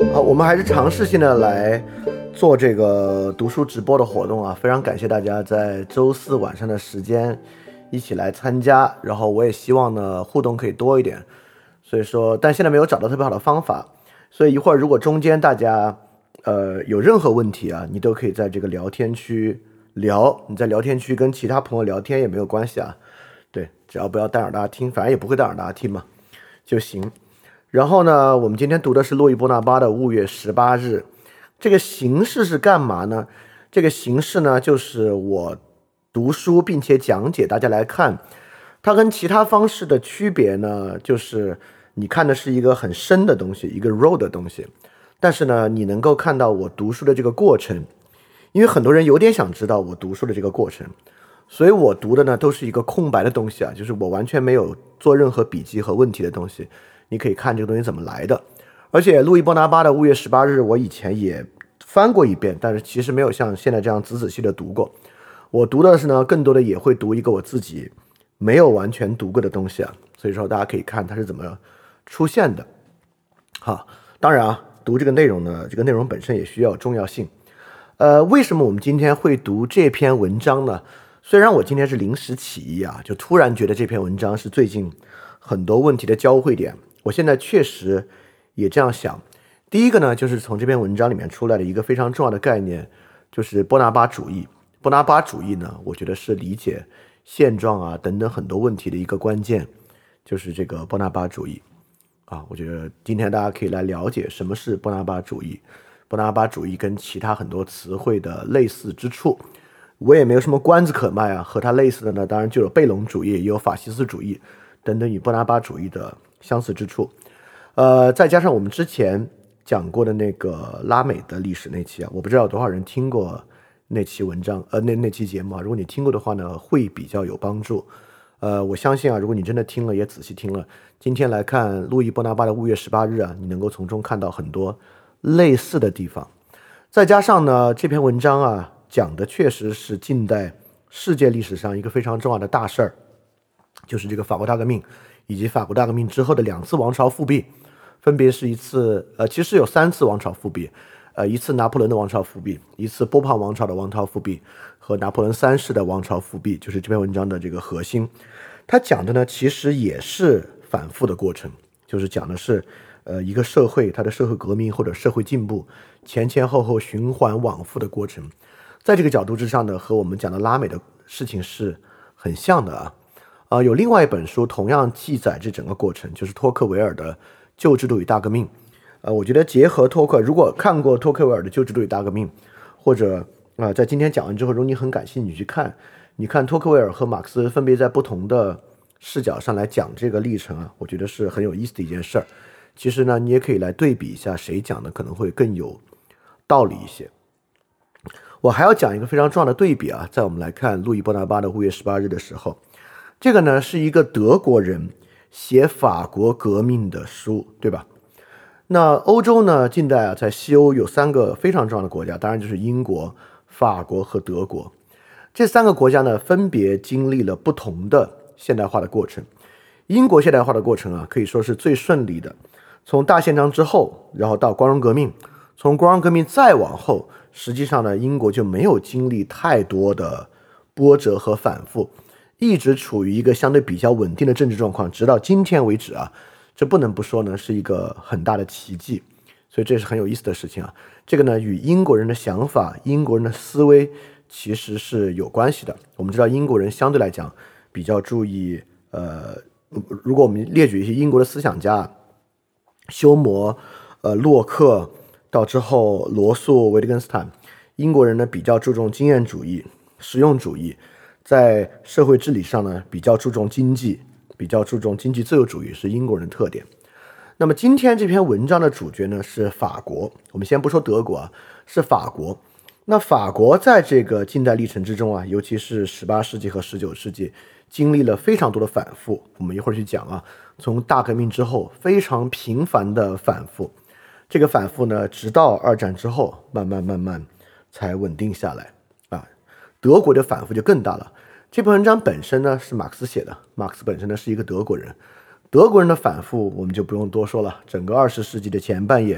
好，我们还是尝试性的来做这个读书直播的活动啊，非常感谢大家在周四晚上的时间一起来参加，然后我也希望呢互动可以多一点，所以说，但现在没有找到特别好的方法，所以一会儿如果中间大家有任何问题啊，你都可以在这个聊天区聊，你在聊天区跟其他朋友聊天也没有关系啊，对，只要不要干扰大家听，反正也不会干扰大家听嘛就行。然后呢，我们今天读的是路易波拿巴的《5月18日》。这个形式是干嘛呢？这个形式呢，就是我读书并且讲解大家来看。它跟其他方式的区别呢，就是你看的是一个很深的东西，一个 raw 的东西，但是呢，你能够看到我读书的这个过程。因为很多人有点想知道我读书的这个过程，所以我读的呢都是一个空白的东西啊，就是我完全没有做任何笔记和问题的东西。你可以看这个东西怎么来的，而且路易波拿巴的《5月18日》我以前也翻过一遍，但是其实没有像现在这样仔细的读过。我读的是呢，更多的也会读一个我自己没有完全读过的东西啊，所以说大家可以看它是怎么出现的。好，当然啊，读这个内容呢，这个内容本身也需要有重要性。为什么我们今天会读这篇文章呢？虽然我今天是临时起意啊，就突然觉得这篇文章是最近很多问题的交汇点。我现在确实也这样想。第一个呢，就是从这篇文章里面出来的一个非常重要的概念，就是波拿巴主义。波拿巴主义呢，我觉得是理解现状啊等等很多问题的一个关键，就是这个波拿巴主义啊。我觉得今天大家可以来了解什么是波拿巴主义，波拿巴主义跟其他很多词汇的类似之处。我也没有什么关子可卖啊，和它类似的呢，当然就有贝隆主义，也有法西斯主义等等与波拿巴主义的相似之处。再加上我们之前讲过的那个拉美的历史那期啊，我不知道有多少人听过那期文章，那期节目啊，如果你听过的话呢，会比较有帮助。我相信啊，如果你真的听了，也仔细听了，今天来看路易波拿巴的《5月18日》啊，你能够从中看到很多类似的地方。再加上呢，这篇文章啊，讲的确实是近代世界历史上一个非常重要的大事儿，就是这个法国大革命，以及法国大革命之后的2次王朝复辟，分别是一次其实有3次王朝复辟，一次拿破仑的王朝复辟，一次波旁王朝的王朝复辟，和拿破仑3世的王朝复辟，就是这篇文章的这个核心。它讲的呢，其实也是反复的过程，就是讲的是一个社会它的社会革命或者社会进步前前后后循环往复的过程。在这个角度之上呢，和我们讲的拉美的事情是很像的啊。有另外一本书同样记载这整个过程，就是托克维尔的《旧制度与大革命》。我觉得结合如果看过托克维尔的《旧制度与大革命》，或者在今天讲完之后，如果你很感兴趣去看，你看托克维尔和马克思分别在不同的视角上来讲这个历程啊，我觉得是很有意思的一件事儿。其实呢，你也可以来对比一下谁讲的可能会更有道理一些。我还要讲一个非常重要的对比啊，在我们来看路易波拿巴的《5月18日》的时候，这个呢是一个德国人写法国革命的书，对吧？那欧洲呢，近代啊，在西欧有3个非常重要的国家，当然就是英国、法国和德国。这3个国家呢，分别经历了不同的现代化的过程。英国现代化的过程啊，可以说是最顺利的，从大宪章之后，然后到光荣革命，从光荣革命再往后，实际上呢，英国就没有经历太多的波折和反复，一直处于一个相对比较稳定的政治状况，直到今天为止啊。这不能不说呢，是一个很大的奇迹，所以这是很有意思的事情啊。这个呢，与英国人的想法、英国人的思维其实是有关系的。我们知道英国人相对来讲比较注意，如果我们列举一些英国的思想家，休谟、洛克，到之后罗素、维特根斯坦，英国人呢比较注重经验主义、实用主义，在社会治理上呢比较注重经济。比较注重经济自由主义是英国人的特点。那么今天这篇文章的主角呢是法国，我们先不说德国啊，是法国。那法国在这个近代历程之中啊，尤其是18世纪和19世纪，经历了非常多的反复。我们一会儿去讲啊，从大革命之后非常频繁的反复，这个反复呢，直到2战之后，慢慢才稳定下来啊。德国的反复就更大了。这篇文章本身呢是马克思写的，马克思本身呢是一个德国人，德国人的反复我们就不用多说了，整个20世纪的前半叶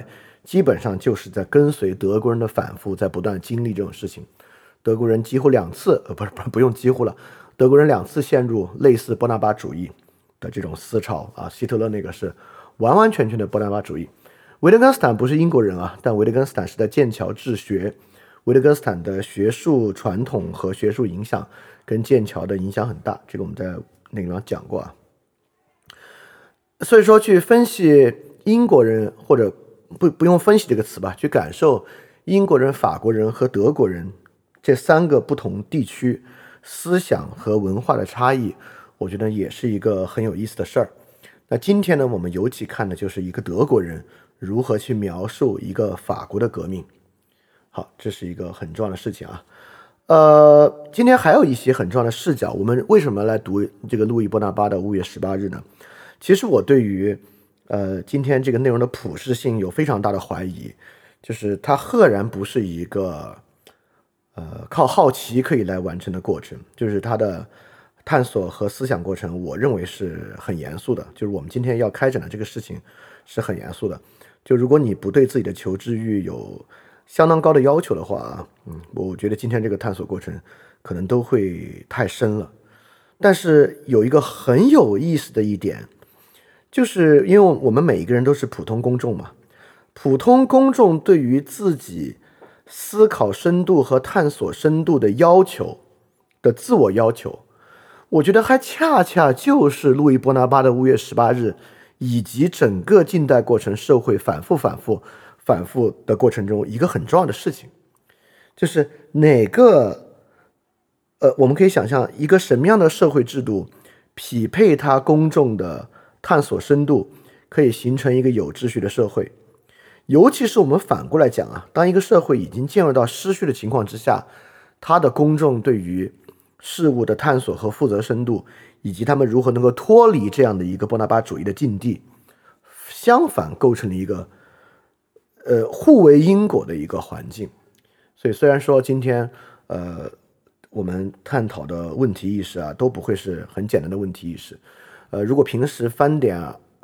基本上就是在跟随德国人的反复，在不断经历这种事情。德国人几乎两次，不用几乎了，德国人2次陷入类似波拿巴主义的这种思潮啊。希特勒那个是完完全全的波拿巴主义。维特根斯坦不是英国人啊，但维特根斯坦是在剑桥治学，维特根斯坦的学术传统和学术影响跟剑桥的影响很大，这个我们在那个地方讲过啊。所以说去分析英国人，或者不用分析这个词吧，去感受英国人、法国人和德国人这3个不同地区思想和文化的差异，我觉得也是一个很有意思的事儿。那今天呢，我们尤其看的就是一个德国人如何去描述一个法国的革命。好，这是一个很重要的事情啊。今天还有一些很重要的视角。我们为什么来读这个路易波拿巴的5月18日呢？其实我对于今天这个内容的普适性有非常大的怀疑，就是它赫然不是一个靠好奇可以来完成的过程，就是它的探索和思想过程，我认为是很严肃的。就是我们今天要开展的这个事情是很严肃的。就如果你不对自己的求知欲有相当高的要求的话，我觉得今天这个探索过程可能都会太深了。但是有一个很有意思的一点，就是因为我们每一个人都是普通公众嘛，普通公众对于自己思考深度和探索深度的要求的自我要求，我觉得还恰恰就是路易波拿巴的5月18日以及整个近代过程社会反复的过程中一个很重要的事情，就是哪个我们可以想象一个什么样的社会制度匹配它公众的探索深度，可以形成一个有秩序的社会。尤其是我们反过来讲啊，当一个社会已经进入到失序的情况之下，它的公众对于事物的探索和负责深度，以及他们如何能够脱离这样的一个波拿巴主义的境地，相反构成了一个互为因果的一个环境。所以虽然说今天我们探讨的问题意识啊，都不会是很简单的问题意识。如果平时翻点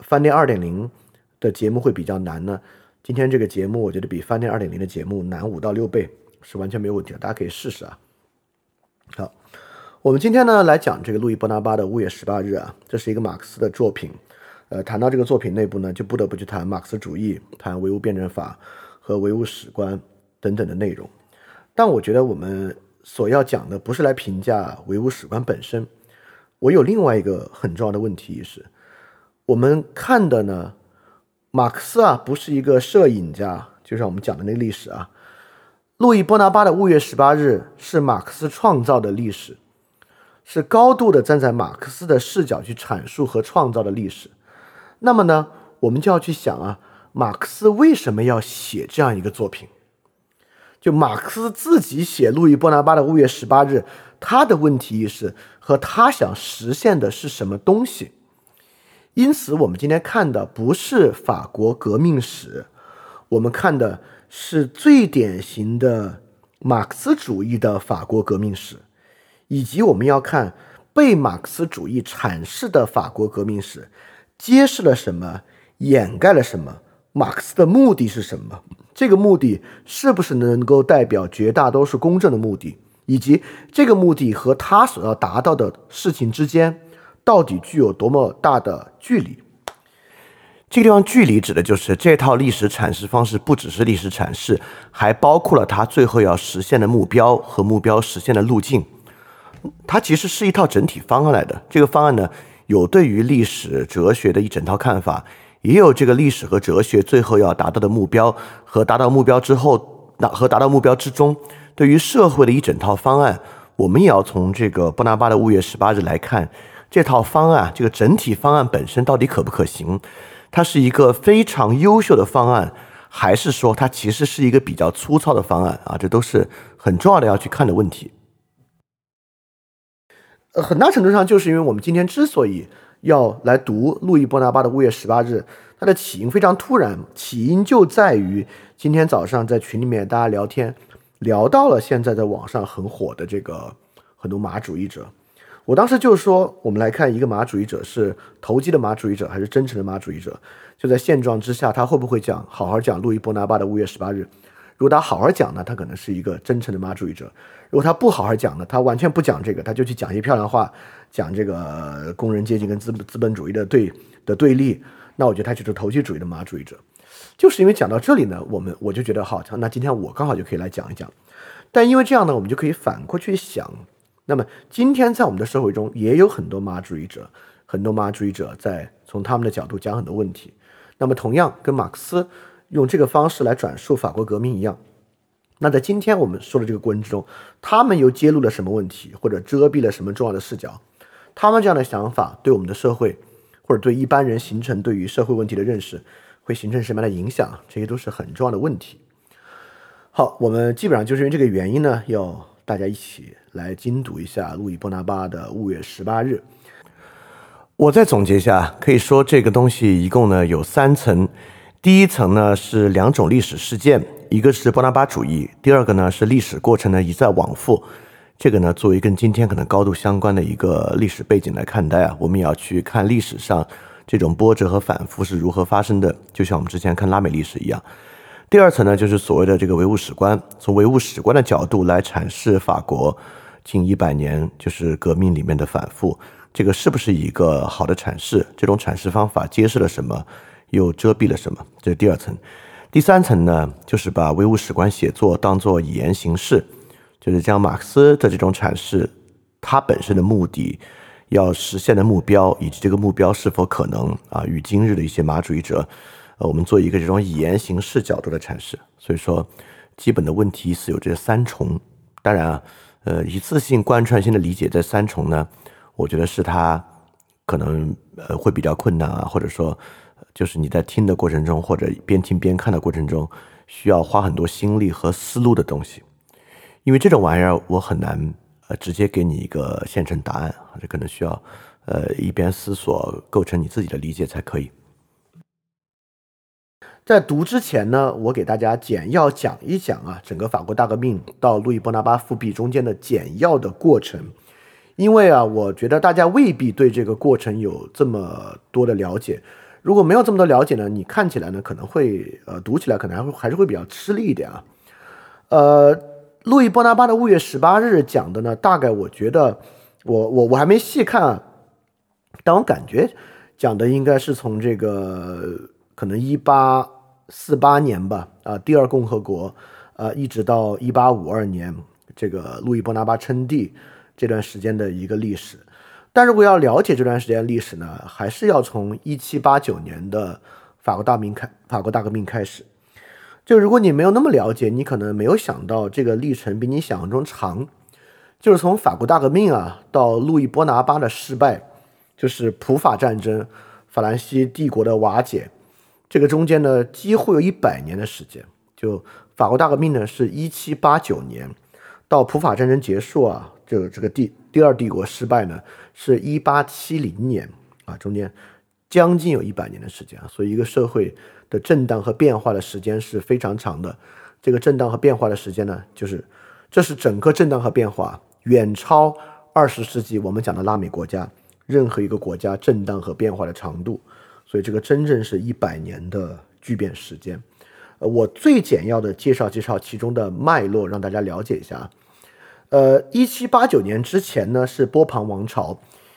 2.0 的节目会比较难呢，今天这个节目我觉得比翻点 2.0 的节目难5到6倍，是完全没有问题的，大家可以试试啊。好，我们今天呢来讲这个路易波拿巴的5月18日啊，这是一个马克思的作品。谈到这个作品内部呢，就不得不去谈马克思主义，谈唯物辩证法和唯物史观等等的内容。但我觉得我们所要讲的不是来评价唯物史观本身，我有另外一个很重要的问题意识。我们看的呢，马克思啊不是一个摄影家，就像我们讲的那个历史啊，路易波拿巴的5月18日是马克思创造的历史，是高度的站在马克思的视角去阐述和创造的历史。那么呢，我们就要去想啊，马克思为什么要写这样一个作品？就马克思自己写路易波拿巴的5月18日，他的问题意识和他想实现的是什么东西？因此我们今天看的不是法国革命史，我们看的是最典型的马克思主义的法国革命史，以及我们要看被马克思主义阐释的法国革命史揭示了什么，掩盖了什么，马克思的目的是什么，这个目的是不是能够代表绝大多数公正的目的，以及这个目的和他所要达到的事情之间到底具有多么大的距离。这个地方距离指的就是这套历史阐释方式不只是历史阐释，还包括了它最后要实现的目标和目标实现的路径。它其实是一套整体方案来的。这个方案呢，有对于历史哲学的一整套看法，也有这个历史和哲学最后要达到的目标和达到目标之后和达到目标之中对于社会的一整套方案。我们也要从这个波拿巴的5月18日来看这套方案，这个整体方案本身到底可不可行，它是一个非常优秀的方案，还是说它其实是一个比较粗糙的方案啊？这都是很重要的要去看的问题。很大程度上就是因为我们今天之所以要来读路易波拿巴的5月18日，它的起因非常突然，起因就在于今天早上在群里面大家聊天聊到了现在在网上很火的这个很多马主义者。 我当时就说，我们来看一个马主义者是投机的马主义者还是真诚的马主义者。就在现状之下，他会不会好好讲路易波拿巴的5月18日？如果他好好讲呢，他可能是一个真诚的马主义者；如果他不好好讲呢，他完全不讲这个，他就去讲一些漂亮话，讲这个工人阶级跟资本主义的对立，那我觉得他就是投机主义的马主义者。就是因为讲到这里呢，我就觉得好，那今天我刚好就可以来讲一讲。但因为这样呢，我们就可以反过去想，那么今天在我们的社会中也有很多马主义者，很多马主义者在从他们的角度讲很多问题。那么同样跟马克思用这个方式来转述法国革命一样，那在今天我们说的这个过程之中，他们又揭露了什么问题，或者遮蔽了什么重要的视角？他们这样的想法对我们的社会，或者对一般人形成对于社会问题的认识，会形成什么样的影响？这些都是很重要的问题。好，我们基本上就是因为这个原因呢，要大家一起来精读一下路易波拿巴的5月18日。我再总结一下，可以说这个东西一共呢有3层。第一层呢是2种历史事件，一个是波拿巴主义，第二个呢是历史过程呢一再往复。这个呢作为跟今天可能高度相关的一个历史背景来看待啊，我们也要去看历史上这种波折和反复是如何发生的，就像我们之前看拉美历史一样。第二层呢就是所谓的这个唯物史观，从唯物史观的角度来阐释法国近100年就是革命里面的反复，这个是不是一个好的阐释？这种阐释方法揭示了什么，又遮蔽了什么？这是第二层。第三层呢，就是把唯物史观写作当作语言形式，就是将马克思的这种阐释，它本身的目的、要实现的目标，以及这个目标是否可能与今日的一些马主义者，我们做一个这种语言形式角度的阐释。所以说，基本的问题是有这3重。当然啊，一次性贯穿性的理解这3重呢，我觉得是它可能会比较困难啊，或者说就是你在听的过程中，或者边听边看的过程中，需要花很多心力和思路的东西。因为这种玩意儿我很难直接给你一个现成答案，这可能需要一边思索构成你自己的理解才可以。在读之前呢，我给大家简要讲一讲整个法国大革命到路易波拿巴复辟中间的简要的过程。因为我觉得大家未必对这个过程有这么多的了解。如果没有这么多了解呢，你看起来呢可能会读起来可能还是会比较吃力一点啊。路易波拿巴的5月18日讲的呢，大概我觉得我还没细看但我感觉讲的应该是从这个可能1848年吧第二共和国一直到1852年这个路易波拿巴称帝这段时间的一个历史。但如果要了解这段时间的历史呢，还是要从1789年的法国大革命开始。就如果你没有那么了解，你可能没有想到这个历程比你想象中长。就是从法国大革命到路易波拿巴的失败，就是普法战争，法兰西帝国的瓦解，这个中间呢几乎有100年的时间。就法国大革命呢是1789年，到普法战争结束这个第二帝国失败呢是1870年中间将近有100年的时间所以一个社会的震荡和变化的时间是非常长的。这个震荡和变化的时间呢，这是整个震荡和变化远超20世纪我们讲的拉美国家任何一个国家震荡和变化的长度。所以这个真正是100年的巨变时间。我最简要的介绍其中的脉络，让大家了解一下。1789年之前呢是波旁王朝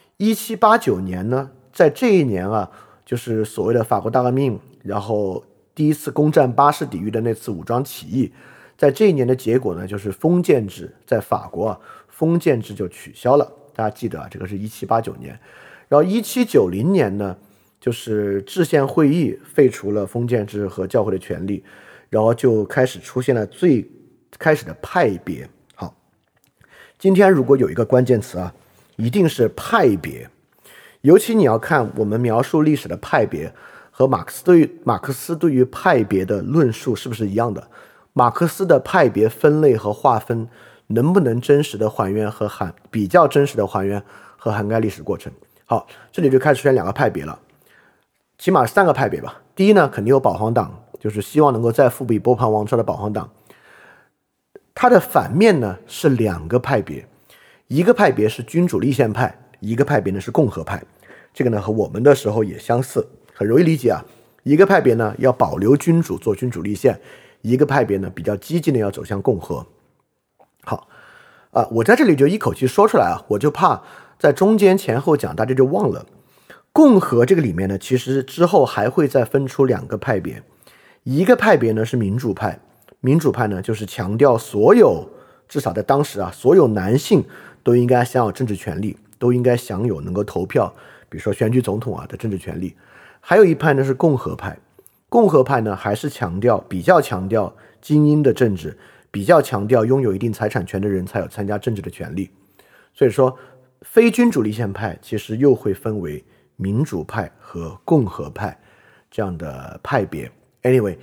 ，1789年呢，在这一年就是所谓的法国大革命，然后第一次攻占巴士底狱的那次武装起义，在这一年的结果呢，就是封建制在法国封建制就取消了。大家记得这个是1789年。然后1790年呢，就是制宪会议废除了封建制和教会的权利，然后就开始出现了最开始的派别。好，今天如果有一个关键词一定是派别。尤其你要看我们描述历史的派别和马克思对于派别的论述是不是一样的。马克思的派别分类和划分能不能真实的还原和比较真实的还原和涵盖历史过程。好，这里就开始出现2个派别了，起码3个派别吧。第一呢，肯定有保皇党，就是希望能够再复辟波旁王朝的保皇党。它的反面呢是2个派别， 一个派别是君主立宪派，一个派别呢是共和派。这个呢和我们的时候也相似，很容易理解啊。一个派别呢要保留君主做君主立宪，一个派别呢比较激进的要走向共和。好我在这里就一口气说出来啊，我就怕在中间前后讲大家就忘了。共和这个里面呢，其实之后还会再分出两个派别，一个派别呢是民主派，民主派呢就是强调所有，至少在当时啊，所有男性都应该享有政治权利，都应该享有能够投票，比如说选举总统啊的政治权利。还有一派呢是共和派，共和派呢还是比较强调精英的政治，比较强调拥有一定财产权的人才有参加政治的权利。所以说非君主立宪派其实又会分为民主派和共和派这样的派别。 Anyway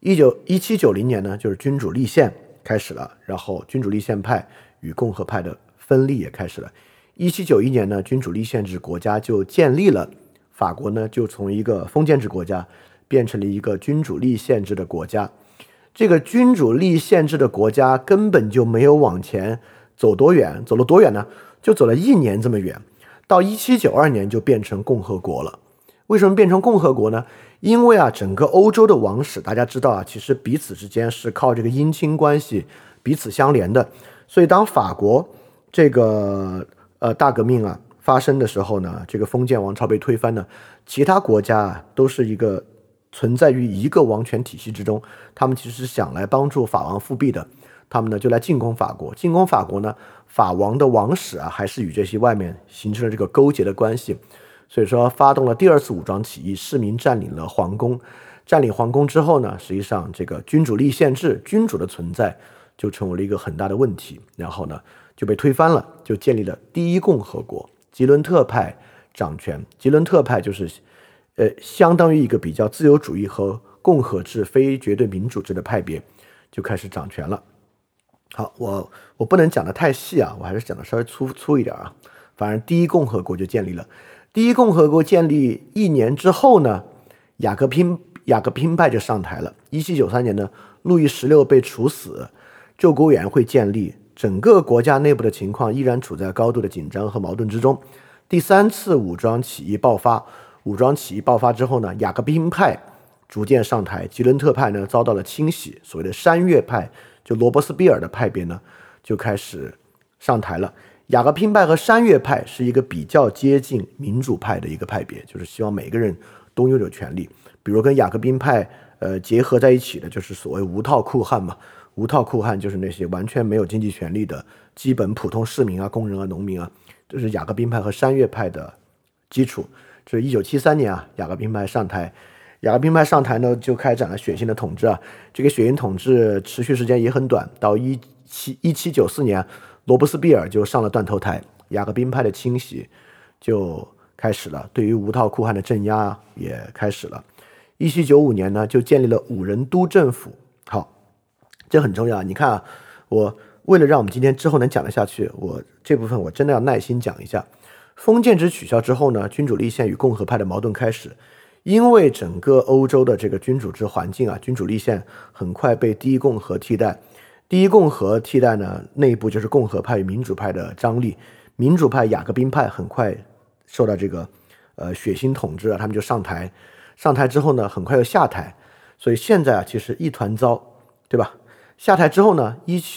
1790年呢就是君主立宪开始了，然后君主立宪派与共和派的分立也开始了。1791年呢君主立宪制国家就建立了，法国呢就从一个封建制国家变成了一个君主立宪制的国家。这个君主立宪制的国家根本就没有往前走多远，走了多远呢？就走了1年这么远，到1792年就变成共和国了。为什么变成共和国呢？因为啊，整个欧洲的王室大家知道啊，其实彼此之间是靠这个姻亲关系彼此相连的。所以当法国这个大革命啊发生的时候呢，这个封建王朝被推翻呢，其他国家都是一个存在于一个王权体系之中，他们其实是想来帮助法王复辟的，他们呢就来进攻法国。进攻法国呢，法王的王室啊还是与这些外面形成了这个勾结的关系，所以说发动了第2次武装起义，市民占领了皇宫。占领皇宫之后呢，实际上这个君主立宪制，君主的存在就成为了一个很大的问题，然后呢就被推翻了，就建立了第一共和国，吉伦特派掌权。吉伦特派就是相当于一个比较自由主义和共和制非绝对民主制的派别，就开始掌权了。好，我不能讲得太细啊，我还是讲得稍微粗一点啊。反正第一共和国就建立了。第一共和国建立1年之后呢，雅各宾派就上台了。1793年呢，路易16被处死，救国委员会建立，整个国家内部的情况依然处在高度的紧张和矛盾之中。第3次武装起义爆发，之后呢，雅各宾派逐渐上台，吉伦特派呢遭到了清洗，所谓的山岳派，就罗伯斯庇尔的派别呢就开始上台了。雅各宾派和山岳派是一个比较接近民主派的一个派别，就是希望每个人都拥有权利。比如跟雅各宾派结合在一起的就是所谓无套酷汉嘛，无套酷汉就是那些完全没有经济权利的基本普通市民啊、工人啊、农民啊，这是雅各宾派和山岳派的基础。这是1973年啊，雅各宾派上台。雅各宾派上台呢，就开展了血腥的统治啊。这个血腥统治持续时间也很短，到1794年，罗伯斯庇尔就上了断头台，雅各宾派的清洗就开始了，对于无套酷汉的镇压也开始了。1795年呢，就建立了5人督政府。好，这很重要。你看啊，我为了让我们今天之后能讲得下去，我这部分我真的要耐心讲一下。封建制取消之后呢，君主立宪与共和派的矛盾开始。因为整个欧洲的这个君主制环境啊，君主立宪很快被第一共和替代。第一共和替代呢，内部就是共和派与民主派的张力。民主派雅各宾派很快受到这个血腥统治啊，他们就上台。上台之后呢，很快又下台。所以现在啊，其实一团糟，对吧？下台之后呢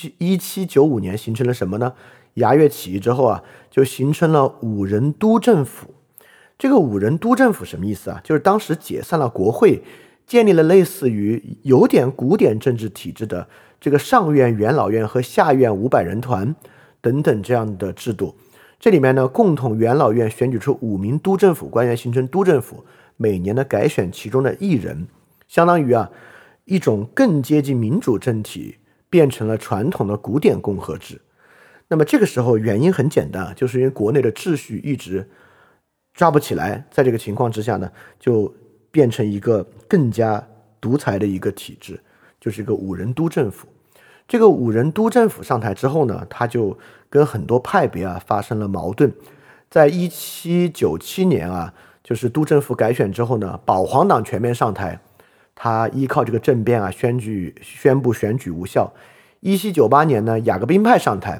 ，1795年形成了什么呢？雅乐起义之后啊，就形成了5人督政府。这个5人督政府什么意思啊？就是当时解散了国会，建立了类似于有点古典政治体制的这个上院元老院和下院500人团等等这样的制度。这里面呢，共同元老院选举出5名督政府官员，形成督政府，每年呢改选其中的1人，相当于啊一种更接近民主政体，变成了传统的古典共和制。那么这个时候原因很简单，就是因为国内的秩序一直抓不起来，在这个情况之下呢，就变成一个更加独裁的一个体制，就是一个5人督政府。这个5人督政府上台之后呢，他就跟很多派别啊发生了矛盾。在1797年啊，就是督政府改选之后呢，保皇党全面上台，他依靠这个政变啊宣布选举无效。1798年呢，雅各宾派上台，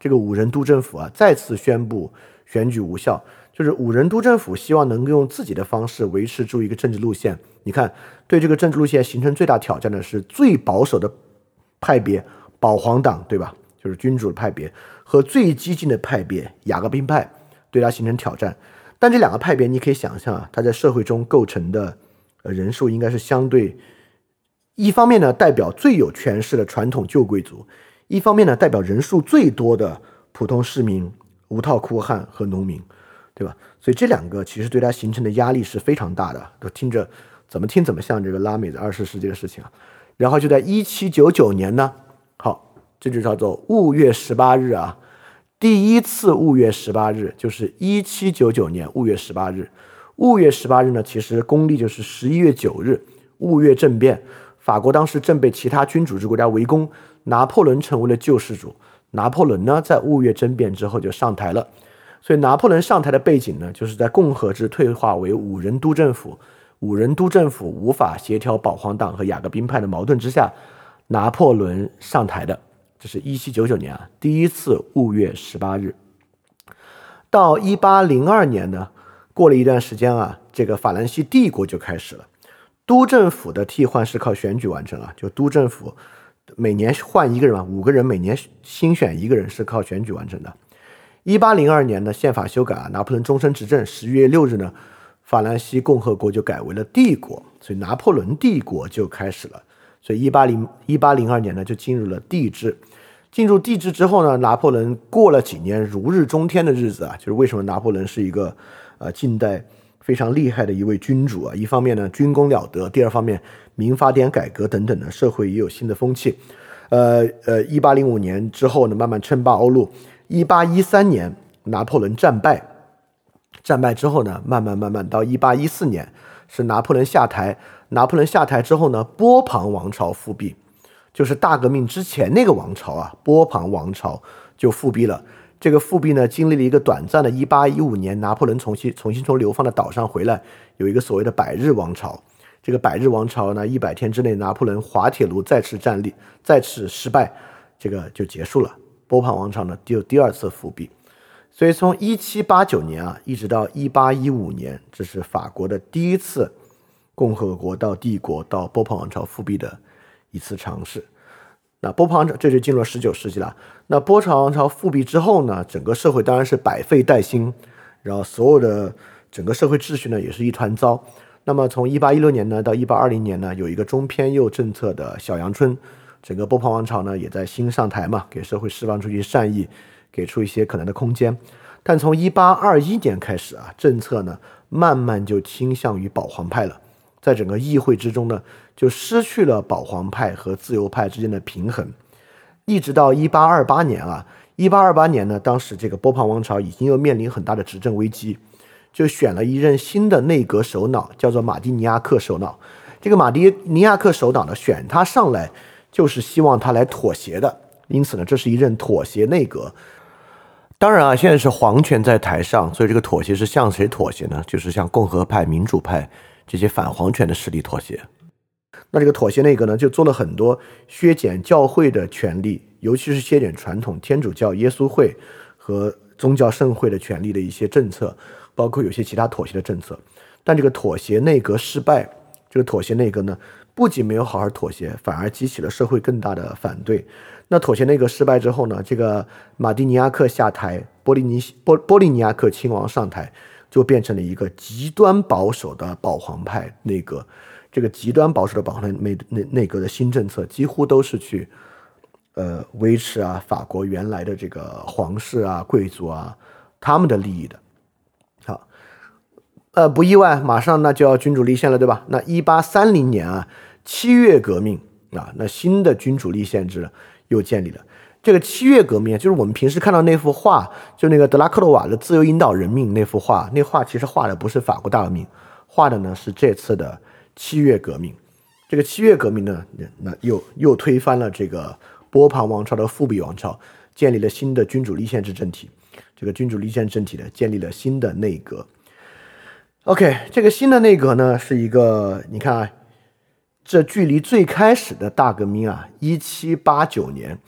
这个五人督政府啊再次宣布选举无效。就是五人督政府希望能够用自己的方式维持住一个政治路线。你看，对这个政治路线形成最大挑战的是最保守的派别保皇党，对吧？就是君主派别和最激进的派别雅各宾派，对它形成挑战。但这两个派别你可以想象啊，它在社会中构成的人数应该是相对，一方面呢代表最有权势的传统旧贵族，一方面呢代表人数最多的普通市民、无套酷汉和农民，对吧？所以这两个其实对它形成的压力是非常大的，都听着怎么听怎么像这个拉美的20世纪的事情啊。然后就在1799年呢，好，这就叫做戊月18日啊，第一次戊月18日就是1799年戊月18日。戊月18日呢，其实公历就是11月9日，戊月政变。法国当时正被其他君主制国家围攻，拿破仑成为了救世主。拿破仑呢，在戊月政变之后就上台了。所以拿破仑上台的背景呢，就是在共和制退化为五人督政府，五人督政府无法协调保皇党和雅各宾派的矛盾之下，拿破仑上台的。这是1799年啊，第一次戊月18日。到1802年呢，过了一段时间啊，这个法兰西帝国就开始了。督政府的替换是靠选举完成啊，就督政府每年换一个人嘛，5个人每年新选一个人是靠选举完成的。1802年的宪法修改啊，拿破仑终身执政，11月6日呢，法兰西共和国就改为了帝国，所以拿破仑帝国就开始了。所以1802年呢，就进入了帝制。进入帝制之后呢，拿破仑过了几年如日中天的日子啊，就是为什么拿破仑是一个近代非常厉害的一位君主啊。一方面呢，军功了得；第二方面，民法典改革等等的，社会也有新的风气。1805年之后呢，慢慢称霸欧陆。1813年，拿破仑战败之后呢，慢慢到1814年是拿破仑下台。拿破仑下台之后呢，波旁王朝复辟，就是大革命之前那个王朝啊，波旁王朝就复辟了。这个复辟呢，经历了一个短暂的1815年，拿破仑重新从流放的岛上回来，有一个所谓的百日王朝。这个百日王朝呢，100天之内，拿破仑滑铁卢再次失败，这个就结束了。波旁王朝呢，第二次复辟。所以从1789年啊，一直到1815年，这是法国的第一次共和国到帝国到波旁王朝复辟的一次尝试。那波旁王朝这就进入了19世纪了。那波旁王朝复辟之后呢，整个社会当然是百废待兴，然后所有的整个社会秩序呢也是一团糟。那么从1816年呢到1820年呢，有一个中偏右政策的小阳春，整个波旁王朝呢也在新上台嘛，给社会释放出去善意，给出一些可能的空间。但从1821年开始啊，政策呢慢慢就倾向于保皇派了。在整个议会之中呢，就失去了保皇派和自由派之间的平衡，一直到1828年啊，1828年呢，当时这个波旁王朝已经又面临很大的执政危机，就选了一任新的内阁首脑，叫做马蒂尼亚克首脑。这个马蒂尼亚克首脑呢，选他上来就是希望他来妥协的，因此呢，这是一任妥协内阁。当然啊，现在是皇权在台上，所以这个妥协是向谁妥协呢？就是向共和派、民主派这些反皇权的势力妥协。那这个妥协内阁呢，就做了很多削减教会的权利，尤其是削减传统天主教耶稣会和宗教盛会的权利的一些政策，包括有些其他妥协的政策。但这个妥协内阁失败，这个妥协内阁呢，不仅没有好好妥协，反而激起了社会更大的反对。那妥协内阁失败之后呢，这个马蒂尼亚克下台，波利尼亚克亲王上台，就变成了一个极端保守的保皇派内阁。这个极端保守的保皇派内阁的新政策几乎都是去维持啊法国原来的这个皇室啊贵族啊他们的利益的。好，不意外，马上那就要君主立宪了，对吧？那1830年啊，7月革命啊，那新的君主立宪制又建立了。这个7月革命就是我们平时看到那幅画，就那个德拉克洛瓦的自由引导人命那幅画，那画其实画的不是法国大革命，画的呢是这次的7月革命。这个7月革命呢，那又推翻了这个波旁王朝的复辟王朝，建立了新的君主立宪制政体。这个君主立宪政体呢，建立了新的内阁。OK， 这个新的内阁呢，是一个你看啊，这距离最开始的大革命啊，1789年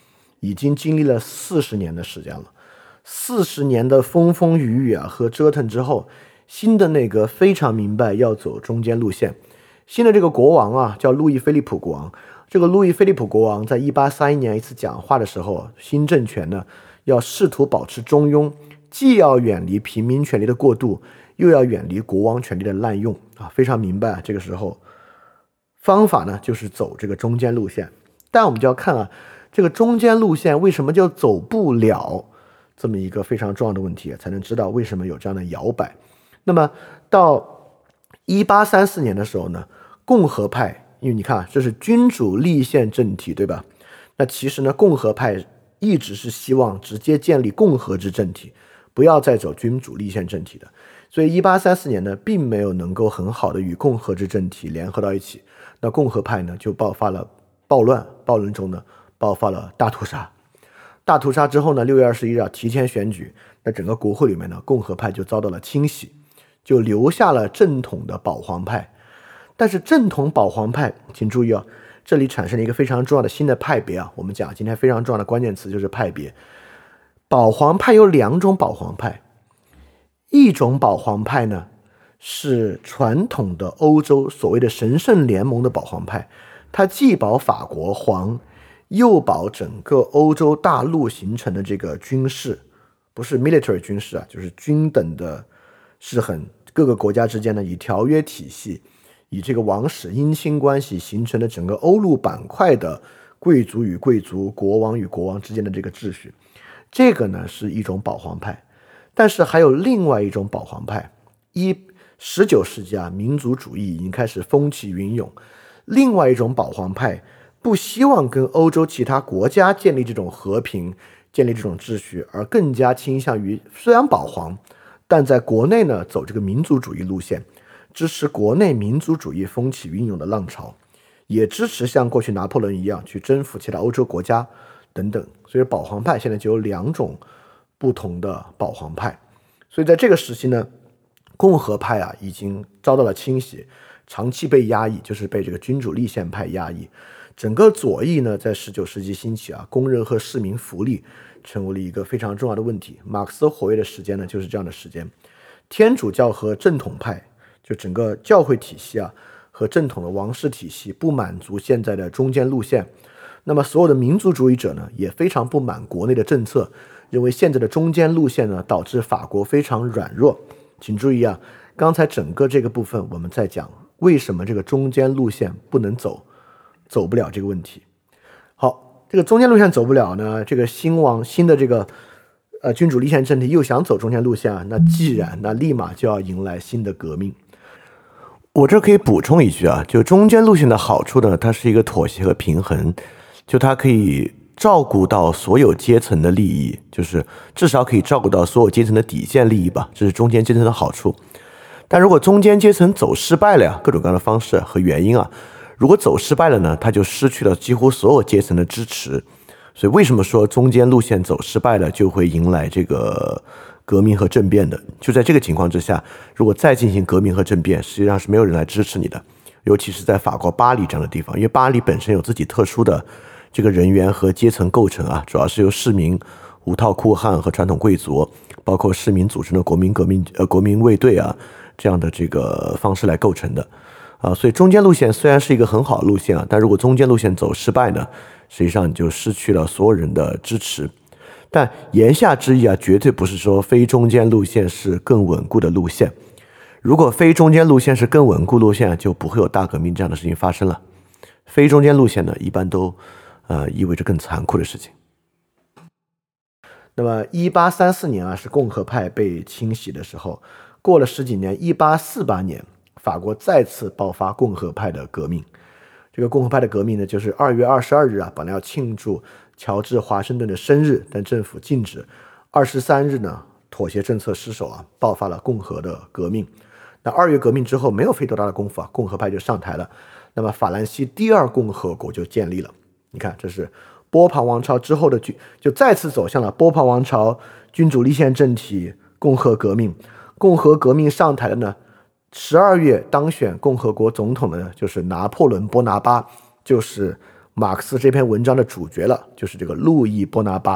已经经历了40年的时间了。40年的风风雨雨啊和折腾之后，新的内阁非常明白要走中间路线。新的这个国王啊，叫路易菲利普国王。这个路易菲利普国王在1831年一次讲话的时候，新政权呢要试图保持中庸，既要远离平民权利的过度，又要远离国王权力的滥用啊，非常明白。这个时候方法呢就是走这个中间路线。但我们就要看啊，这个中间路线为什么就走不了，这么一个非常重要的问题，才能知道为什么有这样的摇摆。那么到1834年的时候呢，共和派，因为你看这是君主立宪政体，对吧？那其实呢，共和派一直是希望直接建立共和制政体，不要再走君主立宪政体的。所以1834年呢，并没有能够很好的与共和制政体联合到一起。那共和派呢，就爆发了暴乱，暴乱中呢，爆发了大屠杀。大屠杀之后呢，6月21日提前选举，那整个国会里面呢，共和派就遭到了清洗，就留下了正统的保皇派。但是正统保皇派，请注意啊，这里产生了一个非常重要的新的派别啊。我们讲今天非常重要的关键词就是派别。保皇派有2种保皇派，一种保皇派呢是传统的欧洲所谓的神圣联盟的保皇派，它既保法国皇，又保整个欧洲大陆形成的这个军事，不是 military 军事啊，就是均等的是很各个国家之间呢以条约体系，以这个王室姻亲关系形成的整个欧陆板块的贵族与贵族、国王与国王之间的这个秩序。这个呢是一种保皇派。但是还有另外一种保皇派，19世纪啊，民族主义已经开始风起云涌。另外一种保皇派不希望跟欧洲其他国家建立这种和平，建立这种秩序，而更加倾向于虽然保皇，但在国内呢走这个民族主义路线，支持国内民族主义风起云涌的浪潮，也支持像过去拿破仑一样去征服其他欧洲国家等等。所以保皇派现在就有2种不同的保皇派。所以在这个时期呢，共和派啊已经遭到了清洗，长期被压抑，就是被这个君主立宪派压抑。整个左翼呢在19世纪兴起啊，工人和市民福利成为了一个非常重要的问题。马克思活跃的时间呢就是这样的时间。天主教和正统派，就整个教会体系啊和正统的王室体系不满足现在的中间路线。那么所有的民族主义者呢也非常不满国内的政策，认为现在的中间路线呢导致法国非常软弱。请注意啊，刚才整个这个部分我们在讲为什么这个中间路线不能走不了这个问题。好，这个中间路线走不了呢，这个新的这个君主立宪政体又想走中间路线啊，那立马就要迎来新的革命。我这可以补充一句啊，就中间路线的好处呢，它是一个妥协和平衡，就它可以照顾到所有阶层的利益，就是至少可以照顾到所有阶层的底线利益吧，这是中间阶层的好处。但如果中间阶层走失败了呀，各种各样的方式和原因啊，如果走失败了呢，他就失去了几乎所有阶层的支持。所以为什么说中间路线走失败了就会迎来这个革命和政变的？就在这个情况之下，如果再进行革命和政变，实际上是没有人来支持你的，尤其是在法国巴黎这样的地方，因为巴黎本身有自己特殊的这个人员和阶层构成啊，主要是由市民、无套酷汉和传统贵族，包括市民组成的国民卫队啊这样的这个方式来构成的。所以中间路线虽然是一个很好的路线啊，但如果中间路线走失败呢，实际上你就失去了所有人的支持。但言下之意啊，绝对不是说非中间路线是更稳固的路线。如果非中间路线是更稳固路线，就不会有大革命这样的事情发生了。非中间路线呢，一般都意味着更残酷的事情。那么1834年啊，是共和派被清洗的时候。过了10几年，1848年，法国再次爆发共和派的革命。这个共和派的革命呢，就是2月22日啊，本来要庆祝乔治华盛顿的生日，但政府禁止。23日呢，妥协政策失守啊，爆发了共和的革命。那2月革命之后没有费多大的功夫啊，共和派就上台了。那么法兰西第2共和国就建立了。你看，这是波旁王朝之后的就再次走向了波旁王朝、君主立宪政体、共和革命。共和革命上台的呢，12月当选共和国总统的呢，就是拿破仑·波拿巴，就是马克思这篇文章的主角了，就是这个路易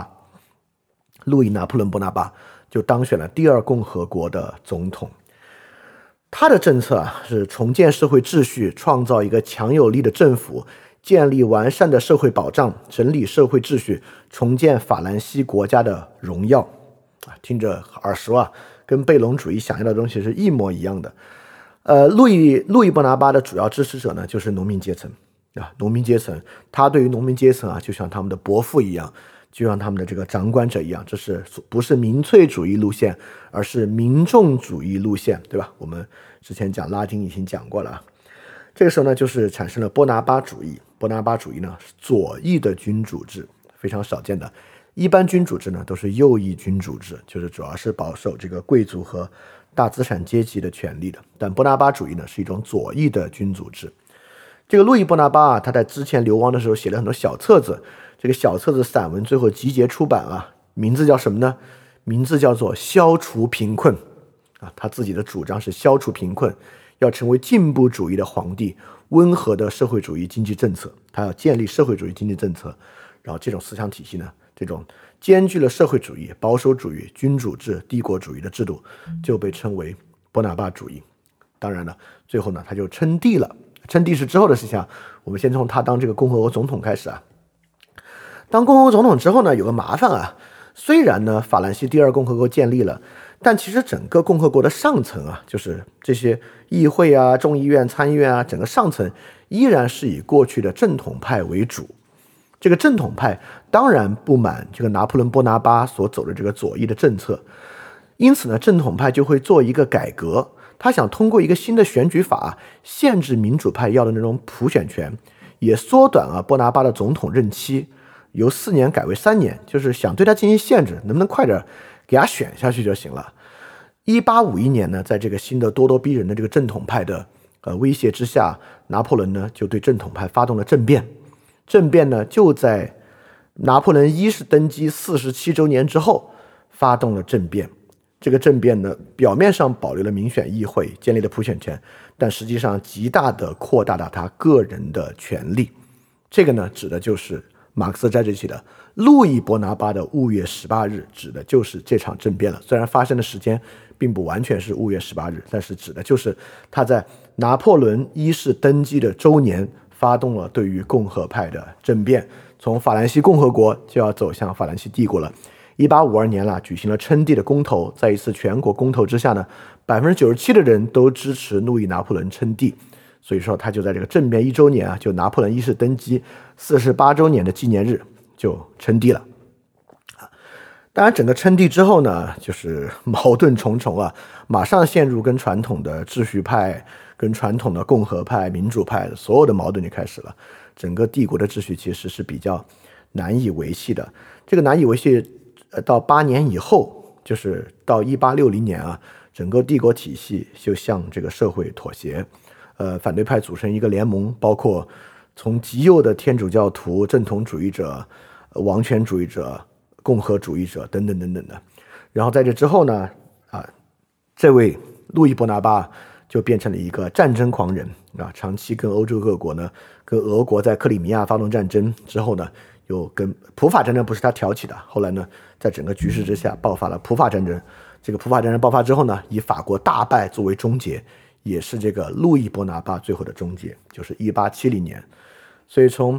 拿破仑波拿巴就当选了第二共和国的总统。他的政策是重建社会秩序，创造一个强有力的政府，建立完善的社会保障，整理社会秩序，重建法兰西国家的荣耀。听着耳熟啊，跟贝隆主义想要的东西是一模一样的。路易波拿巴的主要支持者呢，就是农民阶层啊，农民阶层，他对于农民阶层啊，就像他们的伯父一样，就像他们的这个掌管者一样，这是不是民粹主义路线，而是民众主义路线，对吧？我们之前讲拉丁已经讲过了啊。这个时候呢，就是产生了波拿巴主义。波拿巴主义呢，是左翼的君主制，非常少见的。一般君主制呢，都是右翼君主制，就是主要是保守这个贵族和大资产阶级的权利的。但波拿巴主义呢，是一种左翼的君主制。这个路易波拿巴他在之前流亡的时候写了很多小册子，这个小册子散文最后集结出版名字叫什么呢？名字叫做消除贫困他自己的主张是消除贫困，要成为进步主义的皇帝，温和的社会主义经济政策，他要建立社会主义经济政策。然后这种思想体系呢，这种兼具了社会主义、保守主义、君主制、帝国主义的制度，就被称为波拿巴主义。当然了，最后呢，他就称帝了。称帝是之后的事情我们先从他当这个共和国总统开始当共和国总统之后呢，有个麻烦虽然呢法兰西第二共和国建立了，但其实整个共和国的上层就是这些议会众议院、参议院整个上层依然是以过去的正统派为主。这个正统派当然不满这个拿破仑波拿巴所走的这个左翼的政策，因此呢，正统派就会做一个改革，他想通过一个新的选举法限制民主派要的那种普选权，也缩短波拿巴的总统任期，由4年改为3年，就是想对他进行限制，能不能快点给他选下去就行了。1851年呢，在这个新的咄咄逼人的这个正统派的威胁之下，拿破仑呢就对正统派发动了政变。政变呢就在拿破仑一世登基47周年之后发动了政变。这个政变呢，表面上保留了民选议会，建立了普选权，但实际上极大的扩大了他个人的权利。这个呢，指的就是马克思在这里的路易波拿巴的5月18日，指的就是这场政变了。虽然发生的时间并不完全是5月18日，但是指的就是他在拿破仑一世登基的周年发动了对于共和派的政变，从法兰西共和国就要走向法兰西帝国了。1852年举行了称帝的公投，在一次全国公投之下呢，97%的人都支持路易拿破仑称帝，所以说他就在这个政变1周年就拿破仑一世登基48周年的纪念日就称帝了。当然整个称帝之后呢，就是矛盾重重马上陷入跟传统的秩序派、跟传统的共和派、民主派所有的矛盾就开始了。整个帝国的秩序其实是比较难以维系的。这个难以维系到8年以后，就是到1860年整个帝国体系就向这个社会妥协。反对派组成一个联盟，包括从极右的天主教徒、正统主义者、王权主义者、共和主义者等等等等的。然后在这之后呢，这位路易波拿巴就变成了一个战争狂人长期跟欧洲各国呢，跟俄国在克里米亚发动战争之后呢，又跟普法战争不是他挑起的，后来呢，在整个局势之下爆发了普法战争。这个普法战争爆发之后呢，以法国大败作为终结，也是这个路易波拿巴最后的终结，就是1870年。所以从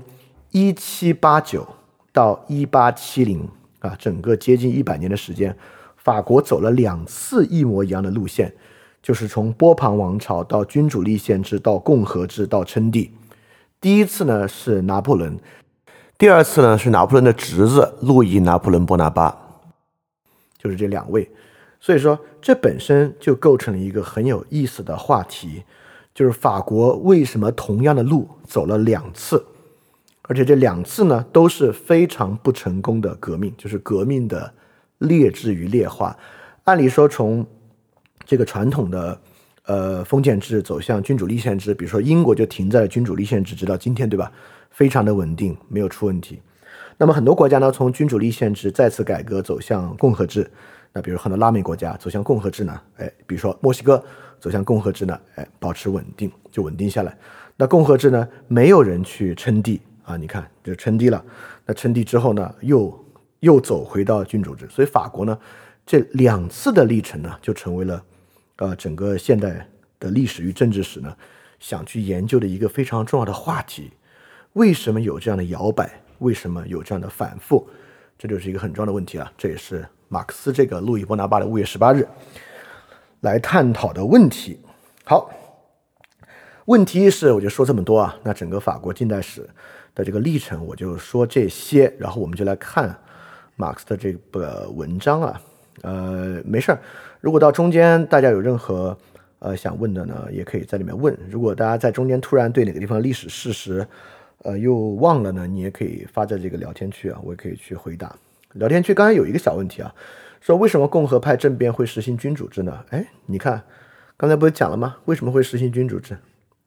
1789到1870整个接近100年的时间，法国走了2次一模一样的路线，就是从波旁王朝到君主立宪制到共和制到称帝。第一次呢是拿破仑，第二次呢是拿破仑的侄子路易拿破仑波拿巴，就是这2位。所以说这本身就构成了一个很有意思的话题，就是法国为什么同样的路走了2次，而且这2次呢都是非常不成功的革命，就是革命的劣质与劣化。按理说从这个传统的封建制走向君主立宪制，比如说英国就停在了君主立宪制直到今天，对吧？非常的稳定，没有出问题。那么很多国家呢，从君主立宪制再次改革走向共和制，那比如很多拉美国家走向共和制呢，比如说墨西哥走向共和制呢，保持稳定，就稳定下来。那共和制呢，没有人去称帝啊，你看这称帝了，那称帝之后呢，又走回到君主制，所以法国呢这2次的历程呢，就成为了整个现代的历史与政治史呢想去研究的一个非常重要的话题。为什么有这样的摇摆？为什么有这样的反复？这就是一个很重要的问题了。这也是马克思这个路易波拿巴的5月18日来探讨的问题。好，问题是我就说这么多啊。那整个法国近代史的这个历程我就说这些，然后我们就来看马克思的这个文章啊。没事儿，如果到中间大家有任何想问的呢，也可以在里面问。如果大家在中间突然对哪个地方历史事实又忘了呢，你也可以发在这个聊天区啊，我也可以去回答。聊天区刚才有一个小问题啊，说为什么共和派政变会实行君主制呢？哎，你看刚才不是讲了吗？为什么会实行君主制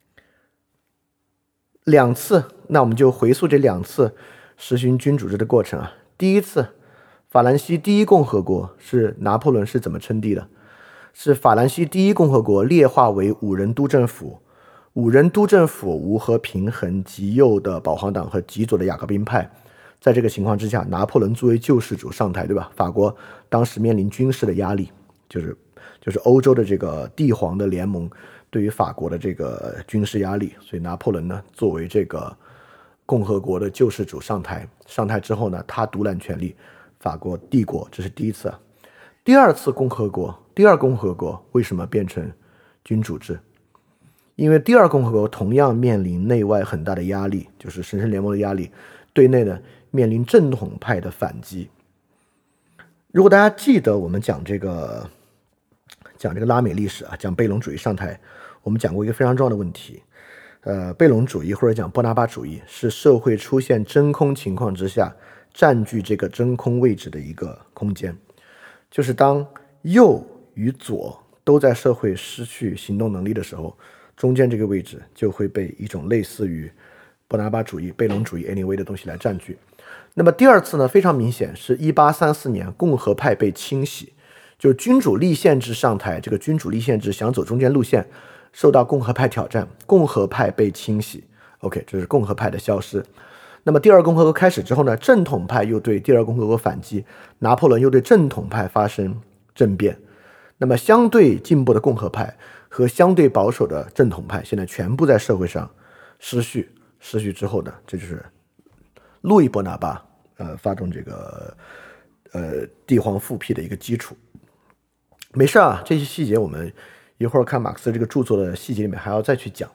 ？2次，那我们就回溯这2次实行君主制的过程啊。第一次，法兰西第一共和国是拿破仑是怎么称帝的？是法兰西第一共和国列化为5人督政府，5人督政府无和平衡极右的保皇党和极左的雅各宾派。在这个情况之下，拿破仑作为救世主上台，对吧？法国当时面临军事的压力，就是欧洲的这个帝皇的联盟对于法国的这个军事压力，所以拿破仑呢作为这个共和国的救世主上台之后呢，他独揽权力，法国帝国，这是第一次。第二共和国为什么变成君主制？因为第二共和国同样面临内外很大的压力，就是神圣联盟的压力，对内呢面临正统派的反击。如果大家记得我们讲这个拉美历史啊，讲贝隆主义上台，我们讲过一个非常重要的问题。贝隆主义或者讲波拿巴主义是社会出现真空情况之下占据这个真空位置的一个空间，就是当右与左都在社会失去行动能力的时候，中间这个位置就会被一种类似于波拿巴主义、贝隆主义 anyway 的东西来占据。那么第二次呢，非常明显是1834年共和派被清洗，就是君主立宪制上台，这个君主立宪制想走中间路线，受到共和派挑战，共和派被清洗。OK， 这是共和派的消失。那么第二共和国开始之后呢，正统派又对第二共和国反击，拿破仑又对正统派发生政变。那么相对进步的共和派和相对保守的正统派现在全部在社会上失序之后呢，这就是路易波拿巴发动这个帝皇复辟的一个基础。没事啊，这些细节我们一会儿看马克思这个著作的细节里面还要再去讲。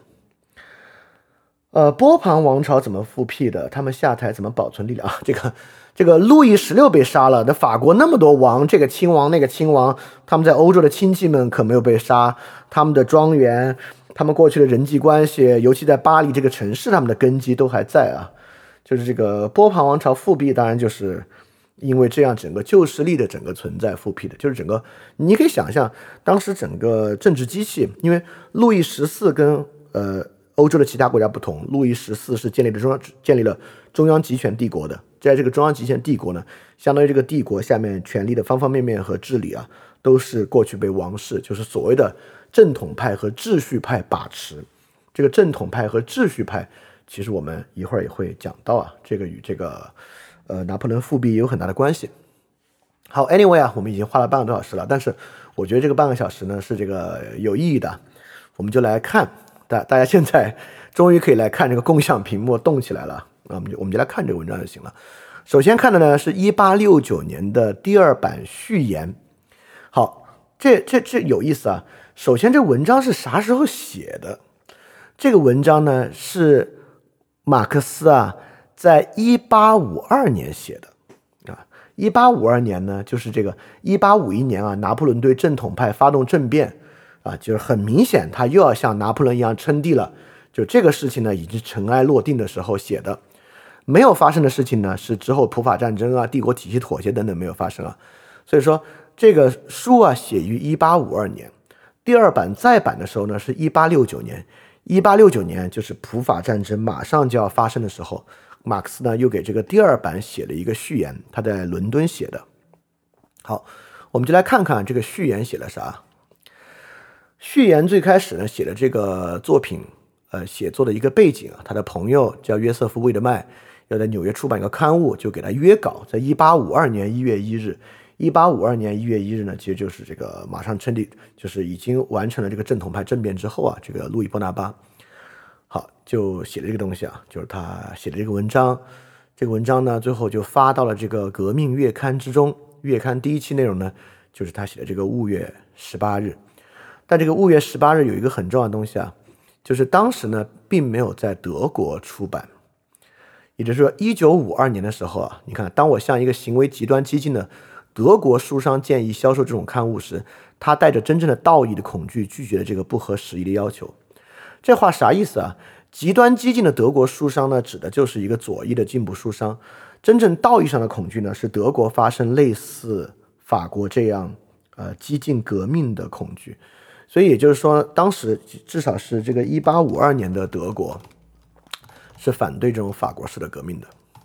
波旁王朝怎么复辟的？他们下台怎么保存力量啊？这个路易16被杀了，那法国那么多王，这个亲王那个亲王，他们在欧洲的亲戚们可没有被杀，他们的庄园，他们过去的人际关系，尤其在巴黎这个城市，他们的根基都还在啊。就是这个波旁王朝复辟，当然就是因为这样整个旧势力的整个存在复辟的，就是整个你可以想象当时整个政治机器，因为路易14跟欧洲的其他国家不同，路易14是建立了中央集权帝国的，在这个中央集权帝国呢，相当于这个帝国下面权力的方方面面和治理啊，都是过去被王室，就是所谓的正统派和秩序派把持。这个正统派和秩序派，其实我们一会儿也会讲到啊，这个与这个拿破仑复辟也有很大的关系。好 ，anyway 啊，我们已经花了半个多小时了，但是我觉得这个半个小时呢是这个有意义的，我们就来看。大家现在终于可以来看这个共享屏幕动起来了，我们就来看这个文章就行了。首先看的呢是1869年的第2版序言。好，这有意思啊。首先这文章是啥时候写的？这个文章呢是马克思啊在1852年写的啊。1852年呢就是这个1851年啊，拿破仑对正统派发动政变。就是很明显他又要像拿破仑一样称帝了，就这个事情呢已经尘埃落定的时候写的。没有发生的事情呢是之后普法战争啊、帝国体系妥协等等没有发生啊。所以说这个书啊写于1852年，第2版再版的时候呢是1869年。1869年就是普法战争马上就要发生的时候，马克思呢又给这个第2版写了一个序言，他在伦敦写的。好，我们就来看看这个序言写了啥。序言最开始呢写的这个作品写作的一个背景啊，他的朋友叫约瑟夫·魏德迈，要在纽约出版一个刊物，就给他约稿，在1852年1月1日。1852年1月1日呢，其实就是这个马上就是已经完成了这个正统派政变之后啊，这个路易波拿巴，好，就写了这个东西啊，就是他写的这个文章。这个文章呢，最后就发到了这个革命月刊之中。月刊第一期内容呢，就是他写的这个5月18日。但这个5月18日有一个很重要的东西啊，就是当时呢，并没有在德国出版。也就是说，1952年的时候啊，你看，当我向一个行为极端激进的德国书商建议销售这种刊物时，他带着真正的道义的恐惧拒绝了这个不合时宜的要求。这话啥意思啊？极端激进的德国书商呢，指的就是一个左翼的进步书商。真正道义上的恐惧呢，是德国发生类似法国这样激进革命的恐惧。所以也就是说，当时至少是这个1852年的德国是反对这种法国式的革命的。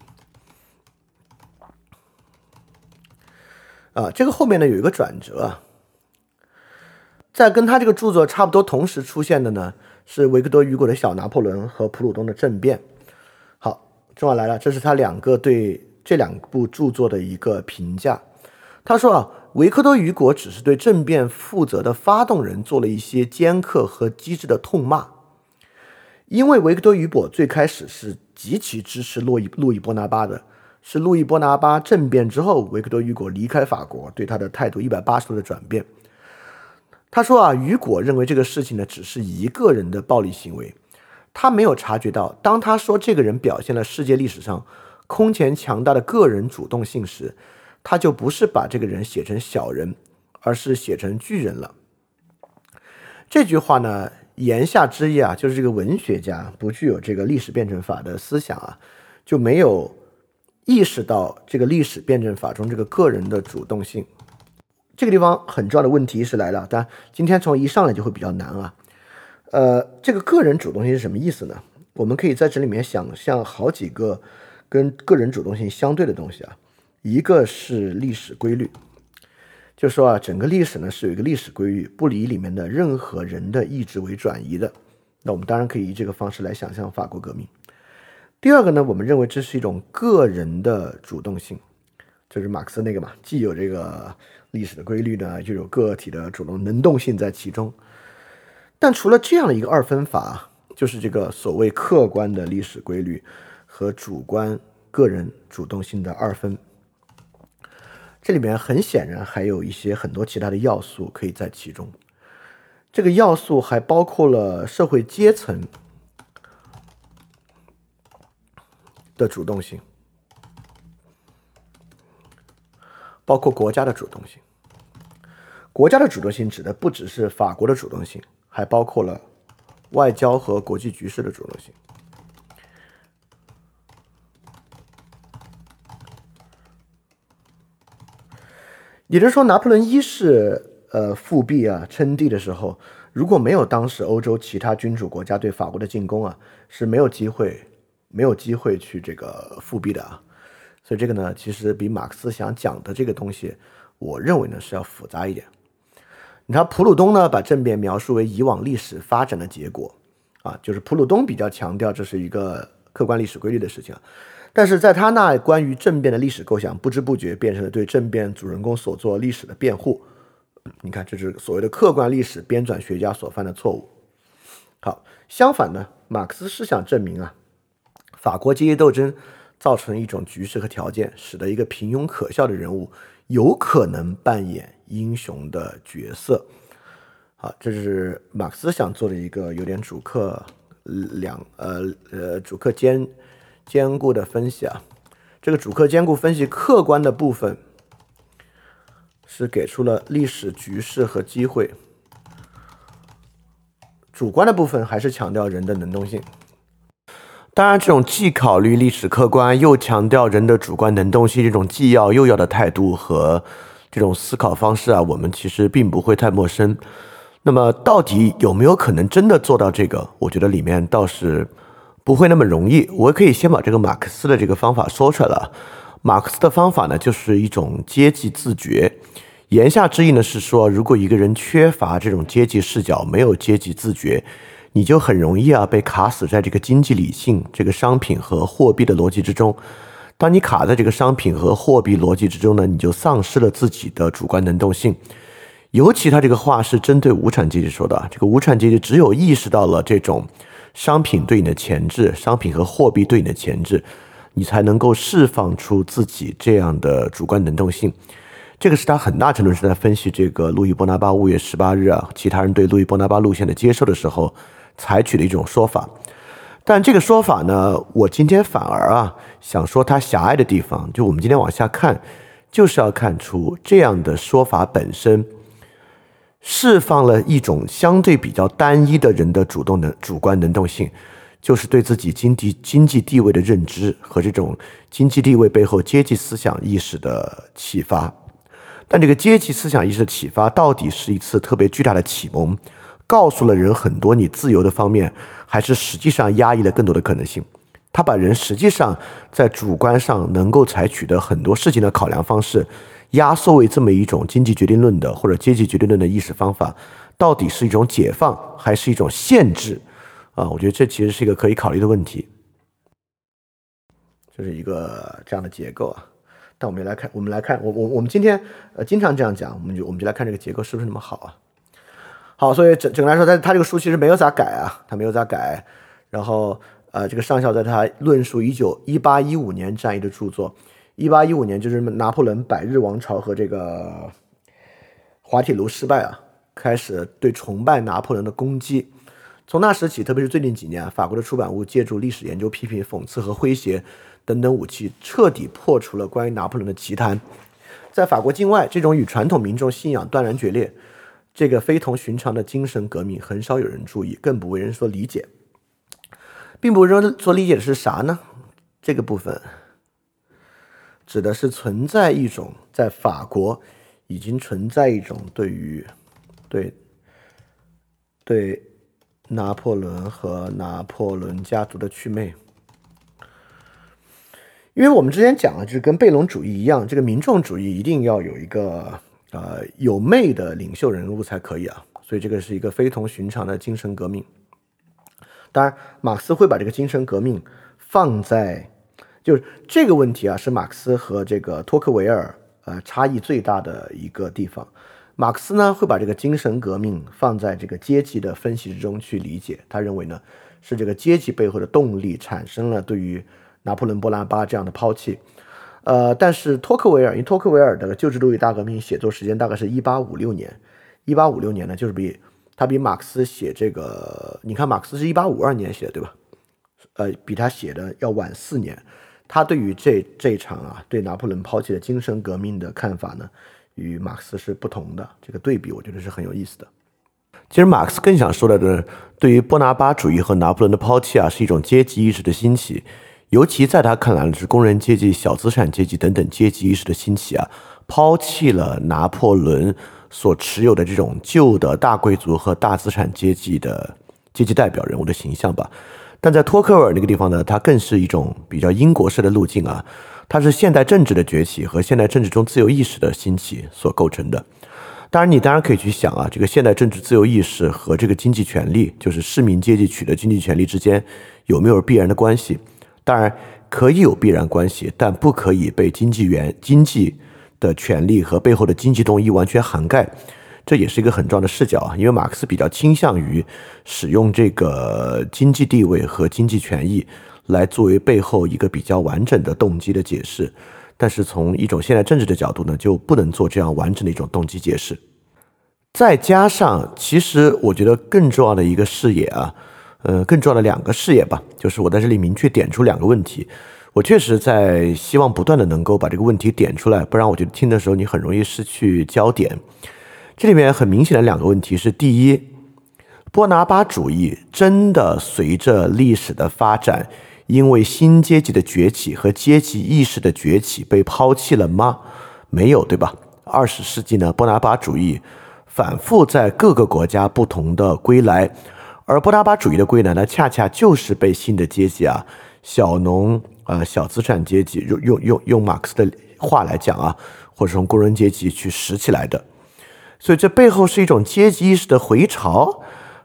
这个后面呢有一个转折啊，在跟他这个著作差不多同时出现的呢，是维克多·雨果的《小拿破仑》和普鲁东的《政变》。好，重要来了，这是他两个对这两部著作的一个评价。他说啊，维克多·雨果只是对政变负责的发动人做了一些尖刻和机智的痛骂，因为维克多·雨果最开始是极其支持路易波拿巴的。是路易波拿巴政变之后，维克多·雨果离开法国，对他的态度180度的转变。他说啊，雨果认为这个事情呢，只是一个人的暴力行为，他没有察觉到，当他说这个人表现了世界历史上空前强大的个人主动性时，他就不是把这个人写成小人，而是写成巨人了。这句话呢，言下之意啊，就是这个文学家不具有这个历史辩证法的思想啊，就没有意识到这个历史辩证法中这个个人的主动性。这个地方很重要的问题是来了，但今天从一上来就会比较难啊。这个个人主动性是什么意思呢？我们可以在这里面想象好几个跟个人主动性相对的东西啊。一个是历史规律，就说啊，整个历史呢是有一个历史规律，不以里面的任何人的意志为转移的。那我们当然可以以这个方式来想象法国革命。第二个呢，我们认为这是一种个人的主动性，就是马克思那个嘛，既有这个历史的规律呢，又有个体的主动能动性在其中。但除了这样的一个二分法，就是这个所谓客观的历史规律和主观个人主动性的二分，这里面很显然还有一些很多其他的要素可以在其中。这个要素还包括了社会阶层的主动性，包括国家的主动性。国家的主动性指的不只是法国的主动性，还包括了外交和国际局势的主动性。也就是说，拿破仑一世复辟啊称帝的时候，如果没有当时欧洲其他君主国家对法国的进攻啊，是没有机会去这个复辟的啊。所以这个呢，其实比马克思想讲的这个东西，我认为呢是要复杂一点。你看普鲁东呢，把政变描述为以往历史发展的结果啊，就是普鲁东比较强调这是一个客观历史规律的事情。但是在他那关于政变的历史构想，不知不觉变成了对政变主人公所做历史的辩护。你看，这是所谓的客观历史编纂学家所犯的错误。好，相反呢，马克思思想证明啊，法国阶级斗争造成一种局势和条件，使得一个平庸可笑的人物有可能扮演英雄的角色。好，这是马克思想做的一个有点主客兼顾的分析啊。这个主客兼顾分析，客观的部分是给出了历史局势和机会，主观的部分还是强调人的能动性。当然，这种既考虑历史客观又强调人的主观能动性，这种既要又要的态度和这种思考方式啊，我们其实并不会太陌生。那么到底有没有可能真的做到这个？我觉得里面倒是不会那么容易。我可以先把这个马克思的这个方法说出来了。马克思的方法呢，就是一种阶级自觉。言下之意呢是说，如果一个人缺乏这种阶级视角，没有阶级自觉， 你就很容易被卡死在这个经济理性、这个商品和货币的逻辑之中。当你卡在这个商品和货币逻辑之中呢，你就丧失了自己的主观能动性。尤其他这个话是针对无产阶级说的，这个无产阶级只有意识到了这种商品对你的钳制，商品和货币对你的钳制，你才能够释放出自己这样的主观能动性。这个是他很大程度是在分析这个路易波拿巴5月18日其他人对路易波拿巴路线的接受的时候采取的一种说法。但这个说法呢，我今天反而想说它狭隘的地方，就我们今天往下看，就是要看出这样的说法本身释放了一种相对比较单一的人的主观能动性，就是对自己经济地位的认知和这种经济地位背后阶级思想意识的启发。但这个阶级思想意识的启发到底是一次特别巨大的启蒙，告诉了人很多你自由的方面，还是实际上压抑了更多的可能性。他把人实际上在主观上能够采取的很多事情的考量方式压缩为这么一种经济决定论的或者阶级决定论的意识方法，到底是一种解放还是一种限制我觉得这其实是一个可以考虑的问题。这是一个这样的结构但我们来看，我们今天经常这样讲，我们就来看这个结构是不是那么好好，所以整个来说，他这个书其实没有咋改他没有咋改。然后这个上校在他论述1815年战役的著作，1815年就是拿破仑百日王朝和这个滑铁卢失败开始对崇拜拿破仑的攻击。从那时起，特别是最近几年法国的出版物借助历史研究、批评、讽刺和诙谐等等武器，彻底破除了关于拿破仑的奇谈。在法国境外，这种与传统民众信仰断然决裂，这个非同寻常的精神革命很少有人注意，更不为人所理解。并不是说理解的是啥呢？这个部分指的是存在一种在法国已经存在一种对拿破仑和拿破仑家族的祛魅。因为我们之前讲了，就是跟贝隆主义一样，这个民众主义一定要有一个有魅的领袖人物才可以所以这个是一个非同寻常的精神革命。当然马克思会把这个精神革命放在就是这个问题是马克思和这个托克维尔差异最大的一个地方。马克思呢会把这个精神革命放在这个阶级的分析之中去理解，他认为呢是这个阶级背后的动力产生了对于拿破仑波拿巴这样的抛弃。但是托克维尔，因为托克维尔的救治路易大革命写作时间大概是1856年，1856年呢就是比马克思写这个，你看马克思是1852年写的对吧？比他写的要晚4年。他对于这场对拿破仑抛弃的精神革命的看法呢，与马克思是不同的。这个对比我觉得是很有意思的。其实马克思更想说的对于波拿巴主义和拿破仑的抛弃是一种阶级意识的兴起，尤其在他看来是工人阶级、小资产阶级等等阶级意识的兴起抛弃了拿破仑所持有的这种旧的大贵族和大资产阶级的阶级代表人物的形象吧。但在托克维尔那个地方呢，它更是一种比较英国式的路径它是现代政治的崛起和现代政治中自由意识的兴起所构成的。当然你可以去想这个现代政治自由意识和这个经济权利，就是市民阶级取得经济权利之间有没有必然的关系。当然可以有必然关系，但不可以被经济的权利和背后的经济动机完全涵盖。这也是一个很重要的视角因为马克思比较倾向于使用这个经济地位和经济权益来作为背后一个比较完整的动机的解释，但是从一种现代政治的角度呢，就不能做这样完整的一种动机解释。再加上其实我觉得更重要的一个视野更重要的2个视野吧，就是我在这里明确点出2个问题。我确实在希望不断的能够把这个问题点出来，不然我觉得听的时候你很容易失去焦点。这里面很明显的2个问题是：第一，波拿巴主义真的随着历史的发展，因为新阶级的崛起和阶级意识的崛起被抛弃了吗？没有，对吧？20世纪呢，波拿巴主义反复在各个国家不同的归来，而波拿巴主义的归来呢，恰恰就是被新的阶级小农小资产阶级用马克思的话来讲或者从工人阶级去拾起来的。所以这背后是一种阶级意识的回潮，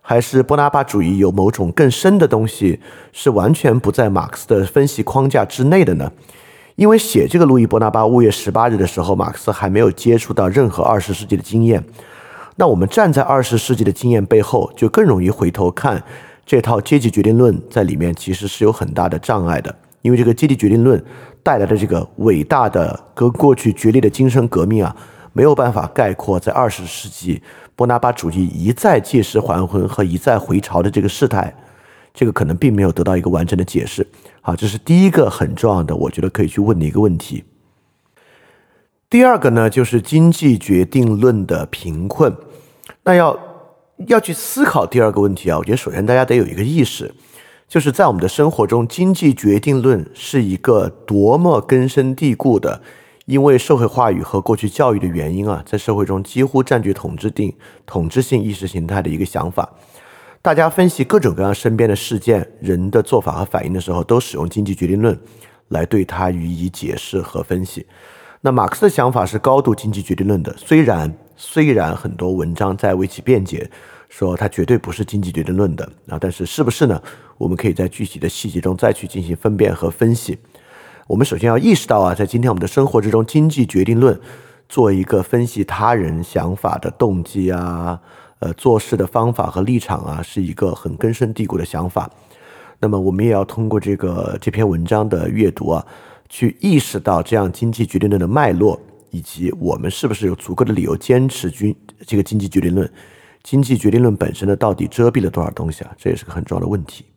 还是波拿巴主义有某种更深的东西是完全不在马克思的分析框架之内的呢？因为写这个路易波拿巴5月18日的时候，马克思还没有接触到任何20世纪的经验。那我们站在20世纪的经验背后，就更容易回头看这套阶级决定论在里面其实是有很大的障碍的。因为这个阶级决定论带来的这个伟大的跟过去决裂的精神革命啊，没有办法概括在20世纪波拿巴主义一再借尸还魂和一再回潮的这个事态，这个可能并没有得到一个完整的解释。好，这是第一个很重要的，我觉得可以去问的一个问题。第二个呢，就是经济决定论的贫困。那要去思考第二个问题啊，我觉得首先大家得有一个意识，就是在我们的生活中，经济决定论是一个多么根深蒂固的，因为社会话语和过去教育的原因啊，在社会中几乎占据统治性意识形态的一个想法。大家分析各种各样身边的事件、人的做法和反应的时候，都使用经济决定论来对它予以解释和分析。那马克思的想法是高度经济决定论的，虽然很多文章在为其辩解，说它绝对不是经济决定论的啊，但是是不是呢？我们可以在具体的细节中再去进行分辨和分析。我们首先要意识到啊，在今天我们的生活之中，经济决定论作为一个分析他人想法的动机啊，做事的方法和立场啊，是一个很根深蒂固的想法。那么我们也要通过这篇文章的阅读啊，去意识到这样经济决定论的脉络，以及我们是不是有足够的理由坚持这个经济决定论。经济决定论本身呢，到底遮蔽了多少东西啊？这也是个很重要的问题。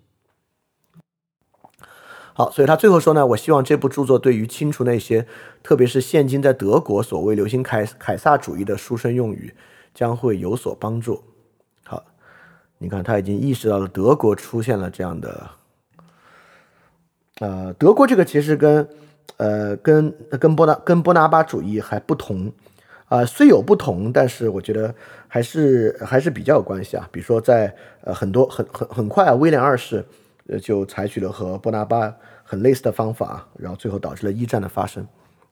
好，所以他最后说呢，我希望这部著作对于清除那些特别是现今在德国所谓流行凯撒主义的书生用语将会有所帮助。好，你看他已经意识到了德国出现了这样的德国这个其实跟波拿巴主义还不同虽有不同，但是我觉得还是比较有关系啊。比如说在很快啊，威廉二世就采取了和波拿巴很类似的方法，然后最后导致了一战的发生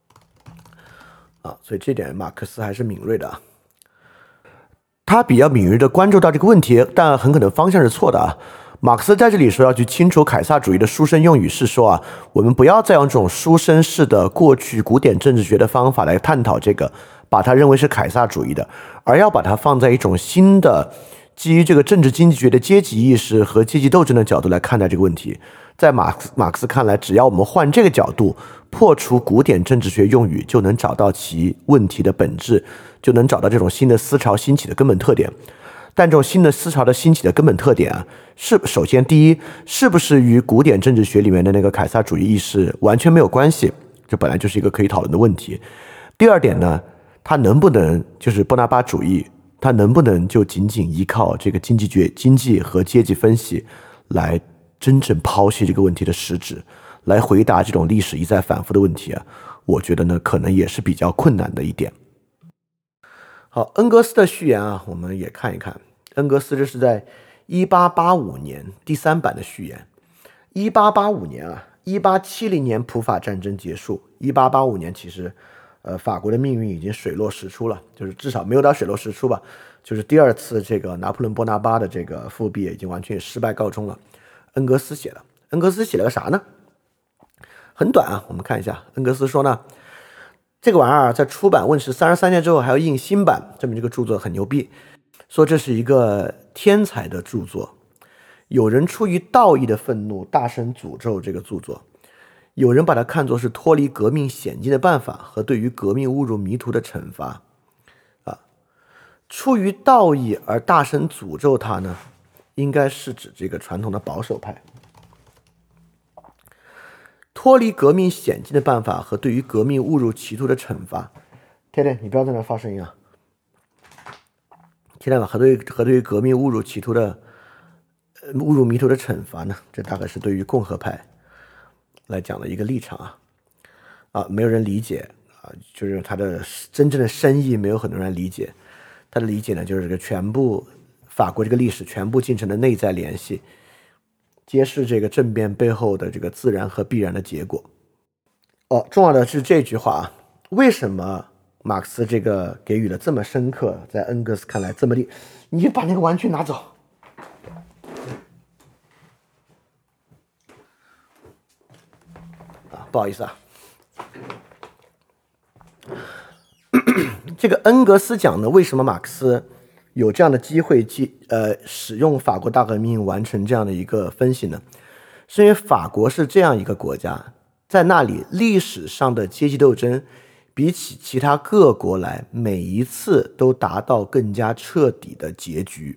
所以这点马克思还是敏锐的啊。他比较敏锐的关注到这个问题，但很可能方向是错的啊。马克思在这里说要去清除凯撒主义的书生用语，是说啊，我们不要再用这种书生式的过去古典政治学的方法来探讨这个，把它认为是凯撒主义的，而要把它放在一种新的基于这个政治经济学的阶级意识和阶级斗争的角度来看待这个问题。在马克思看来，只要我们换这个角度，破除古典政治学用语，就能找到其问题的本质，就能找到这种新的思潮兴起的根本特点。但这种新的思潮的兴起的根本特点啊，首先第一，是不是与古典政治学里面的那个凯撒主义意识完全没有关系？这本来就是一个可以讨论的问题。第二点呢，它能不能就是波拿巴主义，它能不能就仅仅依靠这个经济和阶级分析来真正剖析这个问题的实质，来回答这种历史一再反复的问题啊？我觉得呢，可能也是比较困难的一点。好，恩格斯的序言啊，我们也看一看。恩格斯这是在1885年第3版的序言。1885年啊，1870年普法战争结束，1885年其实法国的命运已经水落石出了，就是至少没有到水落石出吧，就是第二次这个拿破仑波拿巴的这个复辟已经完全以失败告终了。恩格斯写的，恩格斯写了个啥呢？很短啊，我们看一下。恩格斯说呢，这个玩意儿在出版问世33年之后还要印新版，证明这个著作很牛逼，说这是一个天才的著作。有人出于道义的愤怒大声诅咒这个著作，有人把它看作是脱离革命险境的办法和对于革命误入迷途的惩罚出于道义而大声诅咒它呢，应该是指这个传统的保守派。脱离革命险境的办法和对于革命误入歧途的惩罚。天天，你不要在那发声音啊！听到吗？和对于革命误入歧途的误入迷途的惩罚呢？这大概是对于共和派来讲的一个立场没有人理解就是他的真正的深意，没有很多人理解。他的理解呢，就是这个全部法国这个历史全部进程的内在联系，揭示这个政变背后的这个自然和必然的结果。重要的是这句话为什么马克思这个给予了这么深刻，在恩格斯看来这么你把那个玩具拿走。 不好意思啊。这个恩格斯讲呢，为什么马克思有这样的机会使用法国大革命完成这样的一个分析呢？是因为法国是这样一个国家，在那里历史上的阶级斗争比起其他各国来，每一次都达到更加彻底的结局。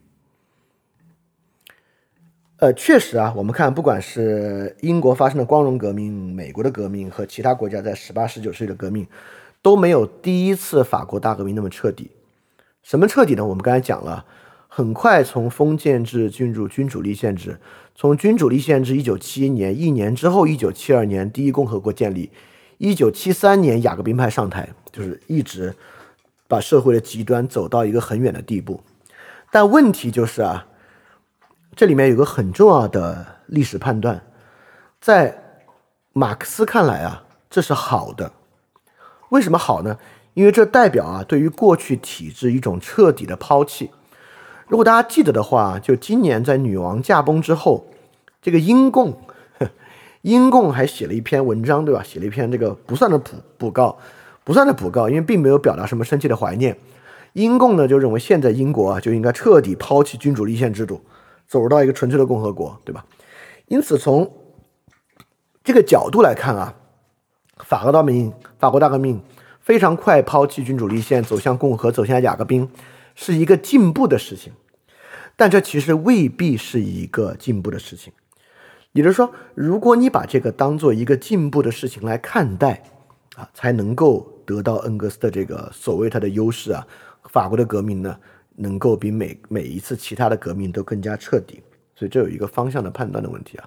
确实啊，我们看不管是英国发生的光荣革命、美国的革命和其他国家在18、19世纪的革命，都没有第一次法国大革命那么彻底。什么彻底呢？我们刚才讲了，很快从封建制进入君主立宪制，从君主立宪制1971年，1年之后1972年第一共和国建立，1973年雅各宾派上台，就是一直把社会的极端走到一个很远的地步。但问题就是啊，这里面有个很重要的历史判断，在马克思看来啊，这是好的。为什么好呢？因为这代表啊，对于过去体制一种彻底的抛弃。如果大家记得的话，就今年在女王驾崩之后，这个英共还写了一篇文章，对吧？写了一篇这个不算的补告，因为并没有表达什么深切的怀念。英共呢就认为现在英国啊就应该彻底抛弃君主立宪制度，走入到一个纯粹的共和国，对吧？因此从这个角度来看啊，法国大革命非常快抛弃君主立宪，走向共和，走向雅各宾，是一个进步的事情。但这其实未必是一个进步的事情。也就是说，如果你把这个当做一个进步的事情来看待啊，才能够得到恩格斯的这个所谓他的优势啊。法国的革命呢，能够比每一次其他的革命都更加彻底，所以这有一个方向的判断的问题啊。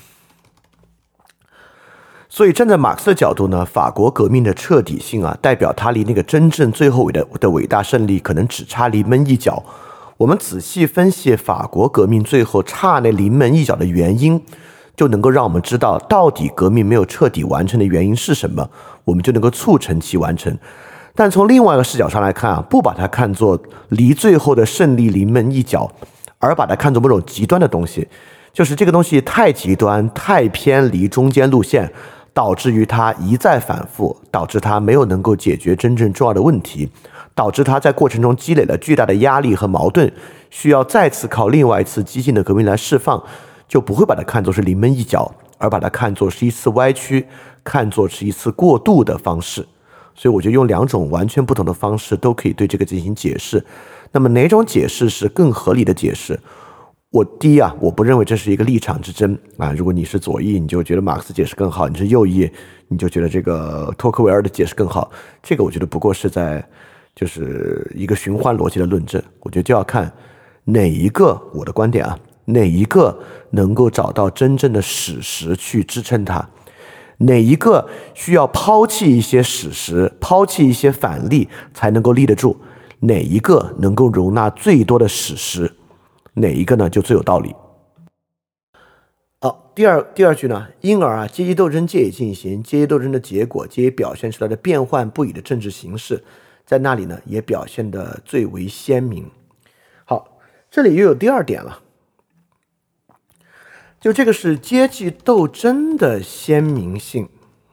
所以站在马克思的角度呢，法国革命的彻底性啊，代表它离那个真正最后的伟大胜利可能只差临门一脚。我们仔细分析法国革命最后差那临门一脚的原因，就能够让我们知道到底革命没有彻底完成的原因是什么，我们就能够促成其完成。但从另外一个视角上来看啊，不把它看作离最后的胜利临门一脚，而把它看作某种极端的东西，就是这个东西太极端、太偏离中间路线，导致于它一再反复，导致它没有能够解决真正重要的问题，导致它在过程中积累了巨大的压力和矛盾，需要再次靠另外一次激进的革命来释放，就不会把它看作是临门一脚，而把它看作是一次歪曲，看作是一次过渡的方式。所以我觉得用两种完全不同的方式都可以对这个进行解释。那么哪种解释是更合理的解释？第一啊，我不认为这是一个立场之争啊。如果你是左翼，你就觉得马克思解释更好；你是右翼，你就觉得这个托克维尔的解释更好。这个我觉得不过是在就是一个循环逻辑的论证。我觉得就要看哪一个，我的观点啊，哪一个能够找到真正的史实去支撑它。哪一个需要抛弃一些史实，抛弃一些反例才能够立得住？哪一个能够容纳最多的史实？哪一个呢就最有道理？第二句呢，因而啊，阶级斗争借以进行，阶级斗争的结果皆表现出来的变幻不已的政治形式，在那里呢也表现得最为鲜明。好，这里又有第二点了。就这个是阶级斗争的鲜明性，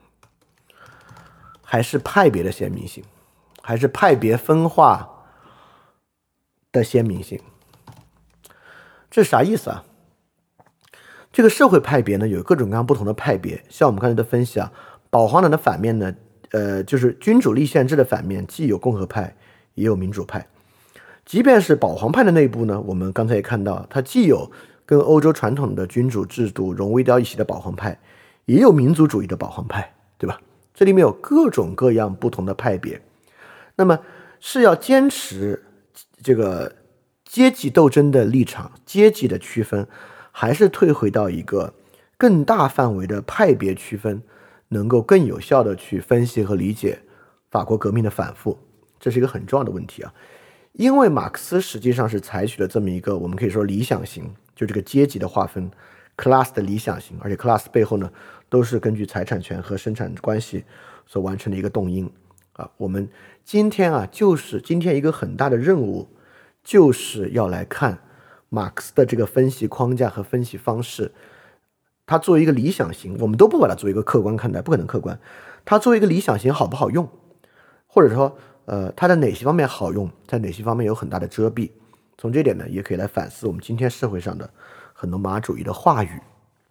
还是派别的鲜明性，还是派别分化的鲜明性？这是啥意思啊？这个社会派别呢，有各种各样不同的派别。像我们刚才的分析啊，保皇党的反面呢，就是君主立宪制的反面，既有共和派，也有民主派。即便是保皇派的内部呢，我们刚才也看到，它既有跟欧洲传统的君主制度融为到一起的保皇派，也有民族主义的保皇派，对吧？这里面有各种各样不同的派别。那么是要坚持这个阶级斗争的立场，阶级的区分，还是退回到一个更大范围的派别区分，能够更有效的去分析和理解法国革命的反复？这是一个很重要的问题啊。因为马克思实际上是采取了这么一个我们可以说理想型，就这个阶级的划分 class 的理想型，而且 class 背后呢都是根据财产权和生产关系所完成的一个动因啊。我们今天一个很大的任务，就是要来看马克思的这个分析框架和分析方式， 它作为一个理想型，我们都不把它作为一个客观看待，不可能客观。它作为一个理想型好不好用，或者说它在哪些方面好用，在哪些方面有很大的遮蔽。从这点呢，也可以来反思我们今天社会上的很多马主义的话语。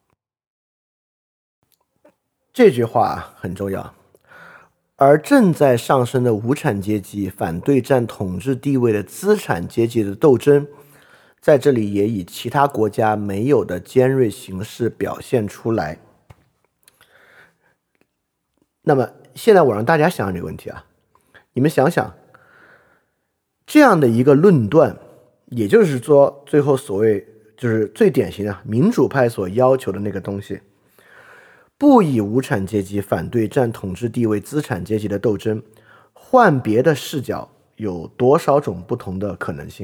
这句话很重要。而正在上升的无产阶级反对占统治地位的资产阶级的斗争，在这里也以其他国家没有的尖锐形式表现出来。那么现在我让大家想想这个问题啊，你们想想这样的一个论断，也就是说最后所谓就是最典型的民主派所要求的那个东西，不以无产阶级反对占统治地位资产阶级的斗争，换别的视角有多少种不同的可能性？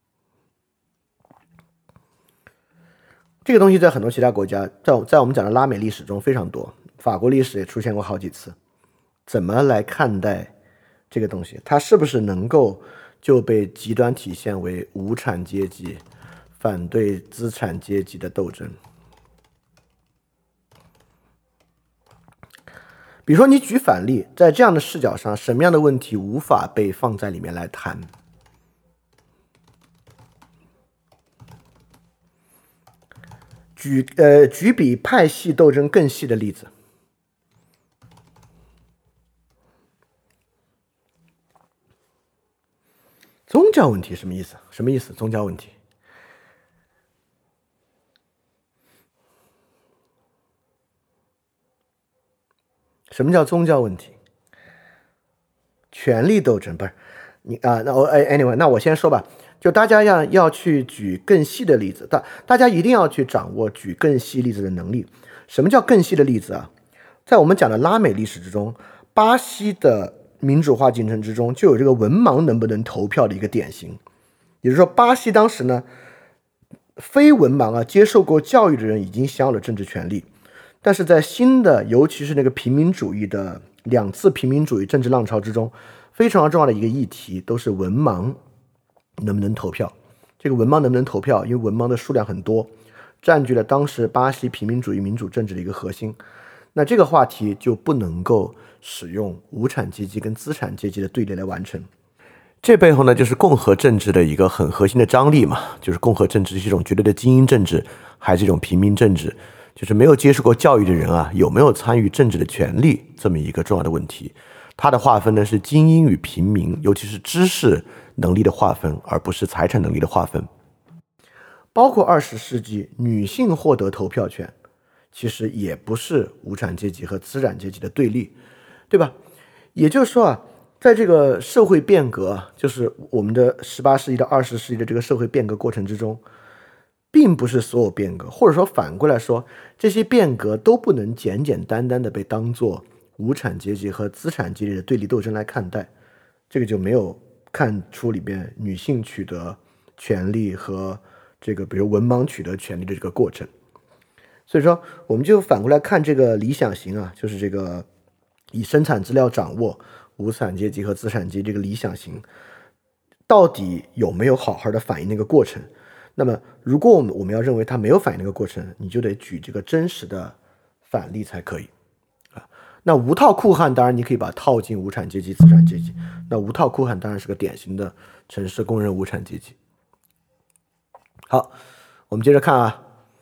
这个东西在很多其他国家，在我们讲的拉美历史中非常多，法国历史也出现过好几次。怎么来看待这个东西？它是不是能够就被极端体现为无产阶级反对资产阶级的斗争？比如说你举反例，在这样的视角上，什么样的问题无法被放在里面来谈？举比派系斗争更细的例子。宗教问题什么意思？什么意思？宗教问题？什么叫宗教问题？权力斗争不是你啊？那anyway， 那我先说吧。就大家要去举更细的例子，大家一定要去掌握举更细例子的能力。什么叫更细的例子啊？在我们讲的拉美历史之中，巴西的民主化进程之中，就有这个文盲能不能投票的一个典型。也就是说，巴西当时呢，非文盲啊，接受过教育的人已经享有了政治权利，但是在新的，尤其是那个平民主义的两次平民主义政治浪潮之中，非常重要的一个议题都是文盲能不能投票。这个文盲能不能投票，因为文盲的数量很多，占据了当时巴西平民主义民主政治的一个核心。那这个话题就不能够使用无产阶级跟资产阶级的对立来完成。这背后呢，就是共和政治的一个很核心的张力嘛，就是共和政治是一种绝对的精英政治，还是一种平民政治，就是没有接受过教育的人啊，有没有参与政治的权利，这么一个重要的问题。它的划分呢是精英与平民，尤其是知识能力的划分，而不是财产能力的划分。包括20世纪女性获得投票权，其实也不是无产阶级和资产阶级的对立，对吧？也就是说啊，在这个社会变革，就是我们的18世纪到20世纪的这个社会变革过程之中，并不是所有变革，或者说反过来说，这些变革都不能简简单单的被当作无产阶级和资产阶级的对立斗争来看待，这个就没有看出里边女性取得权利和这个比如文盲取得权利的这个过程。所以说我们就反过来看这个理想型啊，就是这个以生产资料掌握无产阶级和资产阶级这个理想型到底有没有好好的反映那个过程。那么如果我们要认为它没有反映那个过程，你就得举这个真实的反例才可以啊。那无套酷汉当然你可以把它套进无产阶级资产阶级，那无套酷汉当然是个典型的城市工人无产阶级。好，我们接着看啊。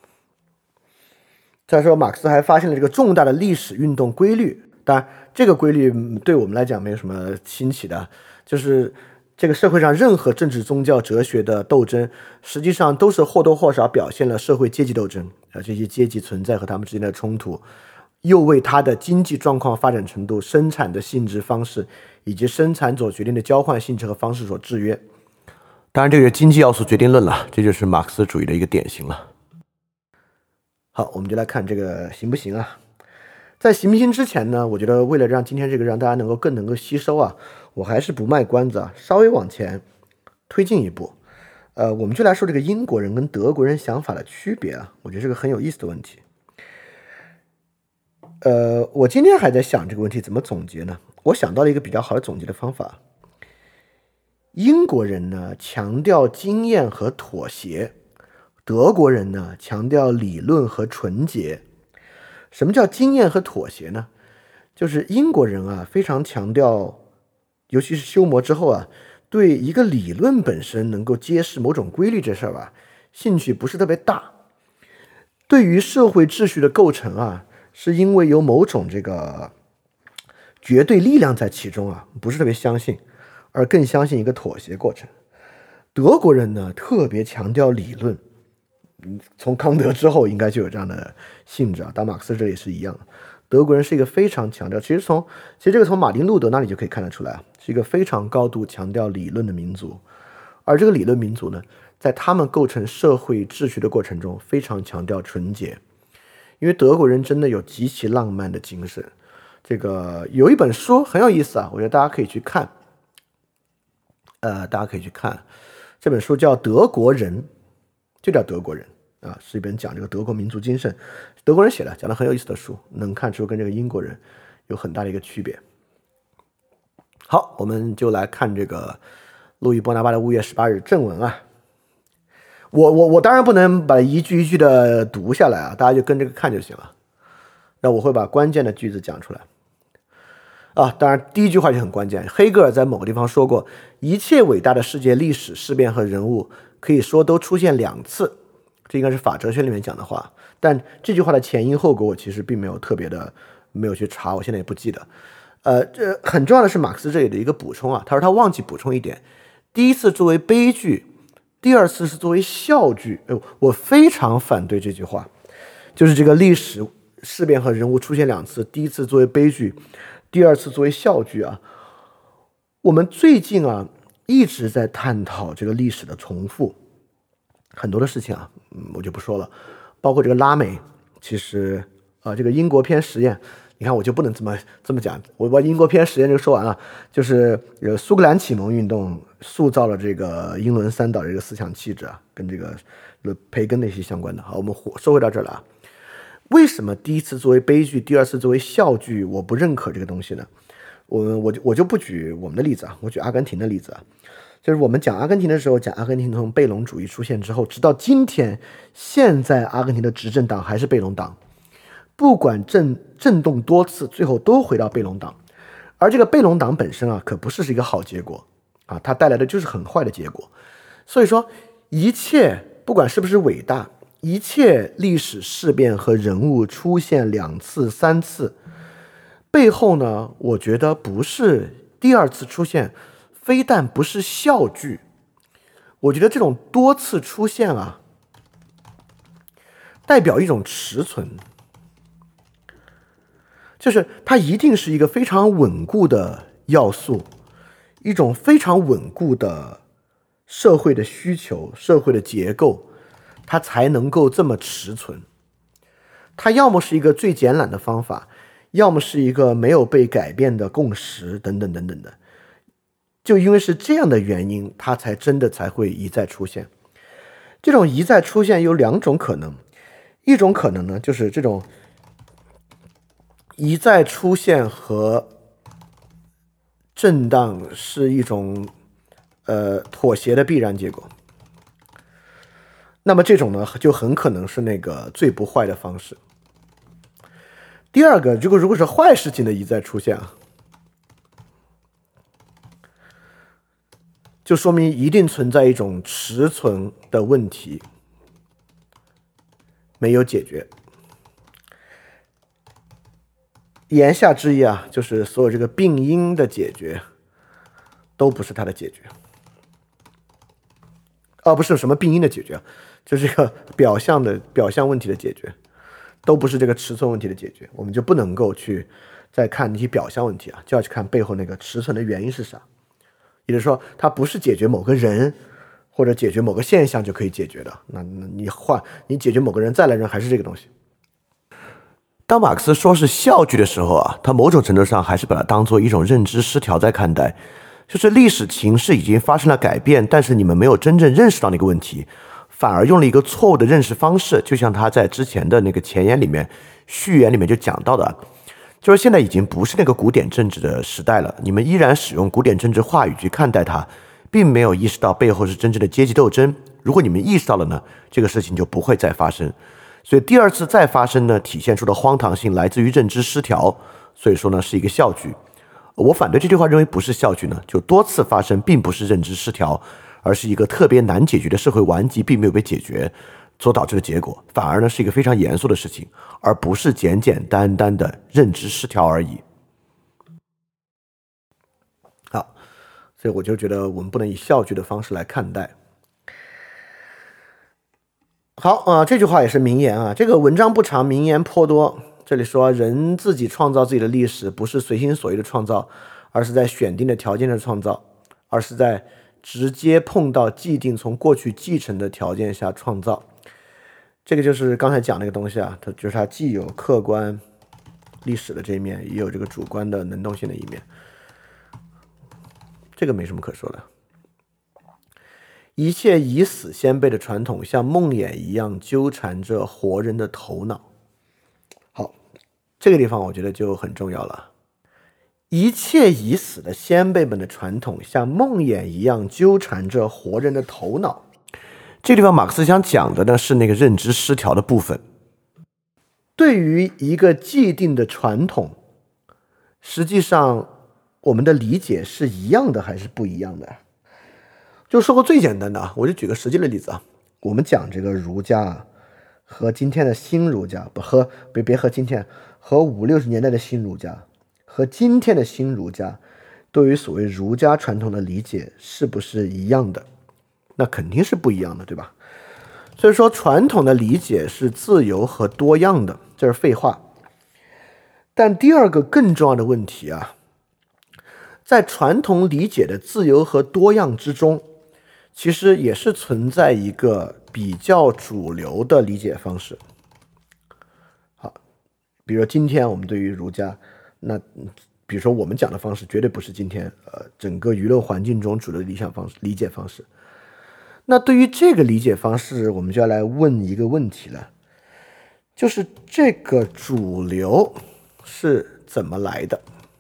再说马克思还发现了这个重大的历史运动规律，当然这个规律对我们来讲没有什么新奇的，就是这个社会上任何政治宗教哲学的斗争实际上都是或多或少表现了社会阶级斗争，这些阶级存在和他们之间的冲突，又为他的经济状况发展程度、生产的性质方式以及生产所决定的交换性质和方式所制约。当然这个经济要素决定论了，这就是马克思主义的一个典型了。好，我们就来看这个行不行啊？在行不行之前呢，我觉得为了让今天这个让大家更能够吸收啊，我还是不卖关子啊，稍微往前推进一步。我们就来说这个英国人跟德国人想法的区别啊，我觉得是个很有意思的问题。我今天还在想这个问题怎么总结呢？我想到了一个比较好的总结的方法。英国人呢强调经验和妥协，德国人呢强调理论和纯洁。 什么叫经验和妥协呢？就是英国人啊，非常强调，尤其是修魔之后啊，对一个理论本身能够揭示某种规律这事儿吧，兴趣不是特别大。对于社会秩序的构成啊，是因为有某种这个绝对力量在其中啊，不是特别相信，而更相信一个妥协过程。德国人呢，特别强调理论，从康德之后应该就有这样的性质啊，到马克思这里是一样的。德国人是一个非常强调，其实这个从马丁路德那里就可以看得出来，是一个非常高度强调理论的民族。而这个理论民族呢，在他们构成社会秩序的过程中，非常强调纯洁，因为德国人真的有极其浪漫的精神。这个有一本书很有意思啊，我觉得大家可以去看。这本书叫《德国人》，就叫《德国人》啊，是一本讲这个德国民族精神，德国人写的，讲的很有意思的书，能看出跟这个英国人有很大的一个区别。好，我们就来看这个路易波拿巴的5月18日正文啊。我当然不能把一句一句的读下来啊，大家就跟这个看就行了。那我会把关键的句子讲出来。当然第一句话就很关键，黑格尔在某个地方说过，一切伟大的世界历史事变和人物可以说都出现2次，这应该是法哲学里面讲的话，但这句话的前因后果我其实并没有特别的没有去查，我现在也不记得。这很重要的是马克思这里的一个补充啊，他说他忘记补充一点，第一次作为悲剧，第二次是作为笑剧。我非常反对这句话，就是这个历史事变和人物出现2次，第一次作为悲剧，第二次作为笑剧啊。我们最近啊一直在探讨这个历史的重复，很多的事情啊，我就不说了，包括这个拉美，其实这个英国篇实验，你看我就不能这么讲，我把英国篇实验就说完了，就是苏格兰启蒙运动塑造了这个英伦三岛这个思想气质啊，跟这个培根那些相关的。好，我们说回到这儿了啊。为什么第一次作为悲剧，第二次作为笑剧，我不认可这个东西呢？我就不举我们的例子啊，我举阿根廷的例子啊。就是我们讲阿根廷的时候，讲阿根廷从贝隆主义出现之后，直到今天，现在阿根廷的执政党还是贝隆党，不管震动多次，最后都回到贝隆党。而这个贝隆党本身啊，可不是一个好结果啊，它带来的就是很坏的结果。所以说，一切不管是不是伟大，一切历史事变和人物出现2次、3次，背后呢，我觉得不是第二次出现，非但不是笑剧，我觉得这种多次出现啊，代表一种持存，就是它一定是一个非常稳固的要素，一种非常稳固的社会的需求、社会的结构，它才能够这么持存。它要么是一个最简懒的方法，要么是一个没有被改变的共识，等等等等的。就因为是这样的原因，它才真的才会一再出现。这种一再出现有2种可能，一种可能呢，就是这种一再出现和震荡是一种妥协的必然结果。那么这种呢，就很可能是那个最不坏的方式。第二个，如果是坏事情的一再出现啊，就说明一定存在一种持存的问题没有解决。言下之意啊，就是所有这个病因的解决都不是它的解决。不是什么病因的解决，就是这个表象问题的解决，都不是这个持存问题的解决。我们就不能够去再看那些表象问题啊，就要去看背后那个持存的原因是啥。也就是说，它不是解决某个人或者解决某个现象就可以解决的。那你解决某个人再来人还是这个东西。当马克思说是笑剧的时候啊，他某种程度上还是把它当做一种认知失调在看待，就是历史情势已经发生了改变，但是你们没有真正认识到那个问题，反而用了一个错误的认识方式。就像他在之前的那个前言里面序言里面就讲到的，就是现在已经不是那个古典政治的时代了，你们依然使用古典政治话语去看待它，并没有意识到背后是真正的阶级斗争。如果你们意识到了呢，这个事情就不会再发生。 所以第二次再发生呢，体现出的荒唐性来自于认知失调，所以说呢是一个笑剧。我反对这句话，认为不是笑剧呢，就多次发生并不是认知失调，而是一个特别难解决的社会顽疾并没有被解决所导致的结果，反而呢是一个非常严肃的事情，而不是简简单单的认知失调而已。好，所以我就觉得我们不能以笑剧的方式来看待。好这句话也是名言啊，这个文章不长，名言颇多。这里说人自己创造自己的历史，不是随心所欲的创造，而是在选定的条件下创造，而是在直接碰到既定从过去继承的条件下创造。这个就是刚才讲那个东西啊，它就是它既有客观历史的这一面，也有这个主观的能动性的一面，这个没什么可说的。一切已死先辈的传统像梦魇一样纠缠着活人的头脑。好，这个地方我觉得就很重要了。一切已死的先辈们的传统像梦魇一样纠缠着活人的头脑。这个地方马克思想讲的呢是那个认知失调的部分。对于一个既定的传统，实际上我们的理解是一样的还是不一样的？就说个最简单的我就举个实际的例子啊。我们讲这个儒家和今天的新儒家，别和今天，和50、60年代的新儒家和今天的新儒家对于所谓儒家传统的理解是不是一样的？那肯定是不一样的，对吧？所以说传统的理解是自由和多样的，这是废话。但第二个更重要的问题啊，在传统理解的自由和多样之中，其实也是存在一个比较主流的理解方式。好，比如今天我们对于儒家，那比如说我们讲的方式绝对不是今天整个舆论环境中主流的理解方式。那对于这个理解方式，我们就要来问一个问题了，就是这个主流是怎么来的？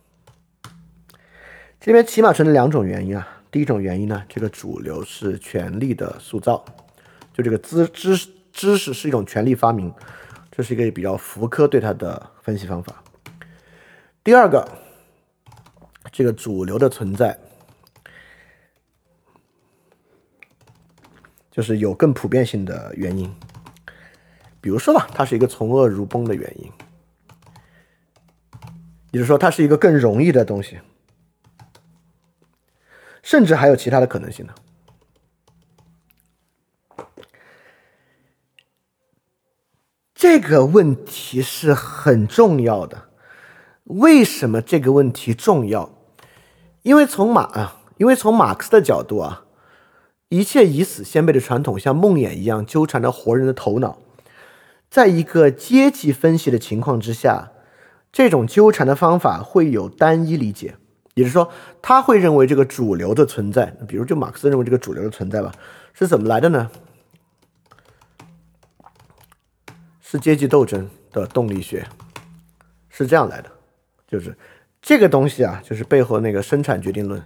这边起码存在两种原因啊。第一种原因呢，这个主流是权力的塑造，就这个知识是一种权力发明，这是一个比较福柯对它的分析方法。第二个，这个主流的存在就是有更普遍性的原因，比如说吧，它是一个从恶如崩的原因，也就是说它是一个更容易的东西，甚至还有其他的可能性呢。这个问题是很重要的。为什么这个问题重要？因为从马克思的角度啊，一切已死先辈的传统像梦魇一样纠缠着活人的头脑。在一个阶级分析的情况之下，这种纠缠的方法会有单一理解，也就是说他会认为这个主流的存在，比如就马克思认为这个主流的存在吧，是怎么来的呢？是阶级斗争的动力学，是这样来的，就是这个东西啊，就是背后那个生产决定论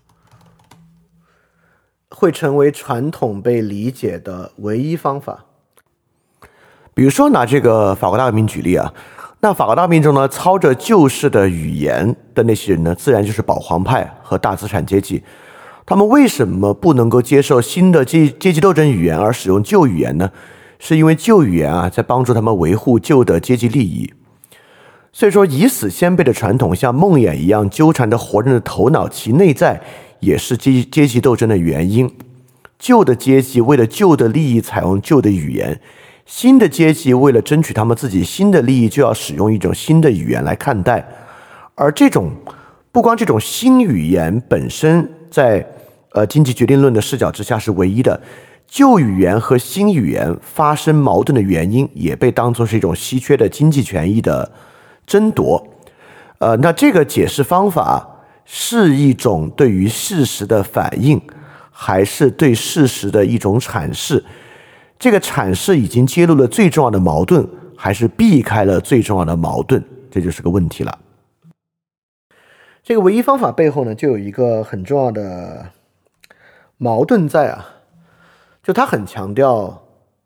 会成为传统被理解的唯一方法。比如说拿这个法国大革命举例啊，那法国大革命中呢，操着旧式的语言的那些人呢，自然就是保皇派和大资产阶级。他们为什么不能够接受新的阶级斗争语言而使用旧语言呢？是因为旧语言啊，在帮助他们维护旧的阶级利益。所以说，已死先辈的传统像梦魇一样纠缠着活人的头脑，其内在也是阶级斗争的原因。旧的阶级为了旧的利益采用旧的语言，新的阶级为了争取他们自己新的利益，就要使用一种新的语言来看待。而这种不光这种新语言本身在经济决定论的视角之下是唯一的，旧语言和新语言发生矛盾的原因也被当作是一种稀缺的经济权益的争夺。那这个解释方法是一种对于事实的反应，还是对事实的一种阐释？这个阐释已经揭露了最重要的矛盾，还是避开了最重要的矛盾？这就是个问题了。这个唯一方法背后呢，就有一个很重要的矛盾在啊，就他很强调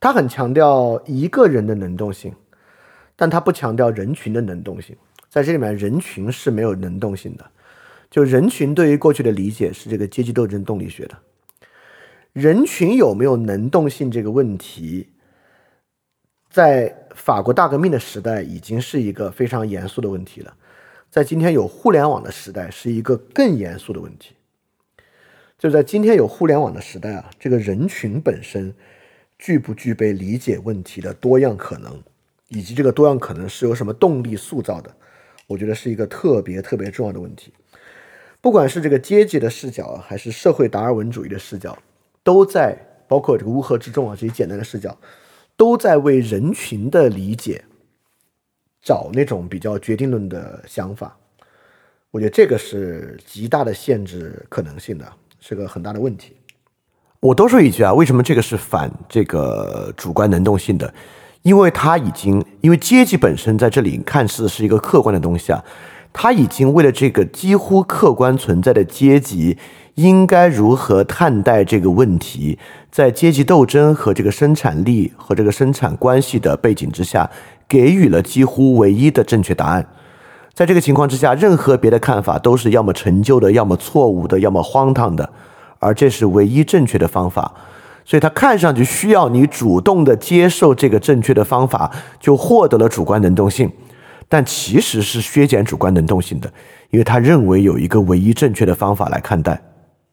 他很强调一个人的能动性，但他不强调人群的能动性。在这里面，人群是没有能动性的。就人群对于过去的理解是这个阶级斗争动力学的。人群有没有能动性这个问题，在法国大革命的时代已经是一个非常严肃的问题了。在今天有互联网的时代，是一个更严肃的问题。就在今天有互联网的时代啊，这个人群本身具不具备理解问题的多样可能，以及这个多样可能是由什么动力塑造的，我觉得是一个特别重要的问题。不管是这个阶级的视角还是社会达尔文主义的视角，都在包括这个乌合之众这些简单的视角，都在为人群的理解找那种比较决定论的想法。我觉得这个是极大的限制可能性的，是个很大的问题。我多说一句啊，为什么这个是反这个主观能动性的？因为阶级本身在这里看似是一个客观的东西啊，他已经为了这个几乎客观存在的阶级应该如何看待这个问题，在阶级斗争和这个生产力和这个生产关系的背景之下，给予了几乎唯一的正确答案。在这个情况之下，任何别的看法都是要么陈旧的，要么错误的，要么荒唐的，而这是唯一正确的方法。所以它看上去需要你主动的接受这个正确的方法，就获得了主观能动性，但其实是削减主观能动性的，因为他认为有一个唯一正确的方法来看待。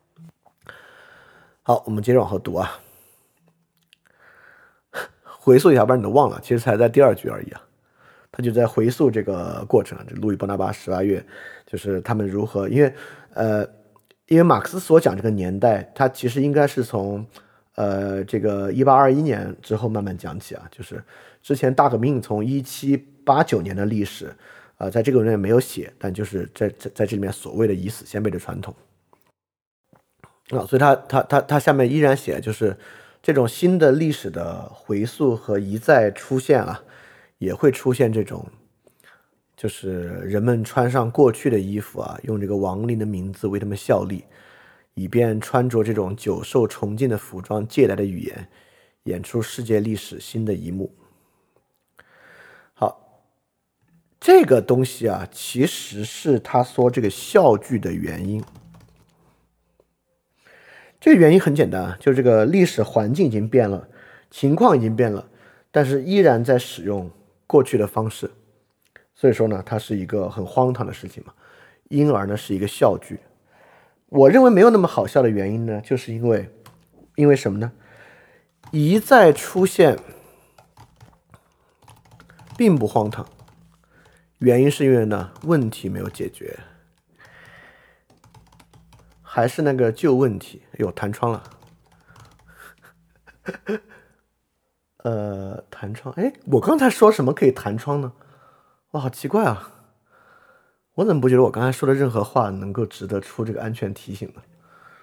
好，我们接着往后读啊，回溯一下，不然你都忘了，其实才在第二句而已啊。他就在回溯这个过程，这路易波拿巴18月，就是他们如何，因为马克思所讲这个年代，他其实应该是从这个1821年之后慢慢讲起啊，就是之前大革命从1789年的历史，在这个里面没有写，但就是在这里面所谓的以死先辈的传统啊，所以他下面依然写，就是这种新的历史的回溯和一再出现啊，也会出现这种，就是人们穿上过去的衣服啊，用这个亡灵的名字为他们效力，以便穿着这种久受崇敬的服装借来的语言，演出世界历史新的一幕。好，这个东西啊，其实是他说这个笑剧的原因。这个原因很简单，就是这个历史环境已经变了，情况已经变了，但是依然在使用过去的方式，所以说呢，它是一个很荒唐的事情嘛，因而呢是一个笑剧。我认为没有那么好笑的原因呢，就是因为什么呢？一再出现并不荒唐，原因是因为呢问题没有解决，还是那个旧问题。哎呦，弹窗了。弹窗，哎，我刚才说什么可以弹窗呢？哇，好奇怪啊！我怎么不觉得我刚才说的任何话能够值得出这个安全提醒呢？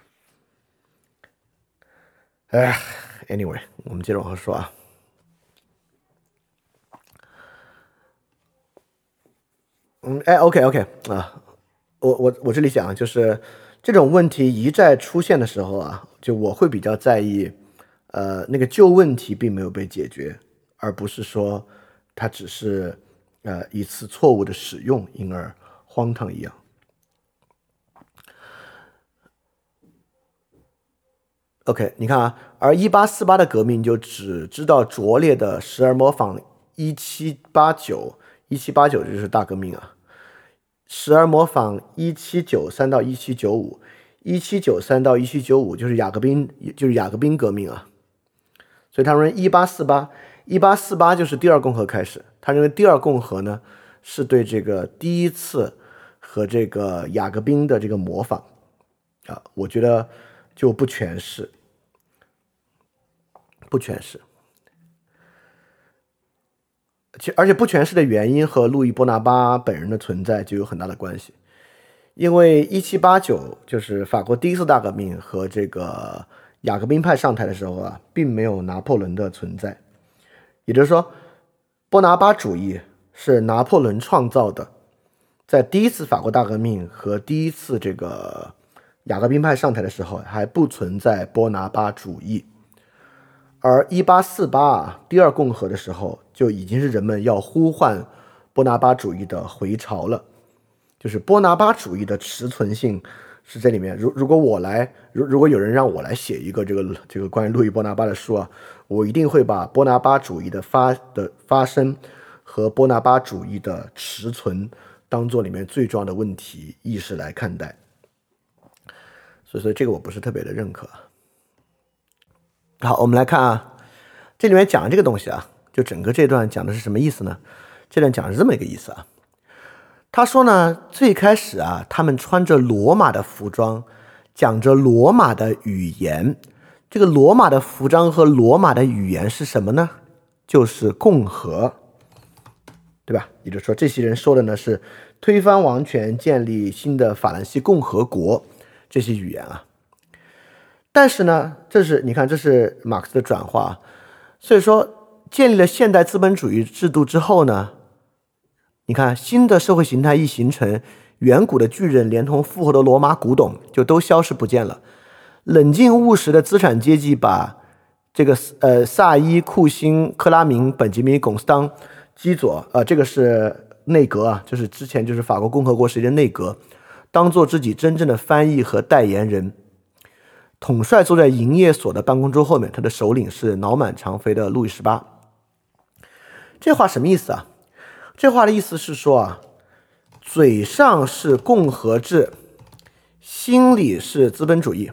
哎 ，anyway， 我们接着往后说啊。OK 啊，我这里讲就是这种问题一再出现的时候啊，就我会比较在意，那个旧问题并没有被解决，而不是说它只是一次错误的使用，因而荒唐一样。OK， 你看啊，而1848的革命就只知道拙劣的时而模仿1789就是大革命啊，时而模仿1793到1795，1793到1795就是雅各宾革命啊，所以他认为1848就是第二共和开始，他认为第二共和呢是对这个第一次和这个雅各宾的这个模仿啊，我觉得就不全是。而且不全是的原因和路易波拿巴本人的存在就有很大的关系。因为1789就是法国第一次大革命和这个雅各宾派上台的时候啊，并没有拿破仑的存在，也就是说，波拿巴主义是拿破仑创造的，在第一次法国大革命和第一次这个雅各宾派上台的时候，还不存在波拿巴主义。 而1848第二共和的时候，就已经是人们要呼唤波拿巴主义的回潮了。就是波拿巴主义的持存性是这里面。如果有人让我来写一个这个关于路易波拿巴的书啊，我一定会把波拿巴主义的发生和波拿巴主义的持存当做里面最重要的问题意识来看待。所以这个我不是特别的认可。好，我们来看啊，这里面讲的这个东西啊，就整个这段讲的是什么意思呢？这段讲的是这么一个意思啊。他说呢，最开始啊，他们穿着罗马的服装，讲着罗马的语言。这个罗马的服装和罗马的语言是什么呢？就是共和，对吧？也就是说，这些人说的呢是推翻王权，建立新的法兰西共和国这些语言啊。但是呢，你看，这是马克思的转化。所以说，建立了现代资本主义制度之后呢，你看新的社会形态一形成，远古的巨人连同复活的罗马古董就都消失不见了。冷静务实的资产阶级把这个萨伊、库欣、克拉明、本杰明、龚斯当、基佐这个是内阁啊，就是之前就是法国共和国时期的内阁，当做自己真正的翻译和代言人。统帅坐在营业所的办公桌后面，他的首领是脑满肠肥的路易18。这话什么意思啊？这话的意思是说啊，嘴上是共和制，心里是资本主义。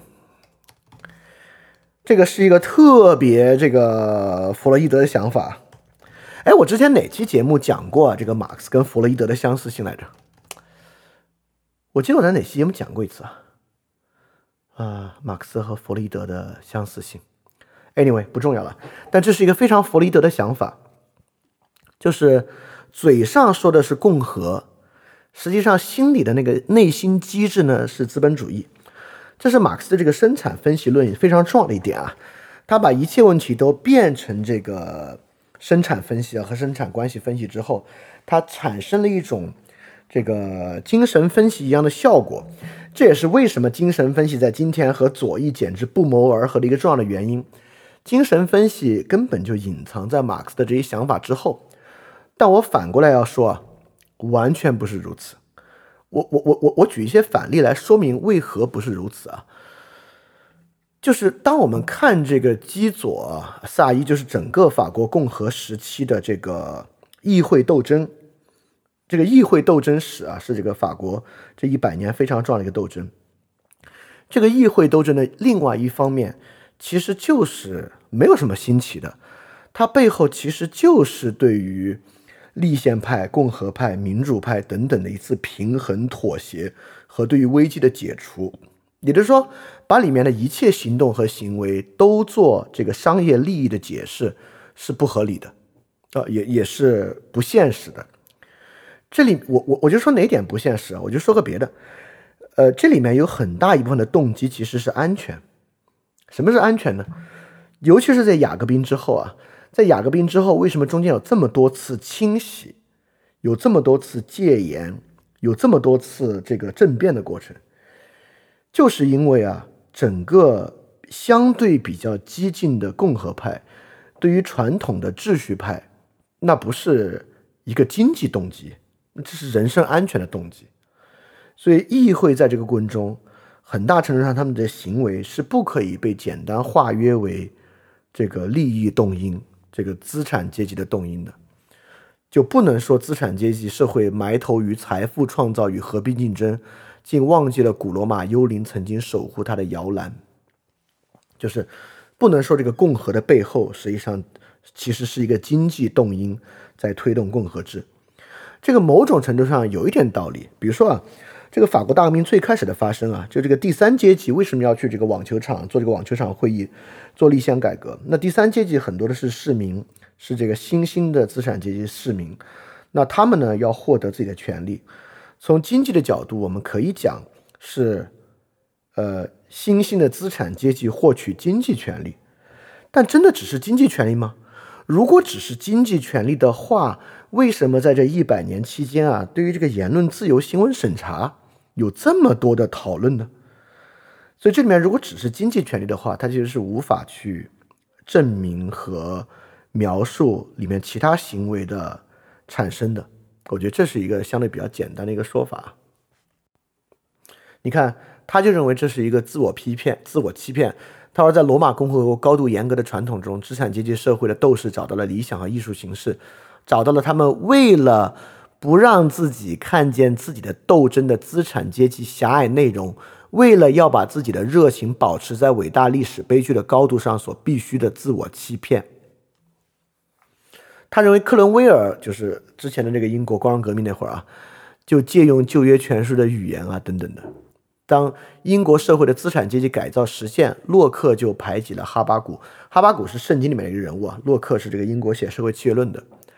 这个是一个特别弗洛伊德的想法。我之前哪期节目讲过这个马克思跟弗洛伊德的相似性来着？我记得我在哪期节目讲过一次马克思和弗洛伊德的相似性。Anyway， 不重要了。但这是一个非常弗洛伊德的想法，就是嘴上说的是共和，实际上心里的那个内心机制呢是资本主义。这是马克思这个生产分析论非常重要的一点啊，他把一切问题都变成这个生产分析和生产关系分析之后，它产生了一种这个精神分析一样的效果。这也是为什么精神分析在今天和左翼简直不谋而合的一个重要的原因。精神分析根本就隐藏在马克思的这些想法之后，但我反过来要说完全不是如此。我举一些反例来说明为何不是如此啊。就是当我们看这个基佐、萨伊，就是整个法国共和时期的这个议会斗争，这个议会斗争史啊，是这个法国这100年非常重要的一个斗争。这个议会斗争的另外一方面，其实就是没有什么新奇的，它背后其实就是对于立宪派、共和派、民主派等等的一次平衡妥协和对于危机的解除。也就是说，把里面的一切行动和行为都做这个商业利益的解释是不合理的，也是不现实的。这里我就说哪点不现实啊？我就说个别的。这里面有很大一部分的动机其实是安全。什么是安全呢？尤其是在雅各宾之后啊，在雅各宾之后，为什么中间有这么多次清洗，有这么多次戒严，有这么多次这个政变的过程？就是因为啊，整个相对比较激进的共和派对于传统的秩序派，那不是一个经济动机，这是人身安全的动机。所以议会在这个过程中，很大程度上他们的行为是不可以被简单化约为这个利益动因，这个资产阶级的动因的，就不能说资产阶级社会埋头于财富创造与和平竞争，竟忘记了古罗马幽灵曾经守护他的摇篮。就是不能说这个共和的背后实际上其实是一个经济动因在推动共和制。这个某种程度上有一点道理。比如说啊，这个法国大革命最开始的发生啊，就这个第三阶级为什么要去这个网球场做这个网球场会议，做立宪改革？那第三阶级很多的是市民，是这个新兴的资产阶级市民，那他们呢要获得自己的权利。从经济的角度，我们可以讲是新兴的资产阶级获取经济权利，但真的只是经济权利吗？如果只是经济权利的话，为什么在这100年期间啊，对于这个言论自由、新闻审查有这么多的讨论呢？所以这里面如果只是经济权利的话，它其实是无法去证明和描述里面其他行为的产生的。我觉得这是一个相对比较简单的一个说法。你看，他就认为这是一个自我欺骗。他说，在罗马共和国高度严格的传统中，资产阶级社会的斗士找到了理想和艺术形式，找到了他们为了不让自己看见自己的斗争的资产阶级狭隘内容，为了要把自己的热情保持在伟大历史悲剧的高度上所必须的自我欺骗。他认为克伦威尔就是之前的那个英国光荣革命那会儿啊，就借用旧约全书的语言啊等等的。当英国社会的资产阶级改造实现，洛克就排挤了哈巴谷。哈巴谷是圣经里面的一个人物啊，洛克是这个英国写社会契约论的。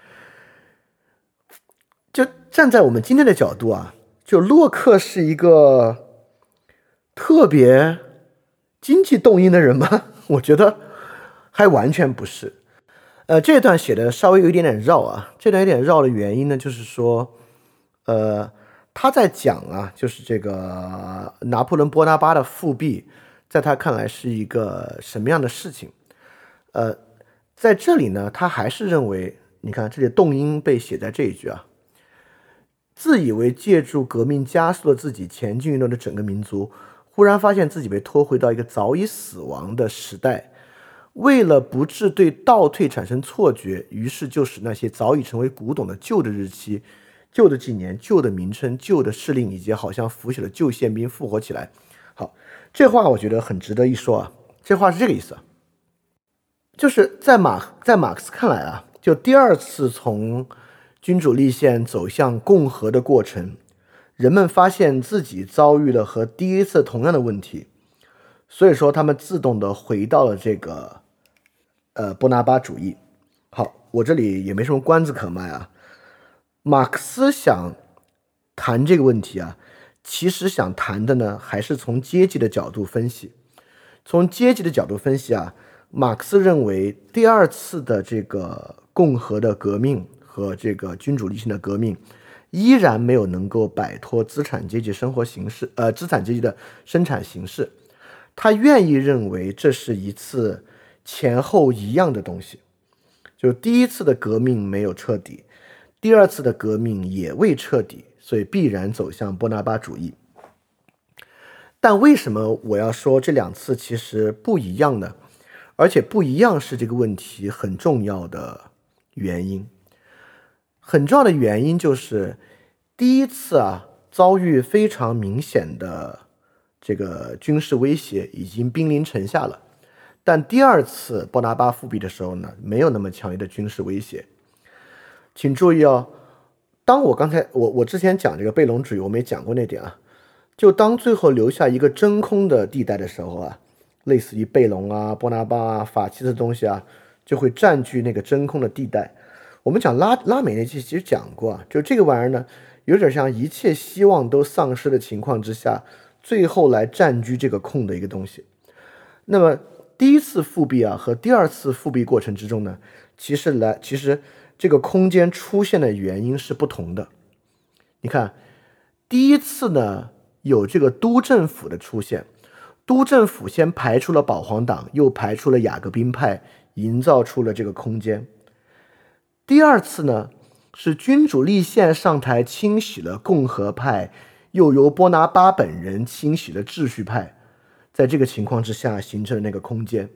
就站在我们今天的角度啊，就洛克是一个特别经济动因的人吗？我觉得还完全不是。这段写的稍微有一点点绕啊。这段有点绕的原因呢，就是说，他在讲啊，就是这个拿破仑·波拿巴的复辟，在他看来是一个什么样的事情？在这里呢，他还是认为，你看这里动因被写在这一句啊，自以为借助革命加速了自己前进运动的整个民族，忽然发现自己被拖回到一个早已死亡的时代。为了不致对倒退产生错觉，于是就使那些早已成为古董的旧的日期、旧的纪年、旧的名称、旧的事令以及好像腐朽的旧宪兵复活起来。好，这话我觉得很值得一说啊。这话是这个意思，就是在马克思看来啊，就第二次从君主立宪走向共和的过程，人们发现自己遭遇了和第一次同样的问题，所以说他们自动的回到了这个波拿巴主义。好，我这里也没什么关子可卖啊。马克思想谈这个问题啊，其实想谈的呢，还是从阶级的角度分析。从阶级的角度分析啊，马克思认为第二次的这个共和的革命和这个君主立宪的革命，依然没有能够摆脱资产阶级生活形式，资产阶级的生产形式。他愿意认为这是一次前后一样的东西，就第一次的革命没有彻底，第二次的革命也未彻底，所以必然走向波拿巴主义。但为什么我要说这两次其实不一样呢？而且不一样是这个问题很重要的原因。很重要的原因就是第一次啊，遭遇非常明显的这个军事威胁，已经兵临城下了。但第二次波拿巴复辟的时候呢，没有那么强烈的军事威胁。请注意哦，当我之前讲这个贝隆主义，我们也讲过那点啊。就当最后留下一个真空的地带的时候啊，类似于贝隆啊、波拿巴啊、法西斯的东西啊，就会占据那个真空的地带。我们讲拉美那期其实讲过啊，就这个玩意儿呢，有点像一切希望都丧失的情况之下，最后来占据这个空的一个东西。那么第一次复辟啊和第二次复辟过程之中呢，其实这个空间出现的原因是不同的。你看，第一次呢有这个督政府的出现，督政府先排除了保皇党，又排除了雅各宾派，营造出了这个空间。第二次呢是君主立宪上台清洗了共和派，又由波拿巴本人清洗了秩序派，在这个情况之下形成了那个空间。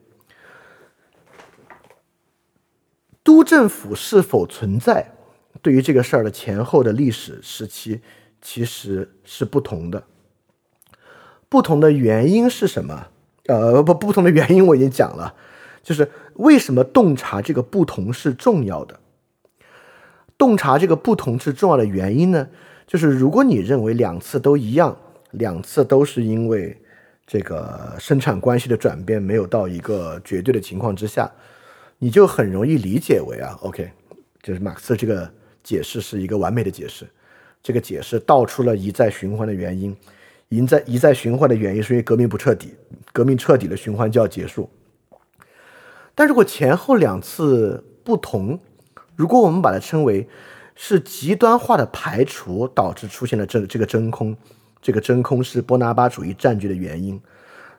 督政府是否存在，对于这个事儿的前后的历史时期其实是不同的。不同的原因是什么？不同的原因我已经讲了，就是为什么洞察这个不同是重要的。洞察这个不同是重要的原因呢，就是如果你认为两次都一样，两次都是因为这个生产关系的转变没有到一个绝对的情况之下，你就很容易理解为啊 ，OK， 就是马克思这个解释是一个完美的解释，这个解释道出了一再循环的原因，一再循环的原因是因为革命不彻底，革命彻底了，循环就要结束。但如果前后两次不同，如果我们把它称为是极端化的排除导致出现了这个真空，这个真空是波拿巴主义占据的原因，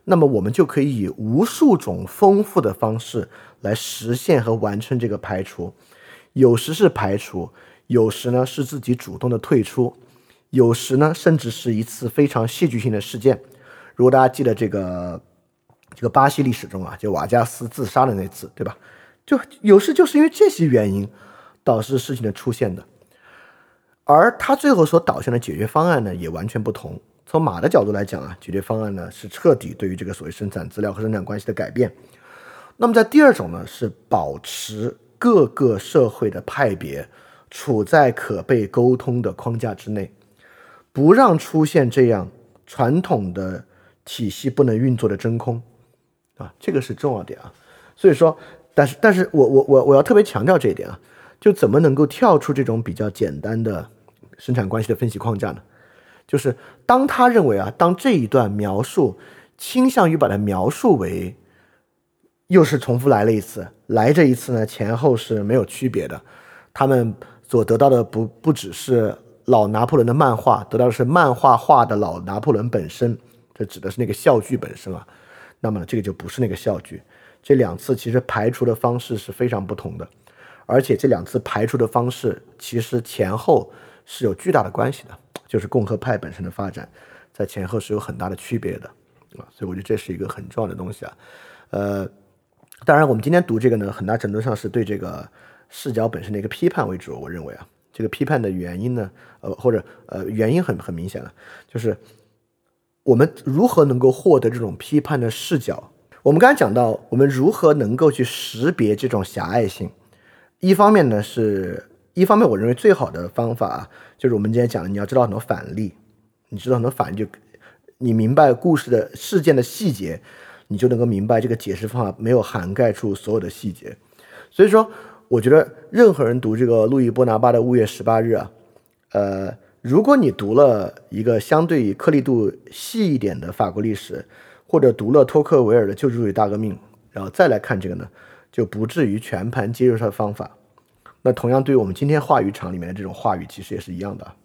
那么我们就可以以无数种丰富的方式来实现和完成这个排除。有时是排除，有时呢是自己主动的退出，有时呢甚至是一次非常戏剧性的事件。如果大家记得这个巴西历史中啊，就瓦加斯自杀的那次，对吧？就有时就是因为这些原因导致事情的出现的。而他最后所导向的解决方案呢，也完全不同。从马的角度来讲啊，解决方案呢是彻底对于这个所谓生产资料和生产关系的改变。那么在第二种呢，是保持各个社会的派别处在可被沟通的框架之内，不让出现这样传统的体系不能运作的真空啊，这个是重要点啊。所以说，但是我要特别强调这一点啊，就怎么能够跳出这种比较简单的生产关系的分析框架呢？就是当他认为啊，当这一段描述倾向于把它描述为又是重复来了一次，来这一次呢前后是没有区别的，他们所得到的不只是老拿破仑的漫画，得到的是漫画画的老拿破仑本身，这指的是那个笑剧本身啊。那么呢，这个就不是那个笑剧。这两次其实排除的方式是非常不同的，而且这两次排除的方式其实前后是有巨大的关系的，就是共和派本身的发展在前后是有很大的区别的啊，所以我觉得这是一个很重要的东西啊。当然我们今天读这个呢，很大程度上是对这个视角本身的一个批判为主。我认为啊，这个批判的原因呢，原因很明显了，就是我们如何能够获得这种批判的视角。我们刚才讲到，我们如何能够去识别这种狭隘性。一方面我认为最好的方法就是我们今天讲的，你要知道很多反例，你知道很多反例，就你明白故事的事件的细节，你就能够明白这个解释方法没有涵盖出所有的细节。所以说我觉得任何人读这个路易波拿巴的《雾月18日》啊，如果你读了一个相对颗粒度细一点的法国历史，或者读了托克维尔的《救助与大革命》，然后再来看这个呢，就不至于全盘接受他的方法。那同样对于我们今天话语场里面的这种话语其实也是一样的。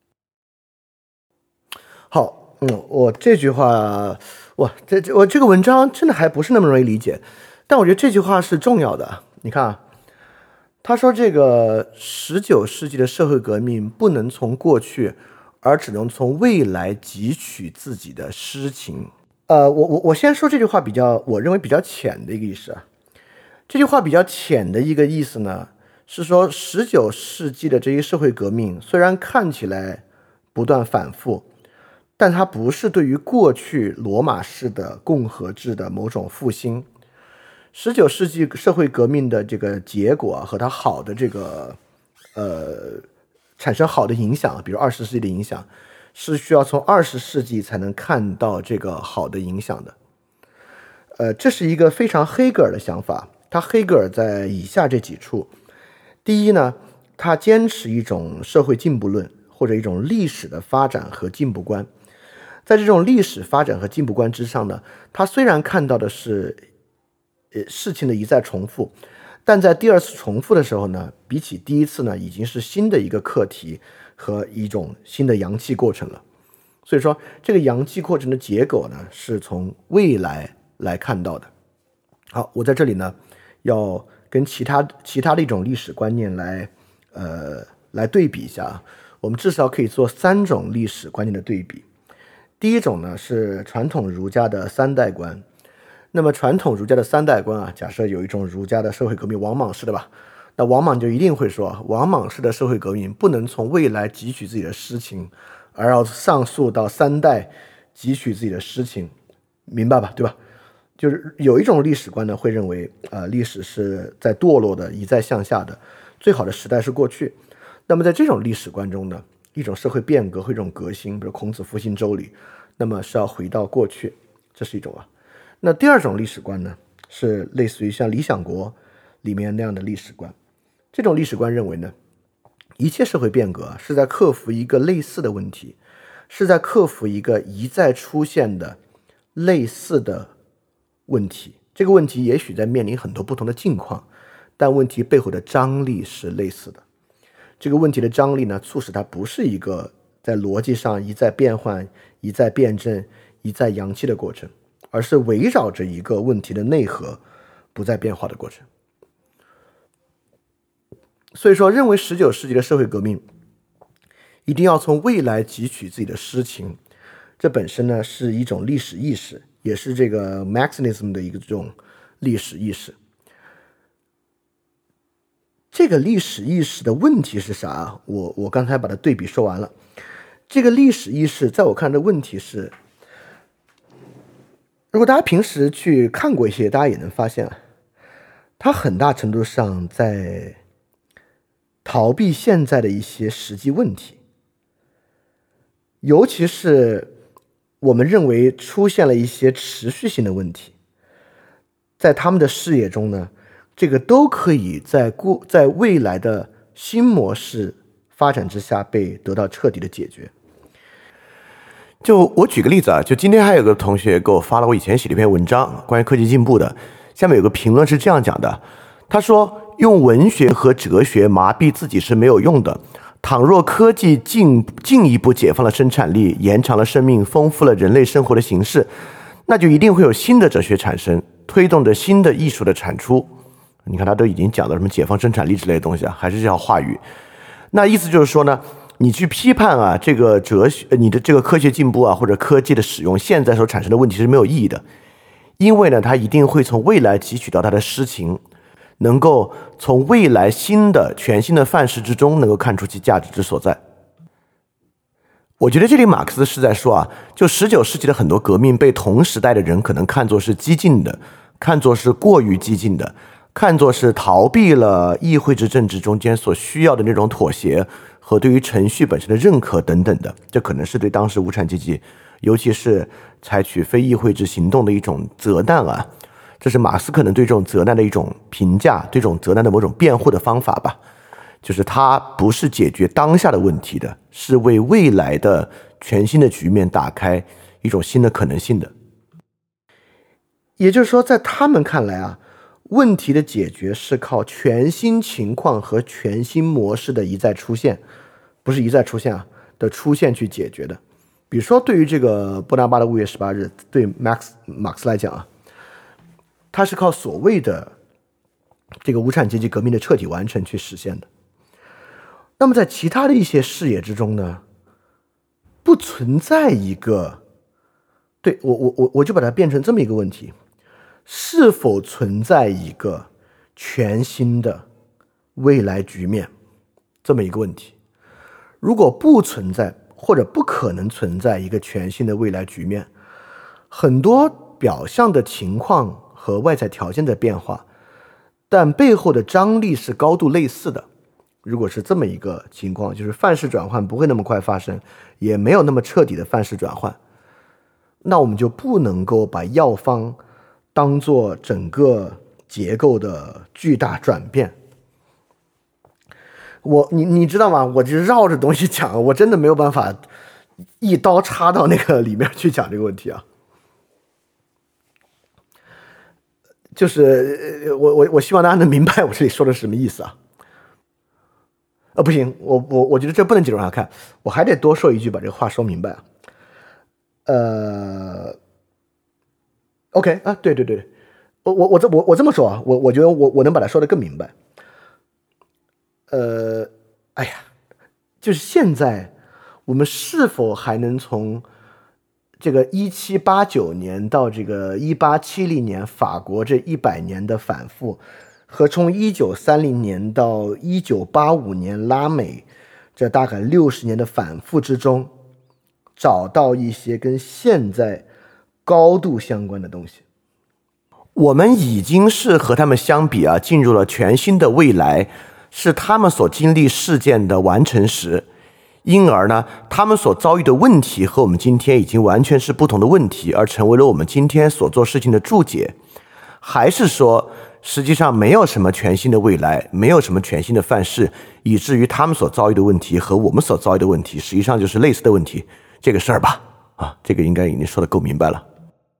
好，我这句话，我这个文章真的还不是那么容易理解，但我觉得这句话是重要的。你看啊，他说这个19世纪的社会革命不能从过去，而只能从未来汲取自己的诗情。我先说这句话我认为比较浅的一个意思啊。这句话比较浅的一个意思呢，是说19世纪的这些社会革命虽然看起来不断反复，但它不是对于过去罗马式的共和制的某种复兴。19世纪社会革命的这个结果和它好的这个产生好的影响，比如20世纪的影响，是需要从20世纪才能看到这个好的影响的。这是一个非常黑格尔的想法。黑格尔在以下这几处：第一呢，他坚持一种社会进步论，或者一种历史的发展和进步观。在这种历史发展和进步观之上呢，他虽然看到的是事情的一再重复，但在第二次重复的时候呢，比起第一次呢，已经是新的一个课题和一种新的阳气过程了。所以说这个阳气过程的结果呢，是从未来来看到的。好，我在这里呢要跟其他的一种历史观念来对比一下。我们至少可以做3种历史观念的对比。第一种呢是传统儒家的3代观。那么传统儒家的3代观啊，假设有一种儒家的社会革命，王莽式的吧，那王莽就一定会说，王莽式的社会革命不能从未来汲取自己的诗情，而要上溯到3代汲取自己的诗情，明白吧？对吧？就是有一种历史观呢，会认为历史是在堕落的，一再向下的，最好的时代是过去。那么在这种历史观中呢，一种社会变革或一种革新，比如孔子复兴周礼，那么是要回到过去，这是一种啊。那第二种历史观呢，是类似于像《理想国》里面那样的历史观。这种历史观认为呢，一切社会变革是在克服一个类似的问题，是在克服一个一再出现的类似的问题。这个问题也许在面临很多不同的境况，但问题背后的张力是类似的。这个问题的张力呢，促使它不是一个在逻辑上一再变换、一再辩证、一再扬弃的过程， 而是围绕着一个问题的内核不再变化的过程。所以说，认为19世纪的社会革命一定要从未来汲取自己的诗情，这本身呢是一种历史意识，也是这个 Marxism 的一个这种历史意识。这个历史意识的问题是啥？我刚才把它对比说完了。这个历史意识在我看的问题是，如果大家平时去看过一些，大家也能发现它很大程度上在逃避现在的一些实际问题，尤其是我们认为出现了一些持续性的问题，在他们的视野中呢，这个都可以在未来的新模式发展之下被得到彻底的解决。就我举个例子啊，就今天还有个同学给我发了我以前写的一篇文章，关于科技进步的，下面有个评论是这样讲的，他说用文学和哲学麻痹自己是没有用的，倘若科技进一步解放了生产力，延长了生命，丰富了人类生活的形式，那就一定会有新的哲学产生，推动着新的艺术的产出。你看他都已经讲到什么解放生产力之类的东西啊，还是这条话语。那意思就是说呢，你去批判啊这个哲学，你的这个科学进步啊或者科技的使用现在所产生的问题是没有意义的，因为呢它一定会从未来汲取到它的诗情，能够从未来全新的范式之中能够看出其价值之所在。我觉得这里马克思是在说啊，就19世纪的很多革命被同时代的人可能看作是激进的，看作是过于激进的，看作是逃避了议会制政治中间所需要的那种妥协和对于程序本身的认可等等的，这可能是对当时无产阶级，尤其是采取非议会制行动的一种责难啊。这是马克思可能对这种责难的一种评价，对这种责难的某种辩护的方法吧。就是它不是解决当下的问题的，是为未来的全新的局面打开一种新的可能性的。也就是说，在他们看来啊，问题的解决是靠全新情况和全新模式的一再出现，不是一再出现啊的出现去解决的。比如说，对于这个波拿巴的5月18日，对马克思来讲啊，它是靠所谓的这个无产阶级革命的彻底完成去实现的。那么在其他的一些视野之中呢，不存在一个，对，我就把它变成这么一个问题，是否存在一个全新的未来局面这么一个问题。如果不存在或者不可能存在一个全新的未来局面，很多表象的情况和外在条件的变化，但背后的张力是高度类似的。如果是这么一个情况，就是范式转换不会那么快发生，也没有那么彻底的范式转换，那我们就不能够把药方当做整个结构的巨大转变。你知道吗？我就绕着东西讲，我真的没有办法一刀插到那个里面去讲这个问题啊。就是我希望大家能明白我这里说的是什么意思啊。不行，我觉得这不能接着往下看，我还得多说一句，把这个话说明白啊。OK 啊，对，我这么说啊，我觉得我能把它说得更明白。哎呀，就是现在我们是否还能从这个1789年到这个1870年法国这100年的反复，和从1930年到1985年拉美这大概60年的反复之中，找到一些跟现在高度相关的东西？我们已经是和他们相比啊，进入了全新的未来，是他们所经历事件的完成时，因而呢，他们所遭遇的问题和我们今天已经完全是不同的问题，而成为了我们今天所做事情的注解。还是说实际上没有什么全新的未来，没有什么全新的范式，以至于他们所遭遇的问题和我们所遭遇的问题实际上就是类似的问题，这个事儿吧。这个应该已经说得够明白了。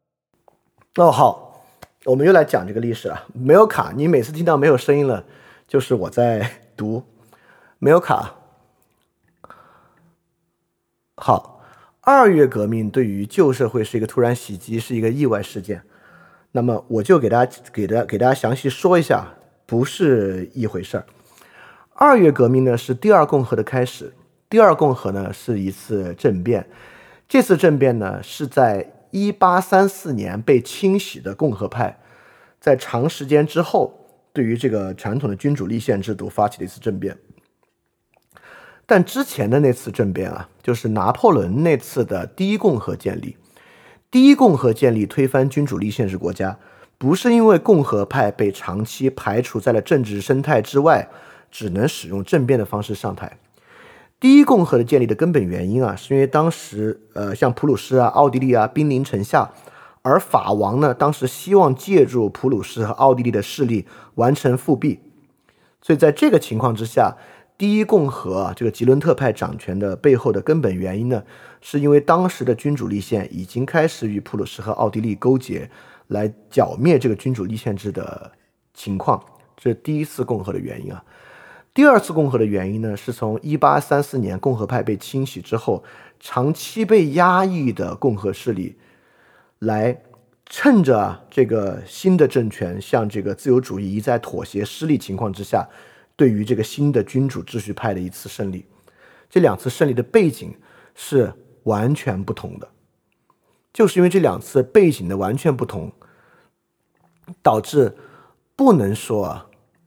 好，我们又来讲这个历史了。没有卡，你每次听到没有声音了，就是我在读。没有卡。好， 2月革命对于旧社会是一个突然袭击，是一个意外事件。那么我就给大家详细说一下，不是一回事儿。2月革命呢是第二共和的开始，第二共和呢是一次政变，这次政变呢是在1834年被清洗的共和派，在长时间之后对于这个传统的君主立宪制度发起了一次政变。但之前的那次政变啊，就是拿破仑那次的第一共和建立。第一共和建立推翻君主立宪制国家，不是因为共和派被长期排除在了政治生态之外，只能使用政变的方式上台。第一共和的建立的根本原因啊，是因为当时像普鲁士啊、奥地利啊兵临城下，而法王呢当时希望借助普鲁士和奥地利的势力完成复辟，所以在这个情况之下，第一共和这个吉伦特派掌权的背后的根本原因呢，是因为当时的君主立宪已经开始与普鲁士和奥地利勾结，来剿灭这个君主立宪制的情况。这是第一次共和的原因啊。第二次共和的原因呢，是从1834年共和派被清洗之后，长期被压抑的共和势力来趁着这个新的政权向这个自由主义一再妥协失利情况之下，对于这个新的君主秩序派的一次胜利。这两次胜利的背景是完全不同的，就是因为这两次背景的完全不同，导致不能说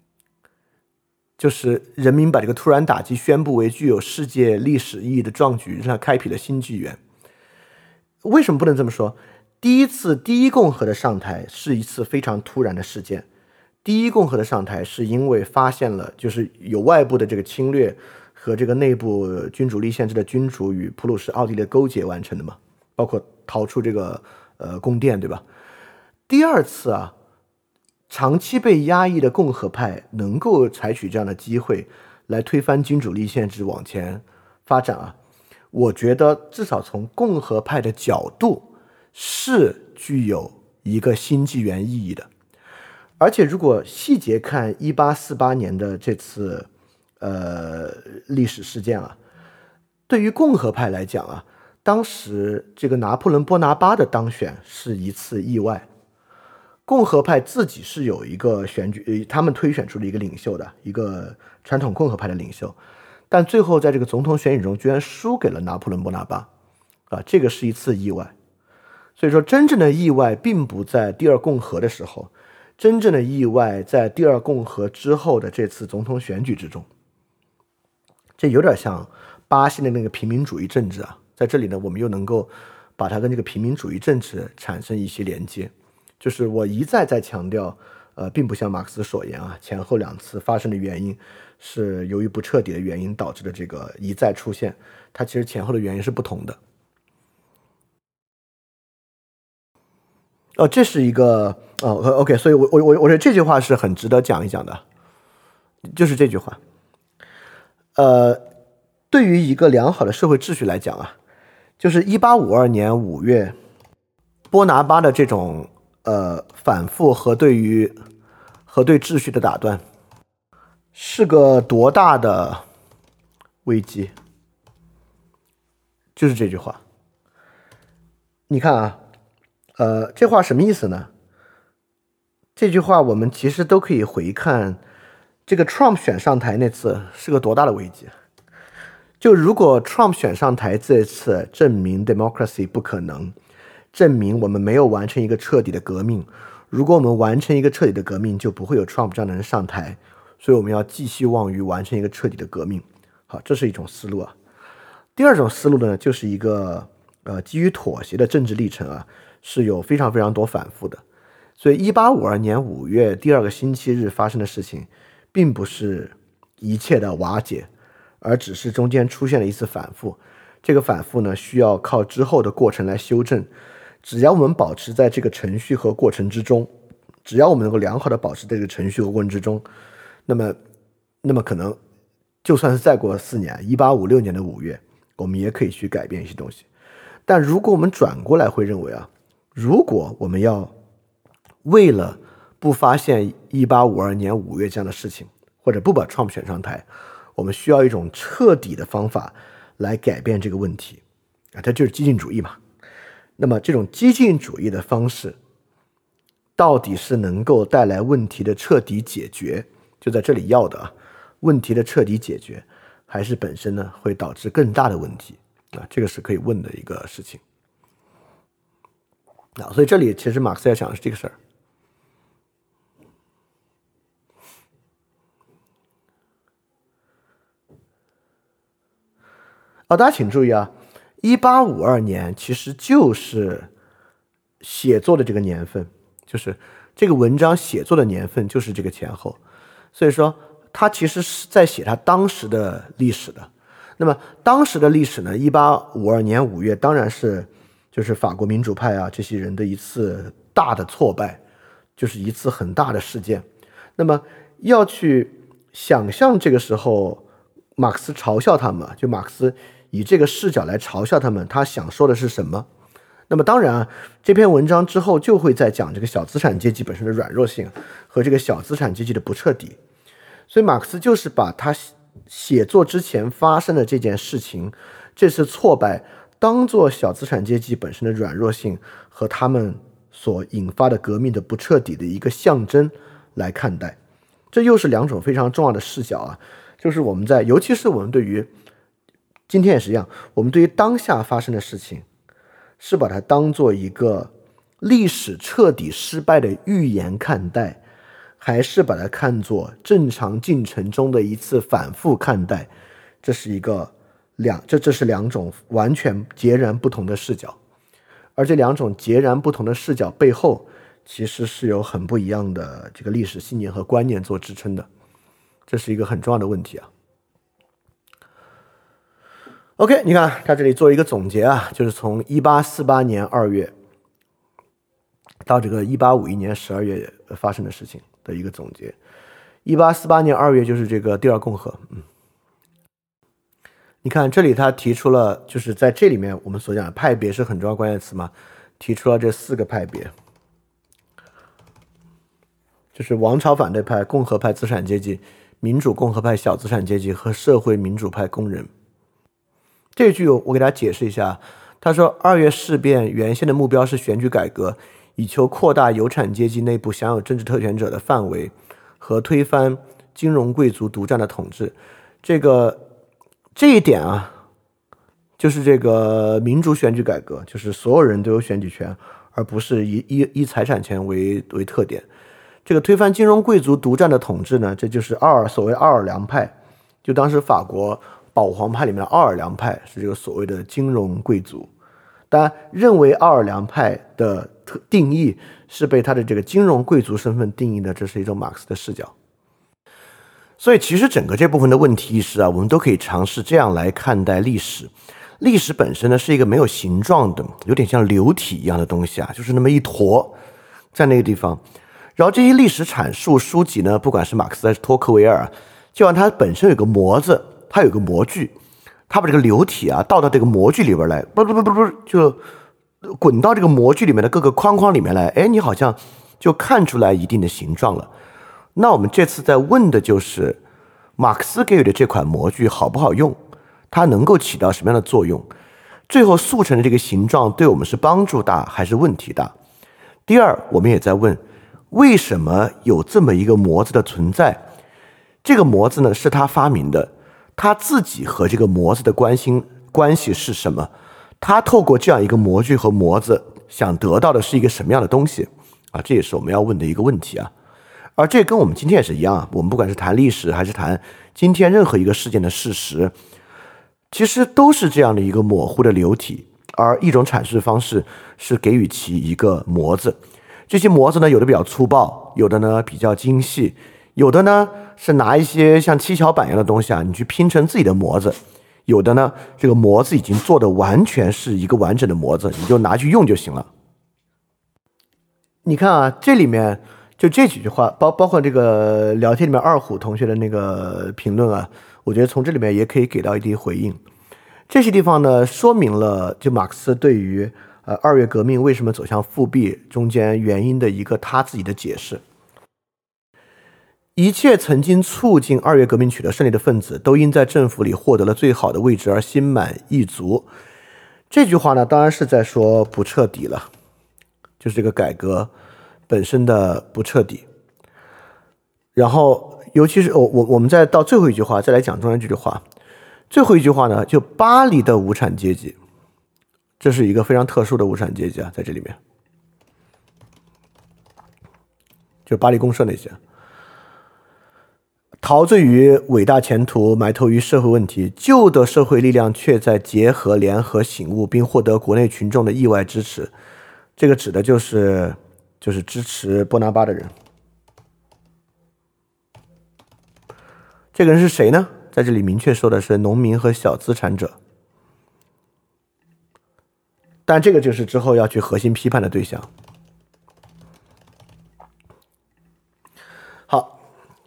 就是人民把这个突然打击宣布为具有世界历史意义的壮举，让它开辟了新纪元。为什么不能这么说？第一共和的上台是一次非常突然的事件。第一共和的上台是因为发现了就是有外部的这个侵略和这个内部君主立宪制的君主与普鲁士奥地利的勾结完成的嘛，包括逃出这个宫殿，对吧？第二次啊，长期被压抑的共和派能够采取这样的机会来推翻君主立宪制往前发展啊，我觉得至少从共和派的角度是具有一个新纪元意义的。而且如果细节看1848年的这次历史事件啊，对于共和派来讲啊，当时这个拿破仑波拿巴的当选是一次意外。共和派自己是有一个选举，他们推选出了一个领袖的，一个传统共和派的领袖，但最后在这个总统选举中居然输给了拿破仑波拿巴啊，这个是一次意外。所以说真正的意外并不在第二共和的时候，真正的意外在第二共和之后的这次总统选举之中。这有点像巴西的那个平民主义政治啊，在这里呢我们又能够把它跟这个平民主义政治产生一些连接。就是我一再在强调并不像马克思所言啊，前后两次发生的原因是由于不彻底的原因导致的这个一再出现，它其实前后的原因是不同的。这是一个OK， 所以我觉得这句话是很值得讲一讲的，就是这句话。对于一个良好的社会秩序来讲啊，就是1852年5月，波拿巴的这种反复和对秩序的打断，是个多大的危机？就是这句话。你看啊。这话什么意思呢？这句话我们其实都可以回看这个 Trump 选上台那次是个多大的危机。就如果 Trump 选上台这次证明 democracy 不可能，证明我们没有完成一个彻底的革命，如果我们完成一个彻底的革命，就不会有 Trump 这样的人上台，所以我们要寄希望于完成一个彻底的革命。好，这是一种思路啊。第二种思路呢，就是一个基于妥协的政治历程啊，是有非常非常多反复的。所以1852年5月第二个星期日发生的事情并不是一切的瓦解，而只是中间出现了一次反复。这个反复呢，需要靠之后的过程来修正。只要我们保持在这个程序和过程之中，只要我们能够良好的保持这个程序和过程之中，那么可能就算是再过4年，1856年的5月，我们也可以去改变一些东西。但如果我们转过来会认为啊，如果我们要为了不发现1852年5月这样的事情，或者不把 Trump 选上台，我们需要一种彻底的方法来改变这个问题。 它就是激进主义嘛。那么这种激进主义的方式到底是能够带来问题的彻底解决，就在这里要的问题的彻底解决，还是本身呢会导致更大的问题这个是可以问的一个事情所以这里其实马克思要讲的是这个事儿。大家请注意1852年其实就是写作的这个年份，就是这个文章写作的年份就是这个前后，所以说他其实是在写他当时的历史的。那么当时的历史呢，1852年5月当然是就是法国民主派这些人的一次大的挫败，就是一次很大的事件。那么要去想象这个时候马克思嘲笑他们，就马克思以这个视角来嘲笑他们，他想说的是什么？那么当然这篇文章之后就会在讲这个小资产阶级本身的软弱性和这个小资产阶级的不彻底。所以马克思就是把他写作之前发生的这件事情，这次挫败，当作小资产阶级本身的软弱性和他们所引发的革命的不彻底的一个象征来看待。这又是两种非常重要的视角就是我们在，尤其是我们对于今天也是一样，我们对于当下发生的事情是把它当做一个历史彻底失败的预言看待，还是把它看作正常进程中的一次反复看待，这是两种完全截然不同的视角。而这两种截然不同的视角背后其实是有很不一样的这个历史信念和观念做支撑的，这是一个很重要的问题OK， 你看他这里做一个总结就是从1848年2月到这个1851年12月发生的事情的一个总结。1848年2月就是这个第二共和。你看这里他提出了，就是在这里面我们所讲的派别是很重要关键词嘛，提出了这4个派别，就是王朝反对派、共和派资产阶级、民主共和派小资产阶级和社会民主派工人。这句我给大家解释一下，他说2月事变原先的目标是选举改革，以求扩大有产阶级内部享有政治特权者的范围和推翻金融贵族独占的统治。这一点就是这个民主选举改革，就是所有人都有选举权，而不是以财产权为特点。这个推翻金融贵族独占的统治呢，这就是所谓奥尔良派，就当时法国保皇派里面的奥尔良派是这个所谓的金融贵族。当然认为奥尔良派的定义是被他的这个金融贵族身份定义的，这是一种马克思的视角。所以其实整个这部分的问题意识我们都可以尝试这样来看待历史。历史本身呢是一个没有形状的，有点像流体一样的东西就是那么一坨在那个地方。然后这些历史阐述书籍呢，不管是马克思还是托克维尔就像它本身有个模子，它有个模具，它把这个流体倒到这个模具里边来，就滚到这个模具里面的各个框框里面来，你好像就看出来一定的形状了。那我们这次在问的就是马克思给予的这款模具好不好用，它能够起到什么样的作用，最后塑成的这个形状对我们是帮助大还是问题大。第二，我们也在问为什么有这么一个模子的存在，这个模子呢是他发明的，他自己和这个模子的关系是什么，他透过这样一个模具和模子想得到的是一个什么样的东西这也是我们要问的一个问题而这跟我们今天也是一样我们不管是谈历史还是谈今天任何一个事件的事实，其实都是这样的一个模糊的流体，而一种阐释方式是给予其一个模子。这些模子呢，有的比较粗暴，有的呢比较精细，有的呢是拿一些像七巧板一样的东西你去拼成自己的模子，有的呢这个模子已经做的完全是一个完整的模子，你就拿去用就行了。你看这里面就这几句话，包括这个聊天里面二虎同学的那个评论我觉得从这里面也可以给到一定回应。这些地方呢，说明了就马克思对于2月革命为什么走向复辟中间原因的一个他自己的解释。一切曾经促进2月革命取得胜利的分子，都因在政府里获得了最好的位置而心满意足。 这句话呢，当然是在说不彻底了，就是这个改革本身的不彻底。然后，尤其是我们再到最后一句话，再来讲中间这句话。最后一句话呢，就巴黎的无产阶级，这是一个非常特殊的无产阶级啊，在这里面，就巴黎公社那些，陶醉于伟大前途，埋头于社会问题，旧的社会力量却在结合、联合、醒悟，并获得国内群众的意外支持。这个指的就是支持波拿巴的人。这个人是谁呢？在这里明确说的是农民和小资产者，但这个就是之后要去核心批判的对象。好，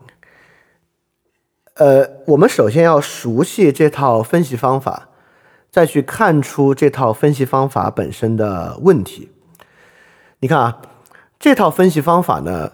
我们首先要熟悉这套分析方法，再去看出这套分析方法本身的问题。你看啊，这套分析方法呢，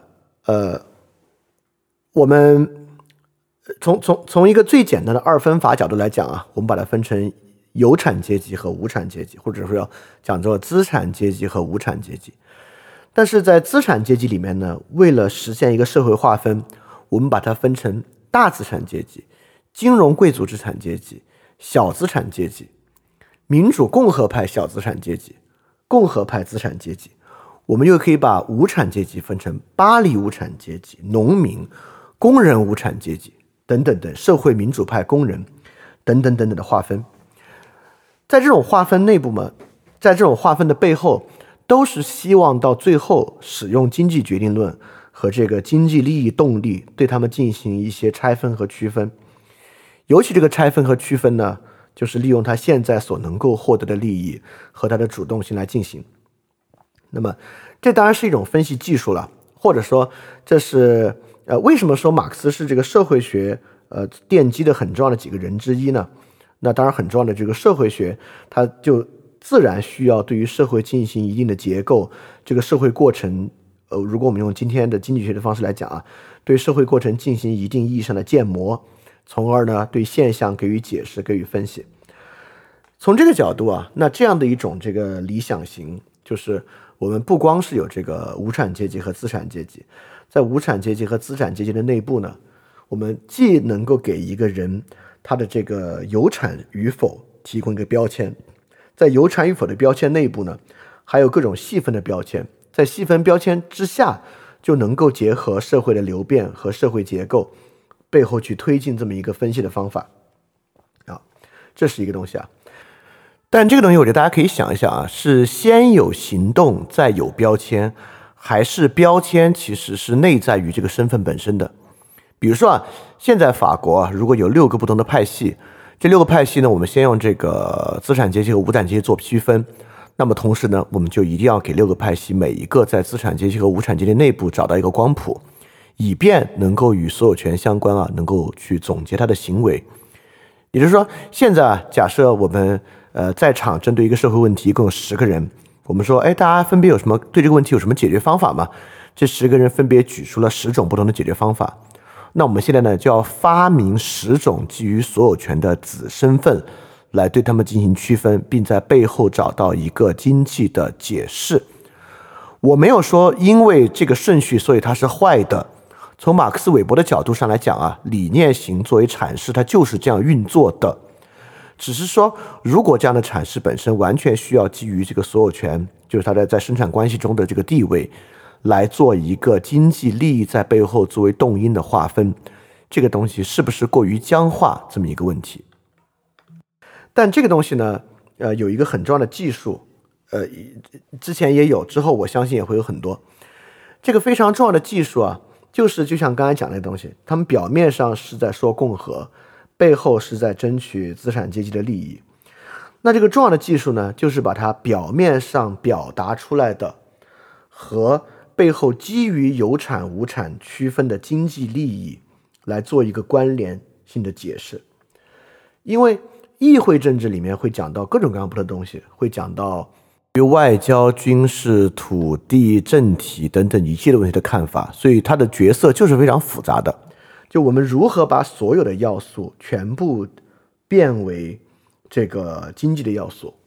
我们从一个最简单的二分法角度来讲啊，我们把它分成有产阶级和无产阶级，或者说要讲作资产阶级和无产阶级。但是在资产阶级里面呢，为了实现一个社会划分，我们把它分成大资产阶级、金融贵族资产阶级、小资产阶级、民主共和派小资产阶级、共和派资产阶级。我们又可以把无产阶级分成巴黎无产阶级、农民、工人无产阶级等等等，社会民主派工人等等等等的划分。在这种划分内部嘛，在这种划分的背后，都是希望到最后使用经济决定论和这个经济利益动力对他们进行一些拆分和区分。尤其这个拆分和区分呢，就是利用他现在所能够获得的利益和他的主动性来进行。那么这当然是一种分析技术了，或者说这是为什么说马克思是这个社会学奠基的很重要的几个人之一呢？那当然很重要的这个社会学，它就自然需要对于社会进行一定的结构，这个社会过程如果我们用今天的经济学的方式来讲啊，对社会过程进行一定意义上的建模，从而呢对现象给予解释，给予分析。从这个角度啊，那这样的一种这个理想型，就是我们不光是有这个无产阶级和资产阶级，在无产阶级和资产阶级的内部呢，我们既能够给一个人他的这个有产与否提供一个标签，在有产与否的标签内部呢，还有各种细分的标签，在细分标签之下，就能够结合社会的流变和社会结构背后去推进这么一个分析的方法啊，这是一个东西啊。但这个东西我觉得大家可以想一想啊，是先有行动再有标签，还是标签其实是内在于这个身份本身的？比如说啊，现在法国啊，如果有6个不同的派系，这6个派系呢，我们先用这个资产阶级和无产阶级做区分，那么同时呢，我们就一定要给6个派系每一个在资产阶级和无产阶级内部找到一个光谱，以便能够与所有权相关啊，能够去总结它的行为。也就是说，现在啊，假设我们在场针对一个社会问题一共有10个人，我们说，大家分别有什么对这个问题有什么解决方法吗？这10个人分别举出了10种不同的解决方法。那我们现在呢，就要发明10种基于所有权的子身份，来对他们进行区分，并在背后找到一个经济的解释。我没有说因为这个顺序所以它是坏的，从马克思韦伯的角度上来讲啊，理念型作为阐释它就是这样运作的，只是说如果这样的阐释本身完全需要基于这个所有权，就是它在生产关系中的这个地位，来做一个经济利益在背后作为动因的划分，这个东西是不是过于僵化这么一个问题。但这个东西呢有一个很重要的技术，之前也有，之后我相信也会有很多。这个非常重要的技术啊，就是就像刚才讲的东西，他们表面上是在说共和，背后是在争取资产阶级的利益。那这个重要的技术呢，就是把它表面上表达出来的和背后基于有产无产区分的经济利益来做一个关联性的解释。因为议会政治里面会讲到各种各样不同的东西，会讲到对外交、军事、土地、政体等等一系列问题的看法，所以它的角色就是非常复杂的。就我们如何把所有的要素全部变为这个经济的要素，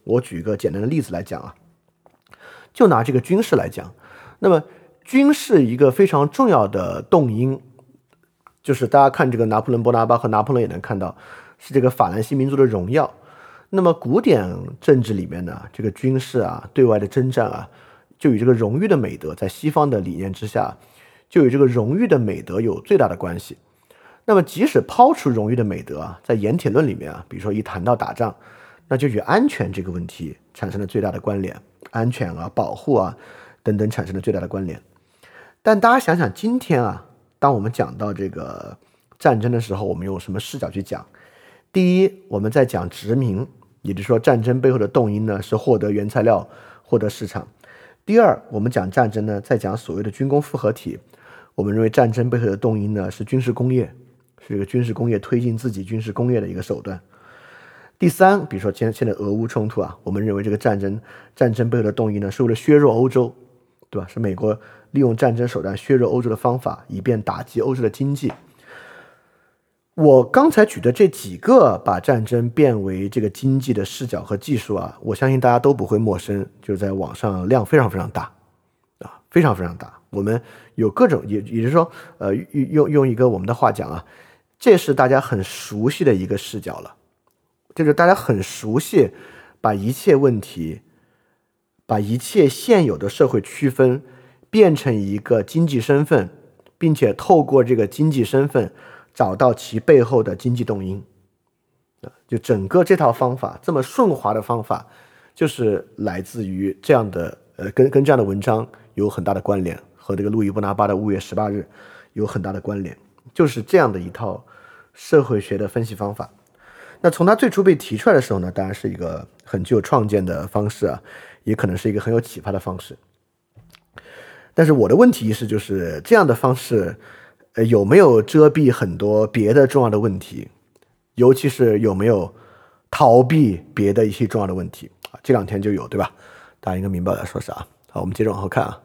我举一个简单的例子来讲啊，就拿这个军事来讲，那么军事一个非常重要的动因，就是大家看这个拿破仑波拿巴和拿破仑也能看到，是这个法兰西民族的荣耀。那么古典政治里面呢，这个军事啊，对外的征战啊，就与这个荣誉的美德，在西方的理念之下，就与这个荣誉的美德有最大的关系。那么即使抛除荣誉的美德啊，在盐铁论里面啊，比如说一谈到打仗，那就与安全这个问题产生了最大的关联，安全啊、保护啊等等产生了最大的关联。但大家想想，今天啊，当我们讲到这个战争的时候，我们用什么视角去讲？第一，我们在讲殖民，也就是说战争背后的动因呢是获得原材料、获得市场。第二，我们讲战争呢，在讲所谓的军工复合体，我们认为战争背后的动因呢是军事工业，是这个军事工业推进自己军事工业的一个手段。第三，比如说现在俄乌冲突啊，我们认为这个战争背后的动因呢是为了削弱欧洲，对吧？是美国利用战争手段削弱欧洲的方法，以便打击欧洲的经济。我刚才举的这几个把战争变为这个经济的视角和技术啊，我相信大家都不会陌生，就是在网上量非常非常大啊，非常非常大。我们有各种，也就是说，用一个我们的话讲啊，这是大家很熟悉的一个视角了，就是大家很熟悉把一切问题，把一切现有的社会区分变成一个经济身份，并且透过这个经济身份找到其背后的经济动因。就整个这套方法这么顺滑的方法，就是来自于这样的跟这样的文章有很大的关联，和这个路易波拿巴的5月18日有很大的关联，就是这样的一套社会学的分析方法。那从它最初被提出来的时候呢，当然是一个很具有创建的方式啊，也可能是一个很有启发的方式。但是我的问题意识就是这样的方式有没有遮蔽很多别的重要的问题，尤其是有没有逃避别的一些重要的问题啊？这两天就有，对吧？大家应该明白我在说啥。好，我们接着往后看啊。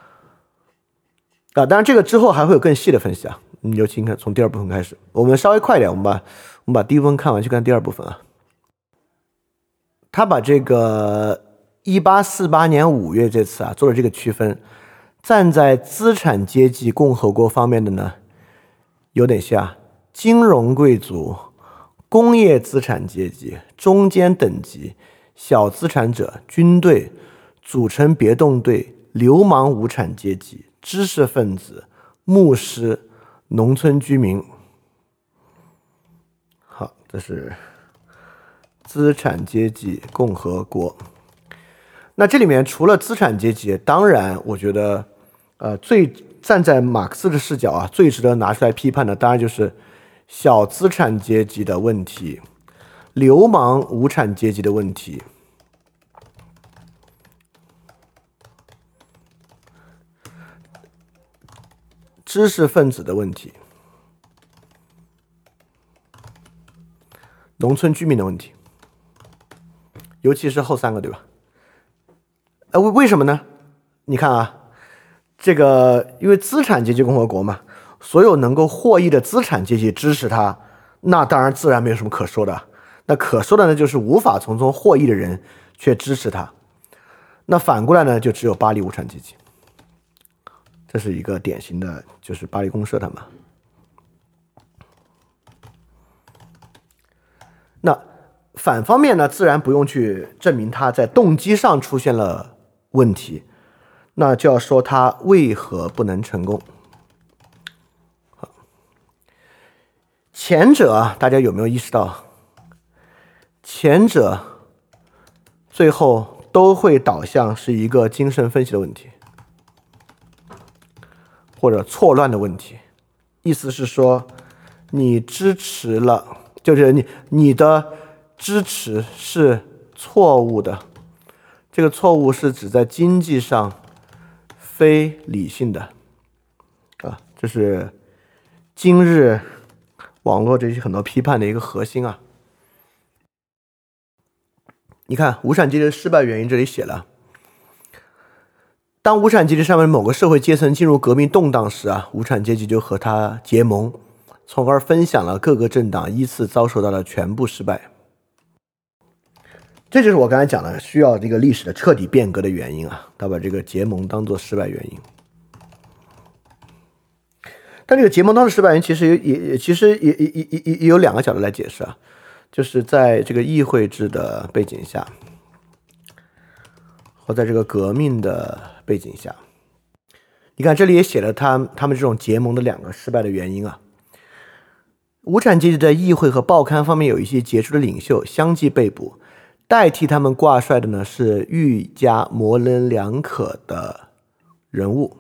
当然这个之后还会有更细的分析啊。尤其你看从第二部分开始，我们稍微快一点，我们把第一部分看完去看第二部分啊。他把这个1848年5月这次啊做了这个区分，站在资产阶级共和国方面的呢有哪些啊？金融贵族、工业资产阶级、中间等级、小资产者、军队、组成别动队、流氓无产阶级、知识分子、牧师、农村居民。好，这是资产阶级共和国。那这里面除了资产阶级，当然我觉得最站在马克思的视角啊，最值得拿出来批判的当然就是小资产阶级的问题，流氓无产阶级的问题，知识分子的问题，农村居民的问题，尤其是后三个，对吧？为什么呢？你看啊，这个因为资产阶级共和国嘛，所有能够获益的资产阶级支持他，那当然自然没有什么可说的。那可说的呢，就是无法从中获益的人却支持他。那反过来呢，就只有巴黎无产阶级。这是一个典型的，就是巴黎公社他们。那反方面呢，自然不用去证明他在动机上出现了问题，那就要说他为何不能成功。前者啊，大家有没有意识到，前者最后都会导向是一个精神分析的问题，或者错乱的问题。意思是说，你支持了，就是你的支持是错误的，这个错误是指在经济上非理性的啊，这是今日网络这些很多批判的一个核心啊。你看无产阶级的失败原因，这里写了，当无产阶级上面某个社会阶层进入革命动荡时啊，无产阶级就和他结盟，从而分享了各个政党依次遭受到的全部失败。 这就是我刚才讲的需要这个历史的彻底变革的原因啊，他把这个结盟当做失败原因。但这个结盟当做失败原因其实也有两个角度来解释啊，就是在这个议会制的背景下，或在这个革命的背景下，你看这里也写了他们这种结盟的两个失败的原因啊。无产阶级在议会和报刊方面有一些杰出的领袖相继被捕，代替他们挂帅的呢是愈加模棱两可的人物。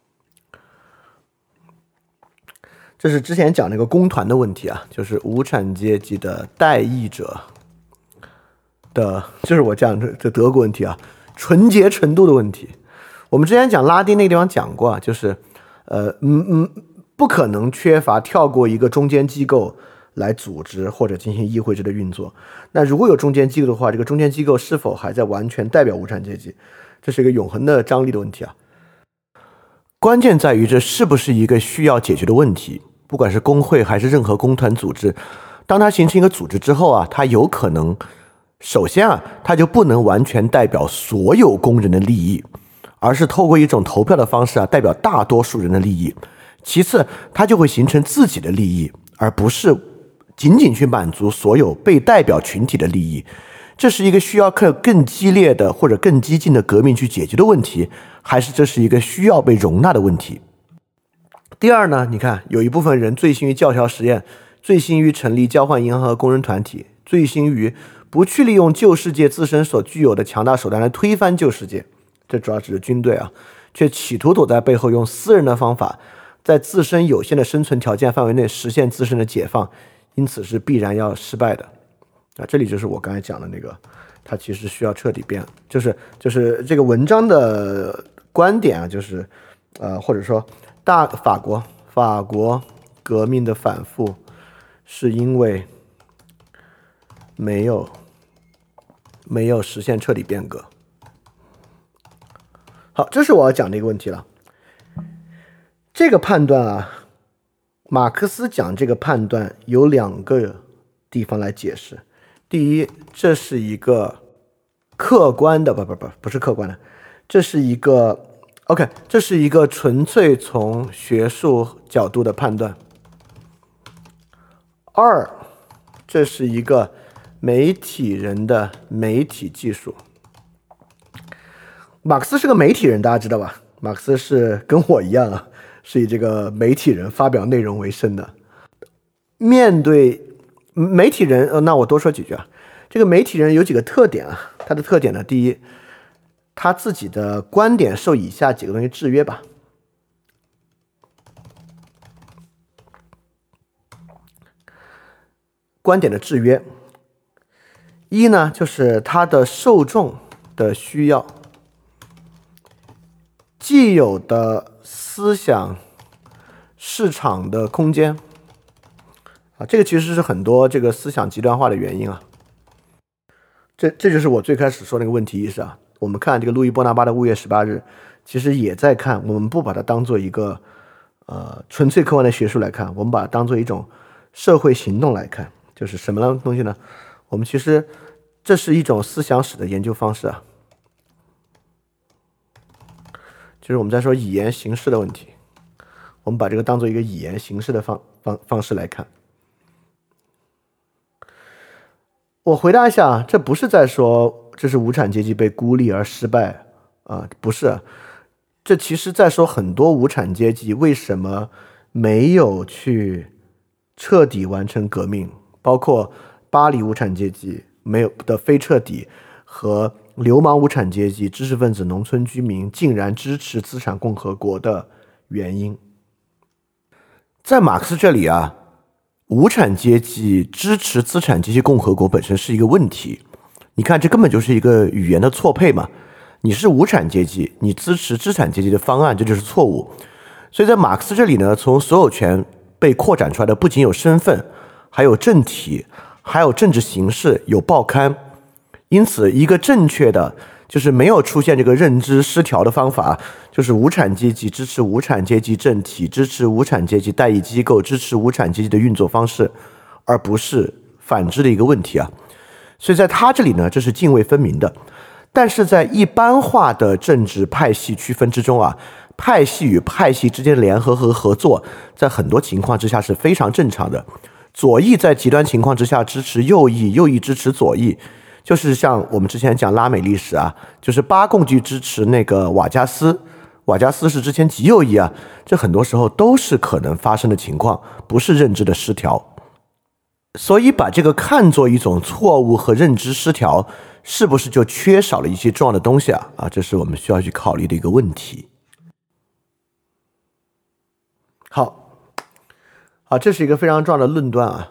这是之前讲那个工团的问题啊，就是无产阶级的代议者的，就是我讲这德国问题啊，纯洁程度的问题。我们之前讲拉丁那个地方讲过啊，就是不可能缺乏跳过一个中间机构来组织或者进行议会制的运作。那如果有中间机构的话，这个中间机构是否还在完全代表无产阶级，这是一个永恒的张力的问题啊。关键在于这是不是一个需要解决的问题。不管是工会还是任何工团组织，当它形成一个组织之后啊，它有可能首先啊，它就不能完全代表所有工人的利益，而是透过一种投票的方式啊，代表大多数人的利益。其次，它就会形成自己的利益，而不是仅仅去满足所有被代表群体的利益。这是一个需要更激烈的或者更激进的革命去解决的问题，还是这是一个需要被容纳的问题？第二呢，你看有一部分人醉心于教条实验，醉心于成立交换银行和工人团体，醉心于不去利用旧世界自身所具有的强大手段来推翻旧世界，这主要指的军队啊，却企图躲在背后用私人的方法，在自身有限的生存条件范围内实现自身的解放，因此是必然要失败的。这里就是我刚才讲的那个，它其实需要彻底变，就是这个文章的观点啊，就是或者说法国革命的反复是因为没有实现彻底变革。好，这是我要讲的一个问题了。这个判断啊，马克思讲这个判断有两个地方来解释。第一，这是一个客观的，不是客观的，这是一个这是一个纯粹从学术角度的判断。二，这是一个媒体人的媒体技术。马克思是个媒体人，大家知道吧？马克思是跟我一样啊，是以这个媒体人发表内容为生的。面对媒体人，那我多说几句啊。这个媒体人有几个特点啊？他的特点呢，第一，他自己的观点受以下几个东西制约吧。观点的制约，一呢，就是他的受众的需要，既有的思想市场的空间啊，这个其实是很多这个思想极端化的原因啊。这就是我最开始说那个问题意识啊。我们看这个路易波拿巴的《5月18日》，其实也在看，我们不把它当做一个纯粹客观的学术来看，我们把它当做一种社会行动来看。就是什么样的东西呢？我们其实这是一种思想史的研究方式啊，就是我们在说语言形式的问题，我们把这个当做一个语言形式的方式来看。我回答一下，这不是在说这是无产阶级被孤立而失败啊，不是，这其实在说很多无产阶级为什么没有去彻底完成革命，包括巴黎无产阶级没有的非彻底和流氓无产阶级、知识分子、农村居民竟然支持资产共和国的原因。在马克思这里啊，无产阶级支持资产阶级共和国本身是一个问题。你看，这根本就是一个语言的错配嘛。你是无产阶级，你支持资产阶级的方案，这就是错误。所以在马克思这里呢，从所有权被扩展出来的不仅有身份，还有政体，还有政治形式，有报刊。因此一个正确的，就是没有出现这个认知失调的方法，就是无产阶级支持无产阶级政体，支持无产阶级代议机构，支持无产阶级的运作方式，而不是反之的一个问题啊。 所以在他这里呢，这是泾渭分明的。但是在一般化的政治派系区分之中啊，派系与派系之间的联合和合作，在很多情况之下是非常正常的。左翼在极端情况之下支持右翼，右翼支持左翼，就是像我们之前讲拉美历史啊，就是巴共去支持那个瓦加斯，瓦加斯是之前极右翼啊，这很多时候都是可能发生的情况，不是认知的失调。所以把这个看作一种错误和认知失调，是不是就缺少了一些重要的东西啊？这是我们需要去考虑的一个问题。好，这是一个非常重要的论断啊，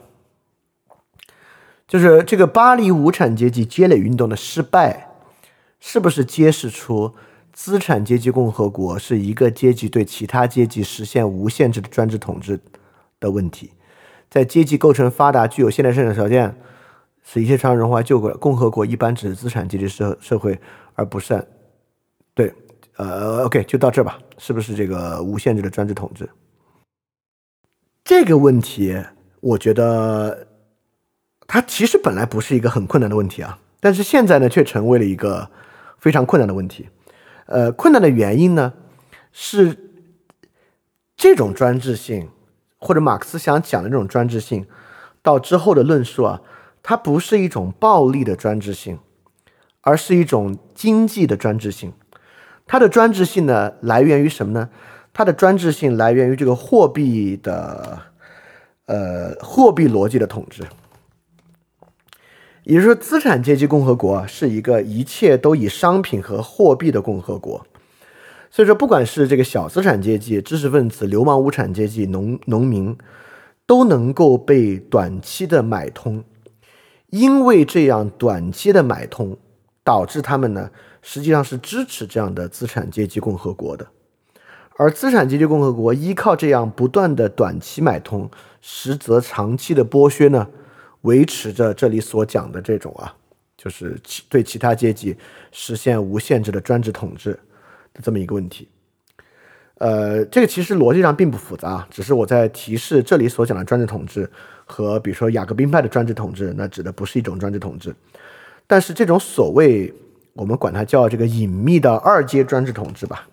就是这个巴黎无产阶级积累运动的失败，是不是揭示出资产阶级共和国是一个阶级对其他阶级实现无限制的专制统治的问题？在阶级构成发达、具有现代生产条件、使一切常荣华救国，共和国一般指资产阶级社会，而不是对，OK， 就到这吧，是不是这个无限制的专制统治？这个问题，我觉得它其实本来不是一个很困难的问题啊，但是现在呢，却成为了一个非常困难的问题。困难的原因呢，是这种专制性，或者马克思想讲的这种专制性，到之后的论述啊，它不是一种暴力的专制性，而是一种经济的专制性。它的专制性呢，来源于什么呢？它的专制性来源于这个货币逻辑的统治。也就是说，资产阶级共和国是一个一切都以商品和货币的共和国。所以说，不管是这个小资产阶级、知识分子、流氓无产阶级、农民，都能够被短期的买通。因为这样短期的买通，导致他们呢，实际上是支持这样的资产阶级共和国的。而资产阶级共和国依靠这样不断的短期买通，实则长期的剥削呢，维持着这里所讲的这种就是对其他阶级实现无限制的专制统治的这么一个问题。这个其实逻辑上并不复杂，只是我在提示这里所讲的专制统治和比如说雅各宾派的专制统治，那指的不是一种专制统治。但是这种所谓我们管它叫这个隐秘的二阶专制统治吧，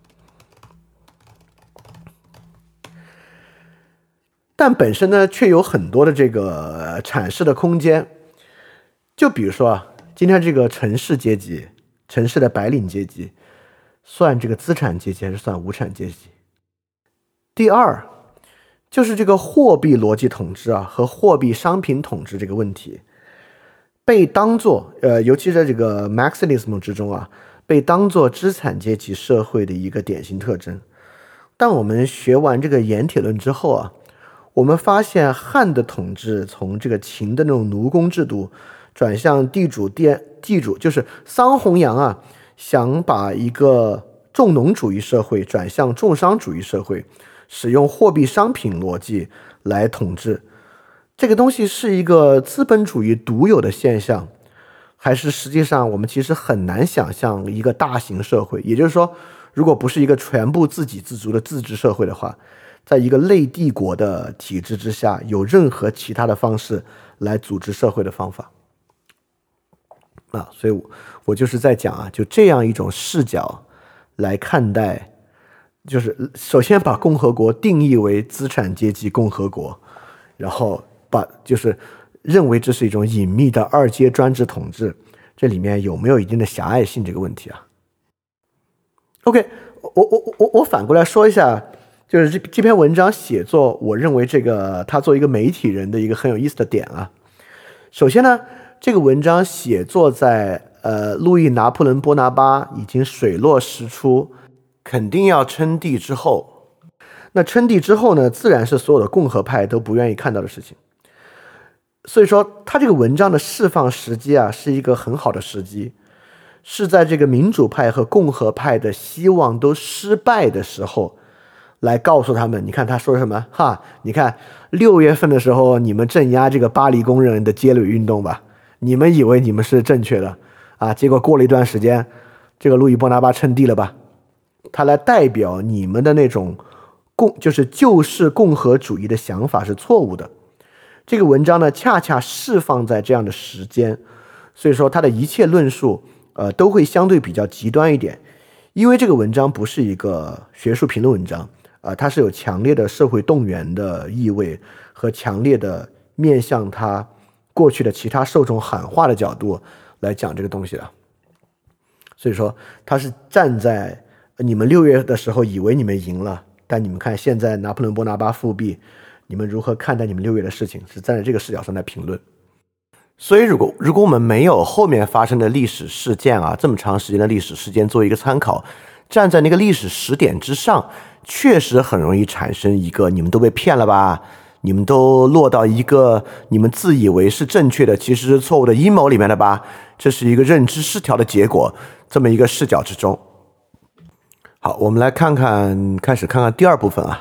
但本身呢，却有很多的这个阐释的空间。就比如说今天这个城市阶级，城市的白领阶级，算这个资产阶级还是算无产阶级？第二，就是这个货币逻辑统治和货币商品统治这个问题，被当作尤其在这个 Marxism 之中被当作资产阶级社会的一个典型特征。但我们学完这个盐铁论之后我们发现汉的统治从这个秦的那种奴工制度转向地主，就是桑弘羊想把一个重农主义社会转向重商主义社会，使用货币商品逻辑来统治。这个东西是一个资本主义独有的现象，还是实际上我们其实很难想象一个大型社会，也就是说，如果不是一个全部自给自足的自治社会的话，在一个类帝国的体制之下，有任何其他的方式来组织社会的方法所以我就是在讲就这样一种视角来看待，就是首先把共和国定义为资产阶级共和国，然后就是认为这是一种隐秘的二阶专制统治，这里面有没有一定的狭隘性这个问题OK， 我反过来说一下，就是这篇文章写作，我认为这个他作为一个媒体人的一个很有意思的点首先呢，这个文章写作在路易拿破仑波拿巴已经水落石出，肯定要称帝之后。那称帝之后呢，自然是所有的共和派都不愿意看到的事情。所以说，他这个文章的释放时机是一个很好的时机，是在这个民主派和共和派的希望都失败的时候，来告诉他们，你看他说什么你看6月份的时候你们镇压这个巴黎工人的街旅运动吧，你们以为你们是正确的结果过了一段时间，这个路易波拿巴称帝了吧，他来代表你们的那种就是旧式共和主义的想法是错误的。这个文章呢，恰恰释放在这样的时间， 所以说他的一切论述都会相对比较极端一点，因为这个文章不是一个学术评论文章它是有强烈的社会动员的意味和强烈的面向他过去的其他受众喊话的角度来讲这个东西的。所以说他是站在你们6月的时候以为你们赢了，但你们看现在拿破仑波拿巴复辟，你们如何看待你们6月的事情，是站在这个视角上来评论。所以如果我们没有后面发生的历史事件这么长时间的历史事件作为一个参考，站在那个历史时点之上，确实很容易产生一个你们都被骗了吧，你们都落到一个你们自以为是正确的其实是错误的阴谋里面了吧，这是一个认知失调的结果，这么一个视角之中。好，我们来开始看看第二部分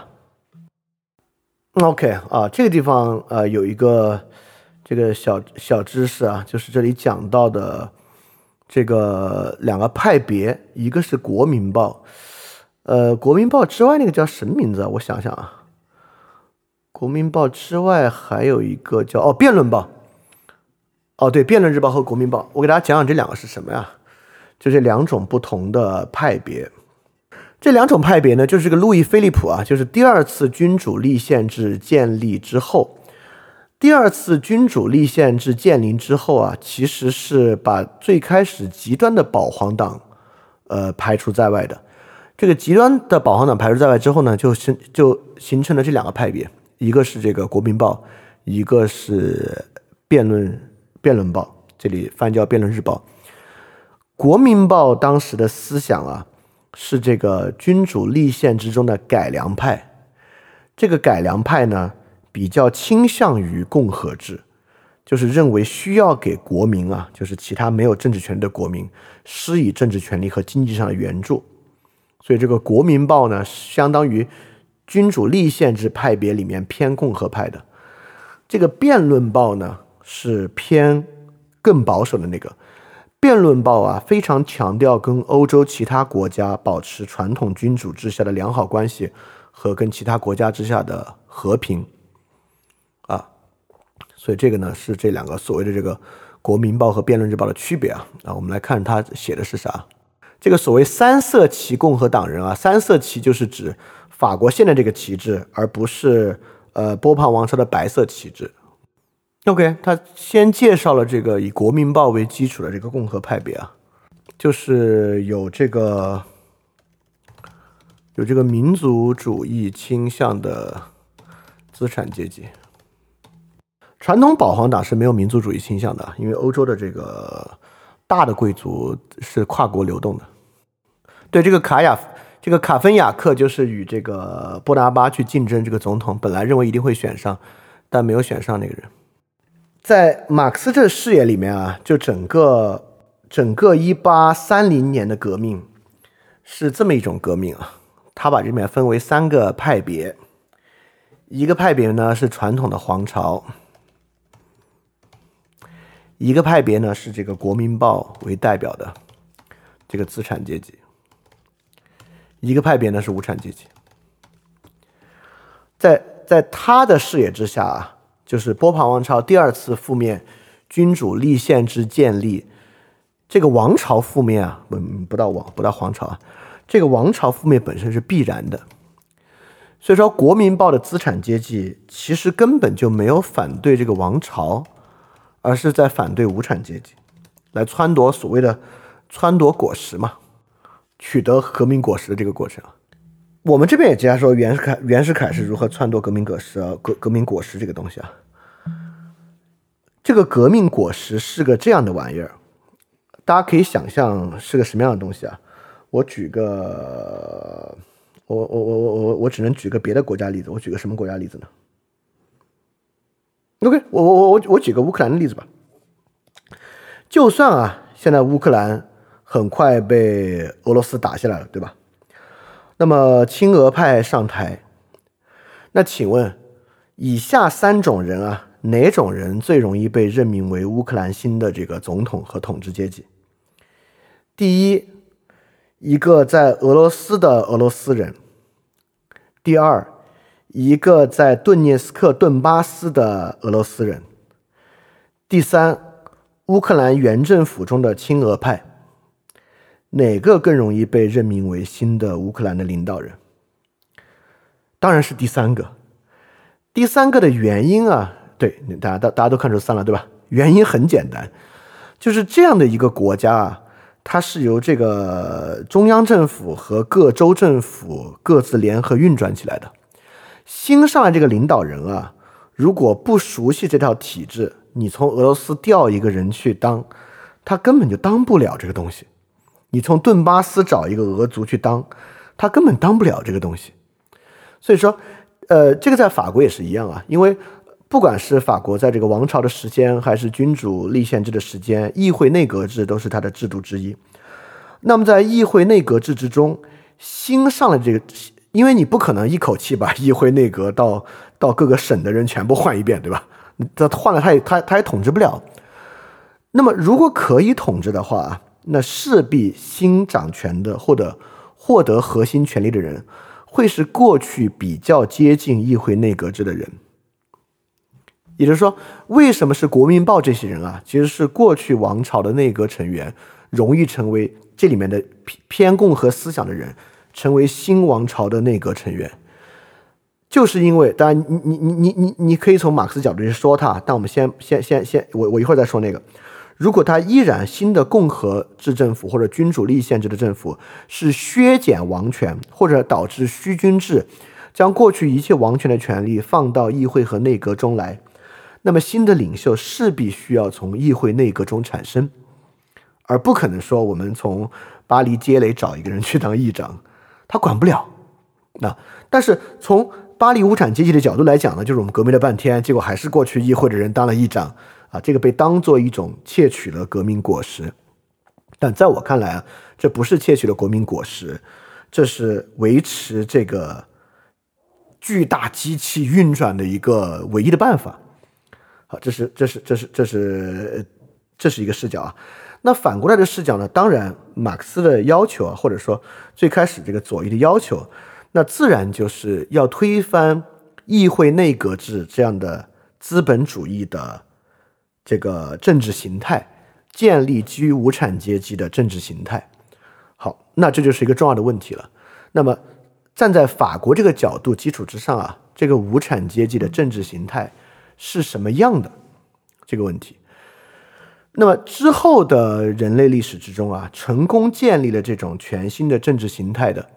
OK 这个地方有一个这个小知识就是这里讲到的这个2个派别，一个是国民报，国民报之外那个叫什么名字我想想国民报之外还有一个叫辩论报，对，辩论日报和国民报，我给大家讲讲这2个是什么呀？就这2种不同的派别。这2种派别呢，就是这个路易菲利普就是第2次君主立宪制建立之后，第2次君主立宪制建立之后其实是把最开始极端的保皇党排除在外的。这个极端的保皇党排除在外之后呢，就形成了这2个派别，一个是这个国民报，一个是辩论报，这里翻叫辩论日报。国民报当时的思想是这个君主立宪之中的改良派，这个改良派呢比较倾向于共和制，就是认为需要给国民就是其他没有政治权利的国民施以政治权利和经济上的援助。所以这个国民报呢相当于君主立宪制派别里面偏共和派的，这个辩论报呢是偏更保守的那个。辩论报非常强调跟欧洲其他国家保持传统君主制下的良好关系和跟其他国家之下的和平所以这个呢是这2个所谓的这个国民报和辩论日报的区别我们来看他写的是啥。这个所谓3色旗共和党人3色旗就是指法国现在这个旗帜，而不是波旁王朝的白色旗帜。OK， 他先介绍了这个以国民报为基础的这个共和派别就是有这个民族主义倾向的资产阶级。传统保皇党是没有民族主义倾向的，因为欧洲的这个大的贵族是跨国流动的。对，这个卡芬雅克就是与这个波拿巴去竞争这个总统，本来认为一定会选上，但没有选上那个人。在马克思这视野里面就整个1830年的革命是这么一种革命他把这里面分为3个派别，一个派别呢是传统的皇朝，一个派别呢是这个国民报为代表的这个资产阶级，一个派别呢是无产阶级。在他的视野之下就是波旁王朝第2次覆灭，君主立宪制建立，这个王朝覆灭不到皇朝这个王朝覆灭本身是必然的。所以说国民报的资产阶级其实根本就没有反对这个王朝，而是在反对无产阶级，来撺掇所谓的撺掇果实取得革命果实的这个过程我们这边也接下说袁世凯是如何撺掇革命果实这个东西这个革命果实是个这样的玩意儿，大家可以想象是个什么样的东西我举个我只能举个别的国家例子，我举个什么国家例子呢 ？OK， 我举个乌克兰的例子吧。就算现在乌克兰很快被俄罗斯打下来了，对吧？那么亲俄派上台，那请问以下3种人哪种人最容易被任命为乌克兰新的这个总统和统治阶级？第一，一个在俄罗斯的俄罗斯人；第2，一个在顿涅斯克、顿巴斯的俄罗斯人；第3， 乌克兰原政府中的亲俄派，哪个更容易被任命为新的乌克兰的领导人？当然是第三个。第三个的原因啊，对，大家都看出三了，对吧？原因很简单，就是这样的一个国家啊，它是由这个中央政府和各州政府各自联合运转起来的。新上来这个领导人啊，如果不熟悉这套体制，你从俄罗斯调一个人去当，他根本就当不了这个东西。你从顿巴斯找一个俄族去当，他根本当不了这个东西。所以说这个在法国也是一样啊，因为不管是法国在这个王朝的时间，还是君主立宪制的时间，议会内阁制都是它的制度之一。那么在议会内阁制之中，新上来这个，因为你不可能一口气把议会内阁到各个省的人全部换一遍，对吧？他换了他也统治不了。那么如果可以统治的话，那势必新掌权的或者获得核心权力的人会是过去比较接近议会内阁制的人。也就是说，为什么是国民报这些人啊？其实是过去王朝的内阁成员容易成为这里面的偏共和思想的人，成为新王朝的内阁成员。就是因为，当然你可以从马克思角度去说他，但我们先我一会儿再说那个。如果他依然新的共和制政府或者君主立宪制的政府是削减王权，或者导致虚君制，将过去一切王权的权力放到议会和内阁中来，那么新的领袖势必需要从议会内阁中产生，而不可能说我们从巴黎街垒找一个人去当议长，他管不了。但是从巴黎无产阶级的角度来讲呢，就是我们革命了半天，结果还是过去议会的人当了议长啊，这个被当作一种窃取了革命果实。但在我看来啊，这不是窃取了国民果实，这是维持这个巨大机器运转的一个唯一的办法。好，这是一个视角啊。那反过来的视角呢？当然，马克思的要求啊，或者说最开始这个左翼的要求，那自然就是要推翻议会内阁制这样的资本主义的这个政治形态，建立基于无产阶级的政治形态。好，那这就是一个重要的问题了。那么站在法国这个角度基础之上啊，这个无产阶级的政治形态是什么样的这个问题。那么之后的人类历史之中啊，成功建立了这种全新的政治形态的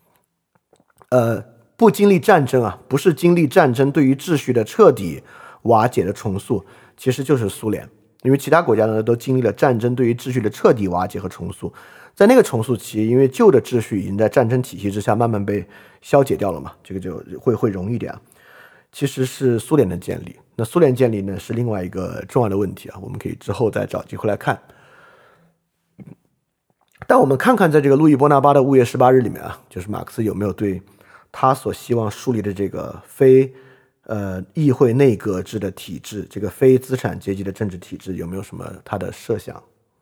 不经历战争啊，不是经历战争对于秩序的彻底瓦解的重塑，其实就是苏联。因为其他国家呢都经历了战争对于秩序的彻底瓦解和重塑，在那个重塑期，因为旧的秩序已经在战争体系之下慢慢被消解掉了嘛，这个就会容易点啊。其实是苏联的建立，那苏联建立呢是另外一个重要的问题啊，我们可以之后再找机会来看。但我们看看在这个路易波拿巴的《5月18日》里面啊，就是马克思有没有对他所希望树立的这个非议会内阁制的体制，这个非资产阶级的政治体制有没有什么他的设想？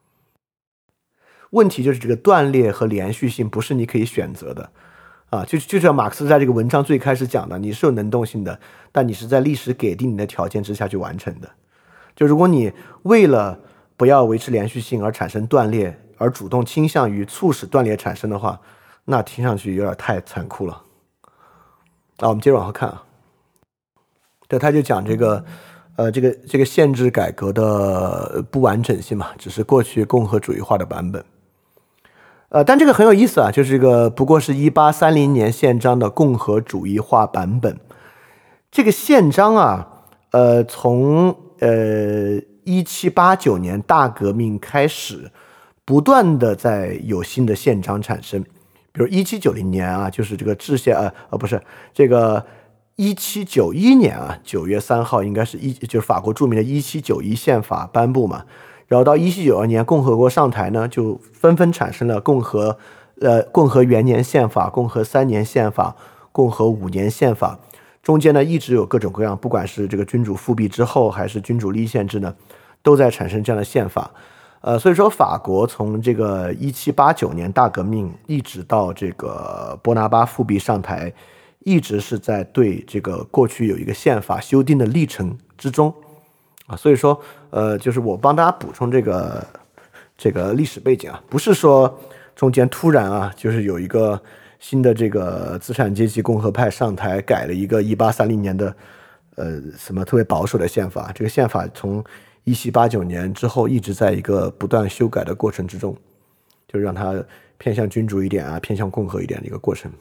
问题就是这个断裂和连续性不是你可以选择的啊，就像马克思在这个文章最开始讲的，你是有能动性的，但你是在历史给定你的条件之下去完成的。就如果你为了不要维持连续性而产生断裂，而主动倾向于促使断裂产生的话，那听上去有点太残酷了。我们接着往后看啊。对，他就讲这个这个宪制改革的不完整性嘛，只是过去共和主义化的版本。但这个很有意思啊，就是这个不过是1830年宪章的共和主义化版本。这个宪章啊，从1789年大革命开始，不断的在有新的宪章产生。比如1790年啊，就是这个制宪不是这个1791年啊，9月3号应该是就是法国著名的1791宪法颁布嘛。然后到1792年共和国上台呢，就纷纷产生了共和元年宪法、共和3年宪法、共和5年宪法。中间呢一直有各种各样，不管是这个君主复辟之后还是君主立宪制呢，都在产生这样的宪法。所以说法国从这个1789年大革命一直到这个波拿巴复辟上台，一直是在对这个过去有一个宪法修订的历程之中啊。所以说，就是我帮大家补充这个历史背景啊，不是说中间突然啊，就是有一个新的这个资产阶级共和派上台，改了一个1830年的什么特别保守的宪法。这个宪法从1789年之后一直在一个不断修改的过程之中，就让它偏向君主一点啊，偏向共和一点的一个过程。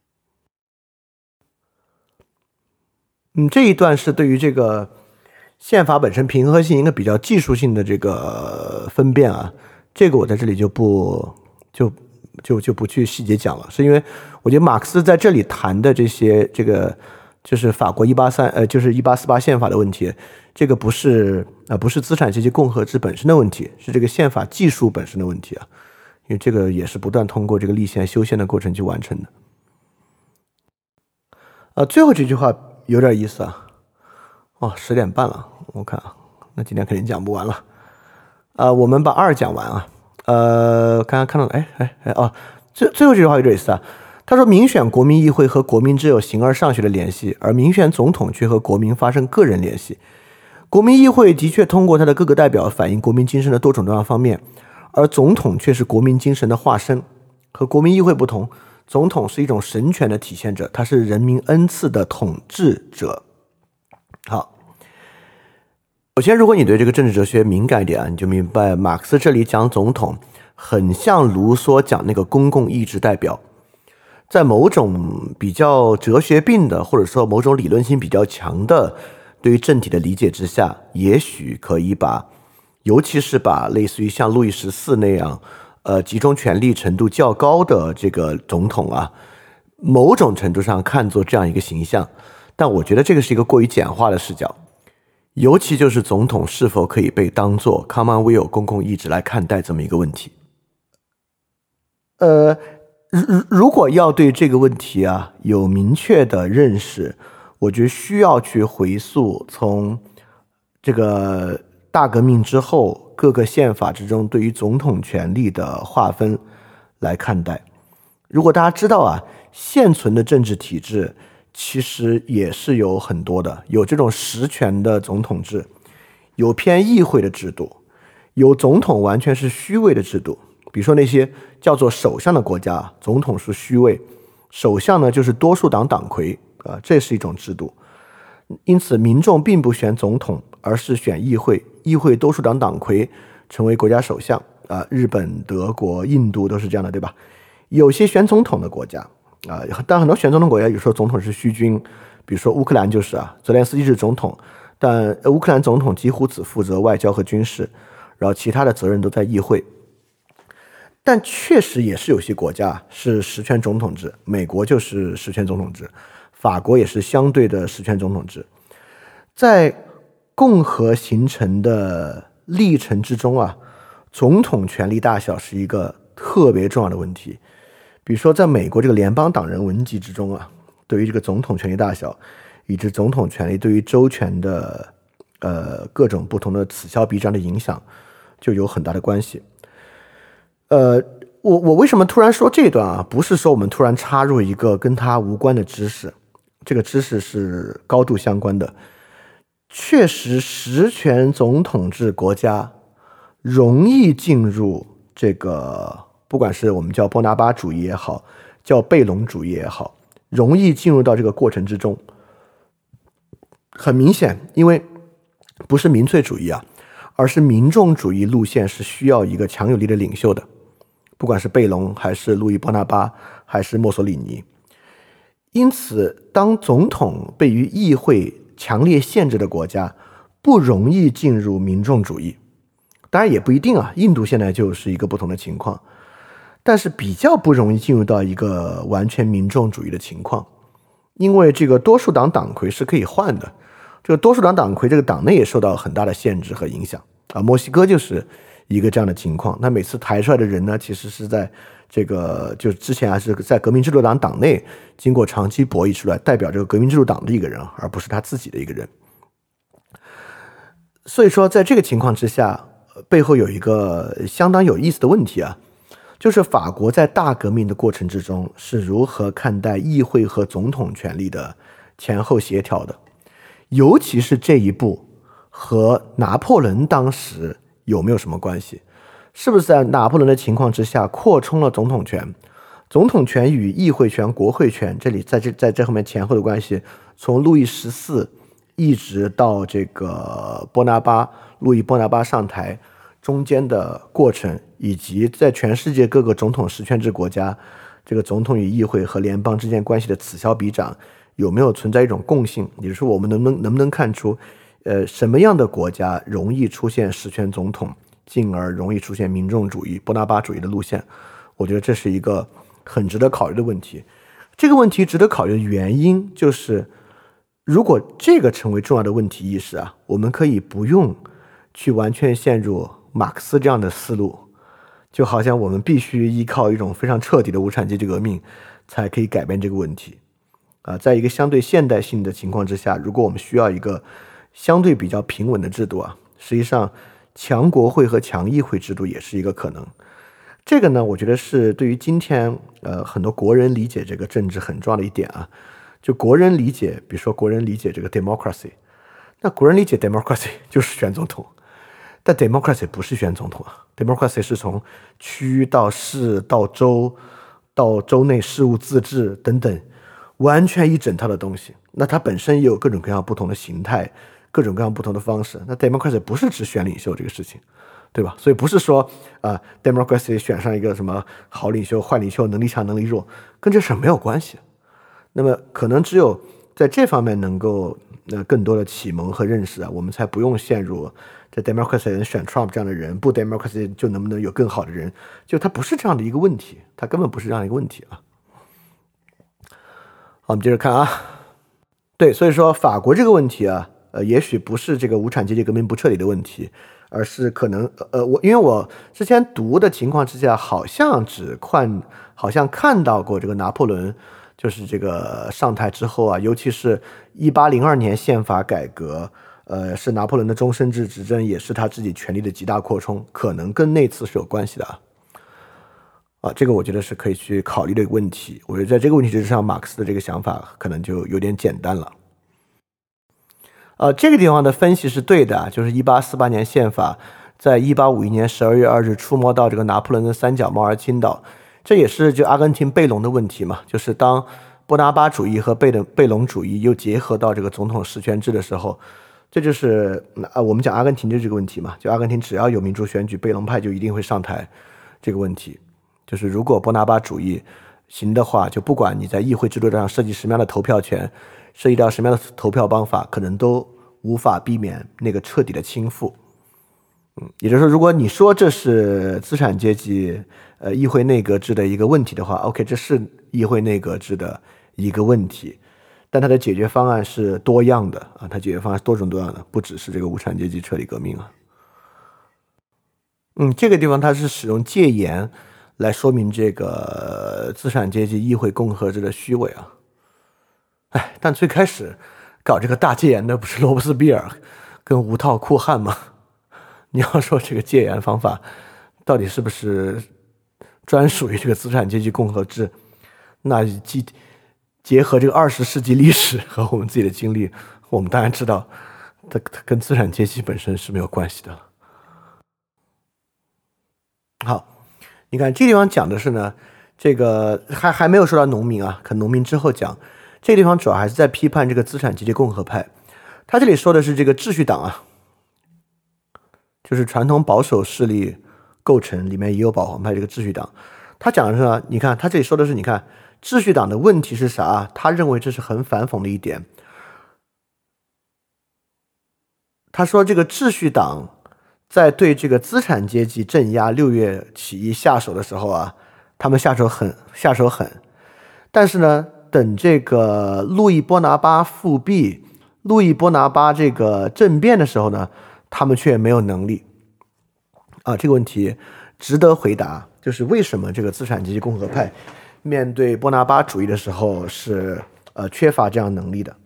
这一段是对于这个宪法本身平和性一个比较技术性的这个分辨啊，这个我在这里就不去细节讲了，是因为我觉得马克思在这里谈的这个就是法国就是1848宪法的问题，这个不是资产阶级共和制本身的问题，是这个宪法技术本身的问题啊，因为这个也是不断通过这个立宪修宪的过程去完成的。最后这句话有点意思啊，10点半了，我看啊，那今天肯定讲不完了。我们把2讲完啊。刚刚看到最后这句话有点意思啊。他说，民选国民议会和国民只有形而上学的联系，而民选总统却和国民发生个人联系。国民议会的确通过他的各个代表反映国民精神的多种多样方面，而总统却是国民精神的化身。和国民议会不同，总统是一种神权的体现者，他是人民恩赐的统治者。好，首先如果你对这个政治哲学敏感一点啊，你就明白马克思这里讲总统很像卢梭讲那个公共意志代表。在某种比较哲学病的，或者说某种理论性比较强的对于政体的理解之下，也许可以尤其是把类似于像路易14那样集中权力程度较高的这个总统啊，某种程度上看作这样一个形象。但我觉得这个是一个过于简化的视角，尤其就是总统是否可以被当作 common will 公共意志来看待这么一个问题。如果要对这个问题啊有明确的认识，我觉得需要去回溯从这个大革命之后各个宪法之中对于总统权力的划分来看待。如果大家知道啊，现存的政治体制其实也是有很多的，有这种实权的总统制，有偏议会的制度，有总统完全是虚位的制度。比如说那些叫做首相的国家，总统是虚位，首相呢就是多数党党魁这是一种制度。因此民众并不选总统，而是选议会，议会多数党党魁成为国家首相日本、德国、印度都是这样的，对吧？有些选总统的国家但很多选总统国家有时候总统是虚君，比如说乌克兰就是泽连斯基是总统，但乌克兰总统几乎只负责外交和军事，然后其他的责任都在议会。但确实也是有些国家是实权总统制，美国就是实权总统制，法国也是相对的实权总统制。在共和形成的历程之中总统权力大小是一个特别重要的问题。比如说在美国这个联邦党人文集之中对于这个总统权力大小以及总统权力对于州权的各种不同的此消彼长的影响就有很大的关系。我为什么突然说这段不是说我们突然插入一个跟它无关的知识，这个知识是高度相关的。确实实权总统制国家容易进入这个，不管是我们叫波拿巴主义也好，叫贝隆主义也好，容易进入到这个过程之中。很明显，因为不是民粹主义而是民众主义路线是需要一个强有力的领袖的，不管是贝隆还是路易波拿巴还是墨索里尼。因此当总统被于议会强烈限制的国家不容易进入民众主义，当然也不一定印度现在就是一个不同的情况，但是比较不容易进入到一个完全民众主义的情况。因为这个多数党党魁是可以换的，这个多数党党魁这个党内也受到很大的限制和影响墨西哥就是一个这样的情况。那每次抬出来的人呢，其实是在这个就之前是在革命制度党党内经过长期博弈出来代表这个革命制度党的一个人，而不是他自己的一个人。所以说在这个情况之下，背后有一个相当有意思的问题就是法国在大革命的过程之中是如何看待议会和总统权力的前后协调的。尤其是这一步和拿破仑当时有没有什么关系？是不是在拿破仑的情况之下扩充了总统权？总统权与议会权、国会权，这里在这后面前后的关系，从路易14一直到这个路易波拿巴上台中间的过程，以及在全世界各个总统实权制国家，这个总统与议会和联邦之间关系的此消彼长，有没有存在一种共性？也就是说，我们能不能看出，什么样的国家容易出现实权总统，进而容易出现民众主义、波拿巴主义的路线？我觉得这是一个很值得考虑的问题。这个问题值得考虑的原因就是，如果这个成为重要的问题意识啊，我们可以不用去完全陷入马克思这样的思路，就好像我们必须依靠一种非常彻底的无产阶级革命才可以改变这个问题。在一个相对现代性的情况之下，如果我们需要一个相对比较平稳的制度啊，实际上强国会和强议会制度也是一个可能。这个呢，我觉得是对于今天很多国人理解这个政治很重要的一点啊。就国人理解，比如说国人理解这个 democracy， 那国人理解 democracy 就是选总统，但 democracy 不是选总统啊 ，democracy 是从区到市到州到州内事务自治等等，完全一整套的东西。那它本身也有各种各样不同的形态，各种各样不同的方式。那 democracy 不是只选领袖这个事情，对吧？所以不是说democracy 选上一个什么好领袖、坏领袖，能力强能力弱，跟这事没有关系。那么可能只有在这方面能够更多的启蒙和认识啊，我们才不用陷入在 democracy 人选 Trump 这样的人，不 democracy 就能不能有更好的人？就它不是这样的一个问题，它根本不是这样的一个问题啊。好，我们接着看啊。对，所以说法国这个问题啊，也许不是这个无产阶级革命不彻底的问题，而是可能因为我之前读的情况之下，好像看到过这个拿破仑。就是这个上台之后啊，尤其是1802年宪法改革，是拿破仑的终身制执政，也是他自己权力的极大扩充，可能跟那次是有关系的啊。这个我觉得是可以去考虑的一个问题。我觉得在这个问题之上，马克思的这个想法可能就有点简单了。这个地方的分析是对的，就是1848年宪法在1851年12月2日触摸到这个拿破仑的三角猫儿倾倒。这也是就阿根廷贝隆的问题嘛，就是当波拿巴主义和贝隆主义又结合到这个总统实权制的时候，这就是我们讲阿根廷就这个问题嘛，就阿根廷只要有民主选举，贝隆派就一定会上台这个问题。就是如果波拿巴主义行的话，就不管你在议会制度上设计什么样的投票权，涉及到什么样的投票方法，可能都无法避免那个彻底的倾覆。也就是说，如果你说这是资产阶级议会内阁制的一个问题的话 ，OK， 这是议会内阁制的一个问题，但它的解决方案是多样的啊，它解决方案是多种多样的，不只是这个无产阶级彻底革命啊。这个地方它是使用戒严来说明这个资产阶级议会共和制的虚伪啊。但最开始搞这个大戒严的不是罗伯斯庇尔跟无套酷汉吗？你要说这个戒严方法到底是不是专属于这个资产阶级共和制，那结合这个20世纪历史和我们自己的经历，我们当然知道它跟资产阶级本身是没有关系的。好，你看这地方讲的是呢，这个还没有说到农民啊，可农民之后讲。这个地方主要还是在批判这个资产阶级共和派。他这里说的是这个秩序党啊，就是传统保守势力构成里面也有保皇派这个秩序党。他讲的是呢，你看他这里说的是，你看秩序党的问题是啥？他认为这是很反讽的一点。他说这个秩序党在对这个资产阶级镇压6月起义下手的时候啊，他们下手狠，但是呢，等这个路易波拿巴复辟，路易波拿巴这个政变的时候呢，他们却没有能力这个问题值得回答，就是为什么这个资产阶级共和派面对波拿巴主义的时候是缺乏这样能力的。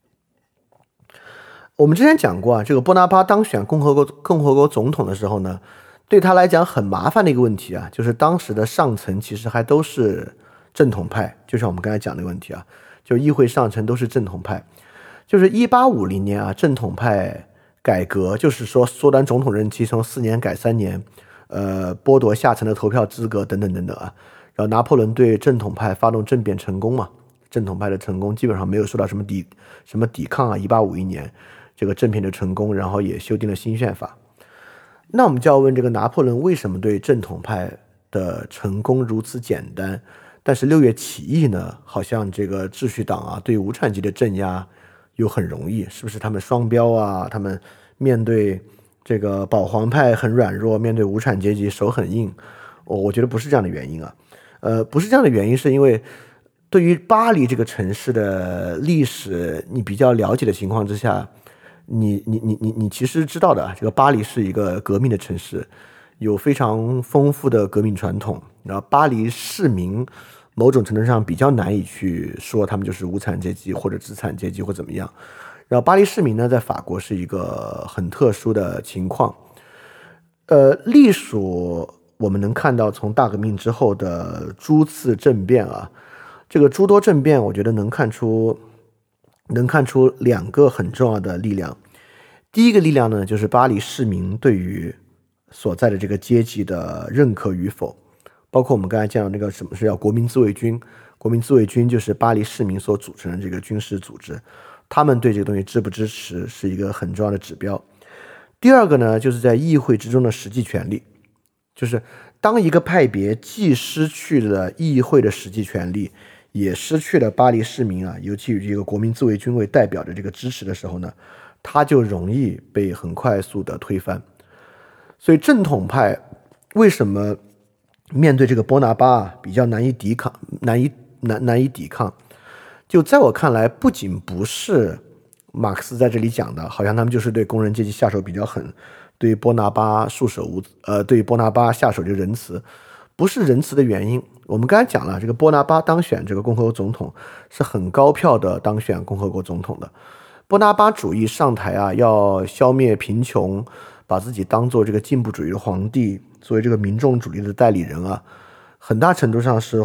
我们之前讲过这个波拿巴当选共和国总统的时候呢，对他来讲很麻烦的一个问题就是当时的上层其实还都是正统派，就像我们刚才讲的问题就议会上层都是正统派。就是1850年正统派改革，就是说缩短总统任期，从4年改3年，剥夺下层的投票资格等等等等啊。然后拿破仑对正统派发动政变成功嘛，正统派的成功基本上没有受到什么抵抗啊。1851年这个政变的成功，然后也修订了新宪法。那我们就要问，这个拿破仑为什么对正统派的成功如此简单，但是6月起义呢，好像这个秩序党啊对无产阶级的镇压又很容易，是不是他们双标啊？他们面对这个保皇派很软弱，面对无产阶级手很硬？我觉得不是这样的原因啊。不是这样的原因，是因为对于巴黎这个城市的历史你比较了解的情况之下，你其实知道的，这个巴黎是一个革命的城市，有非常丰富的革命传统。然后巴黎市民某种程度上比较难以去说他们就是无产阶级或者资产阶级或怎么样。然后巴黎市民呢，在法国是一个很特殊的情况。隶属我们能看到从大革命之后的诸次政变啊，这个诸多政变，我觉得能看出2个很重要的力量。第一个力量呢，就是巴黎市民对于所在的这个阶级的认可与否，包括我们刚才讲的那个什么是叫国民自卫军。国民自卫军就是巴黎市民所组成的这个军事组织，他们对这个东西支不支持是一个很重要的指标。第二个呢，就是在议会之中的实际权利，就是当一个派别既失去了议会的实际权利，也失去了巴黎市民啊，尤其以这个国民自卫军为代表的这个支持的时候呢，他就容易被很快速的推翻。所以正统派为什么面对这个波拿巴比较难以抵抗？就在我看来，不仅不是马克思在这里讲的，好像他们就是对工人阶级下手比较狠，对波拿巴对波拿巴下手就仁慈，不是仁慈的原因。我们刚才讲了，这个波拿巴当选这个共和国总统是很高票的当选共和国总统的。波拿巴主义上台啊，要消灭贫穷，把自己当做这个进步主义的皇帝，作为这个民众主义的代理人啊，很大程度上是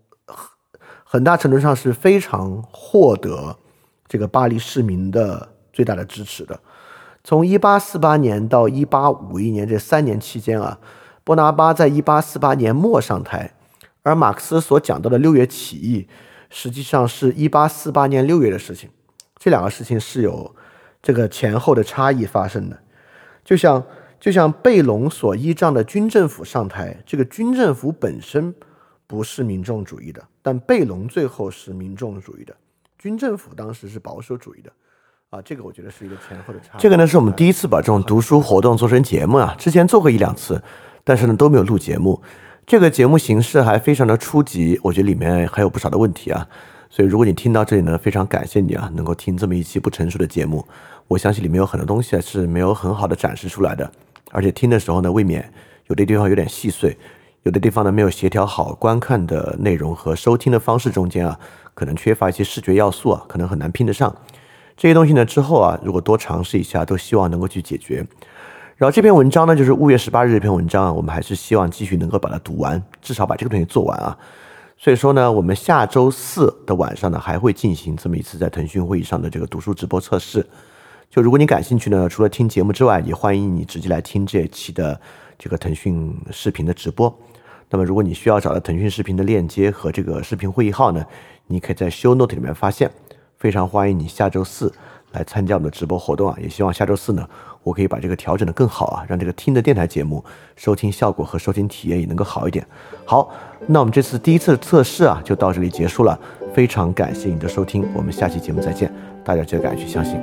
非常获得这个巴黎市民的最大的支持的。从1848年到1851年这3年期间啊，波拿巴在1848年末上台，而马克思所讲到的6月起义实际上是1848年6月的事情。这2个事情是有这个前后的差异发生的。就像贝隆所依仗的军政府上台，这个军政府本身不是民众主义的，但贝隆最后是民众主义的，军政府当时是保守主义的啊，这个我觉得是一个前后的差异。这个呢是我们第一次把这种读书活动做成节目啊，之前做过1-2次，但是呢都没有录节目。这个节目形式还非常的初级，我觉得里面还有不少的问题啊，所以如果你听到这里呢，非常感谢你啊，能够听这么一期不成熟的节目。我相信里面有很多东西是没有很好的展示出来的，而且听的时候呢，未免有的地方有点细碎，有的地方呢没有协调好观看的内容和收听的方式中间啊，可能缺乏一些视觉要素啊，可能很难拼得上。这些东西呢之后啊，如果多尝试一下，都希望能够去解决。然后这篇文章呢，就是5月18日这篇文章啊，我们还是希望继续能够把它读完，至少把这个东西做完啊。所以说呢，我们下周4的晚上呢，还会进行这么一次在腾讯会议上的这个读书直播测试。就如果你感兴趣呢，除了听节目之外，也欢迎你直接来听这一期的这个腾讯视频的直播。那么如果你需要找到腾讯视频的链接和这个视频会议号呢，你可以在 show note 里面发现。非常欢迎你下周4来参加我们的直播活动啊！也希望下周4呢，我可以把这个调整得更好啊，让这个听的电台节目收听效果和收听体验也能够好一点。好，那我们这次第一次测试啊，就到这里结束了。非常感谢你的收听，我们下期节目再见。大家记得赶紧去相信。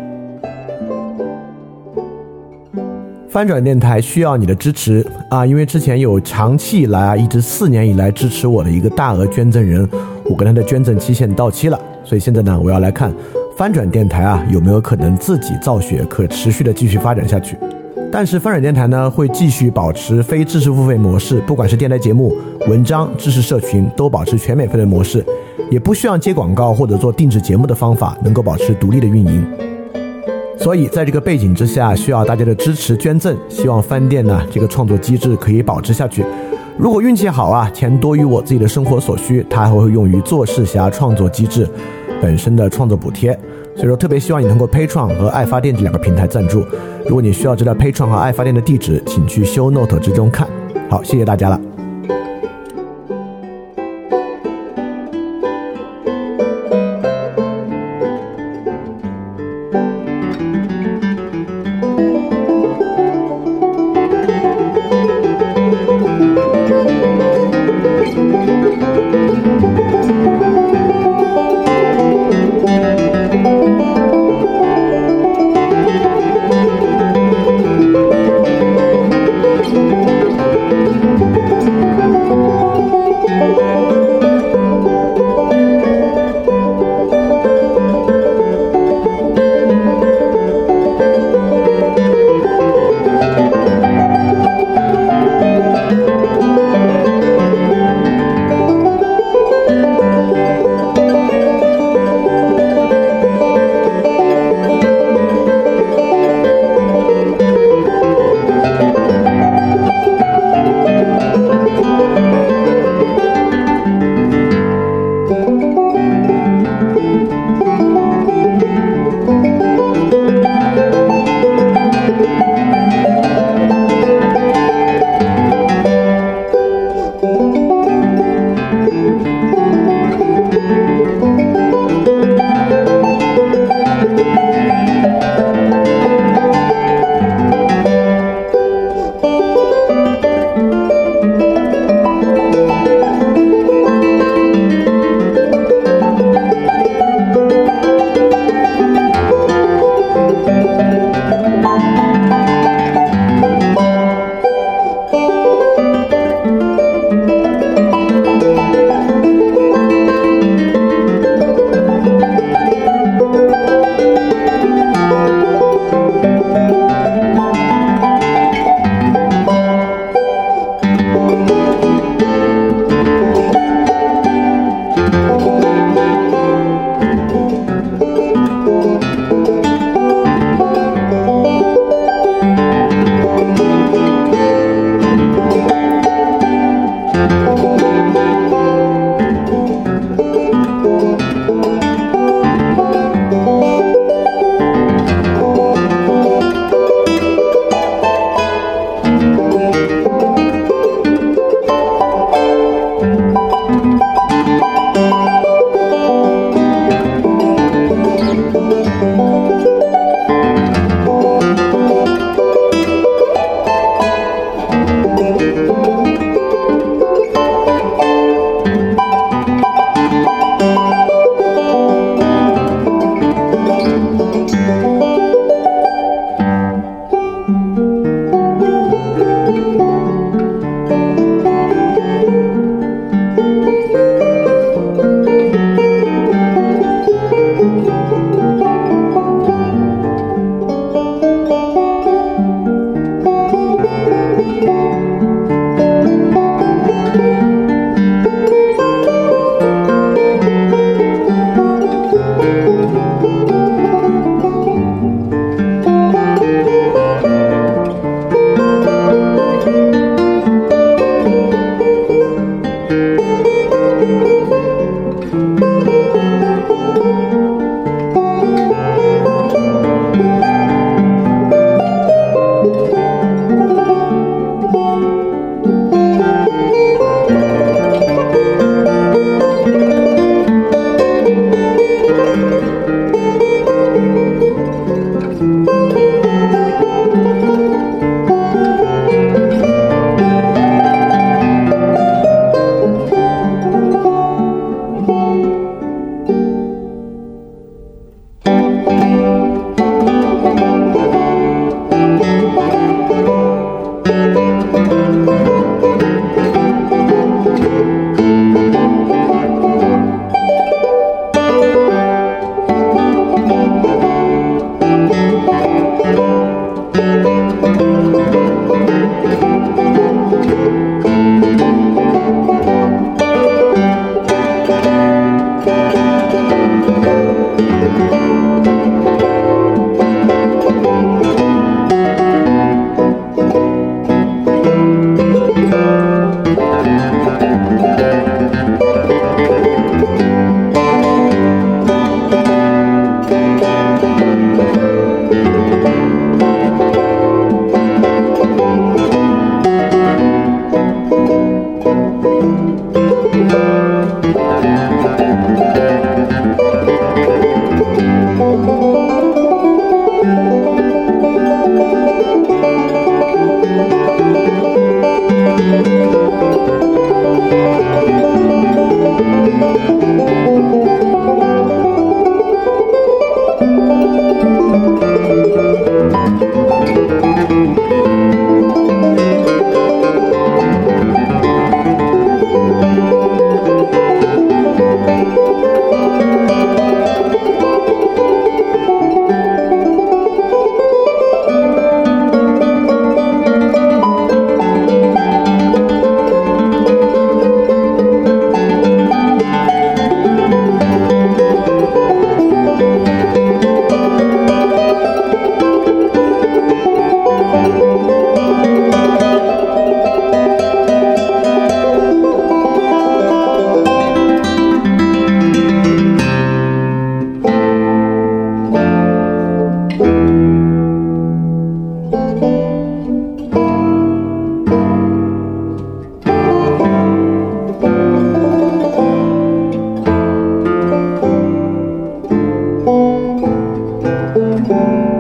翻转电台需要你的支持啊！因为之前有长期以来啊，一直4年以来支持我的一个大额捐赠人，我跟他的捐赠期限到期了，所以现在呢，我要来看翻转电台啊有没有可能自己造血，可持续的继续发展下去。但是翻转电台呢会继续保持非知识付费模式，不管是电台节目、文章、知识社群都保持全免费的模式，也不需要接广告或者做定制节目的方法，能够保持独立的运营。所以在这个背景之下，需要大家的支持捐赠，希望翻店呢这个创作机制可以保持下去。如果运气好啊，钱多于我自己的生活所需，它还会用于做事侠创作机制本身的创作补贴。 所以说特别希望你通过 Patreon 和爱发电这两个平台赞助。如果你需要知道 Patreon 和爱发电的地址，请去 Show Note 之中看。好，谢谢大家了。 拜。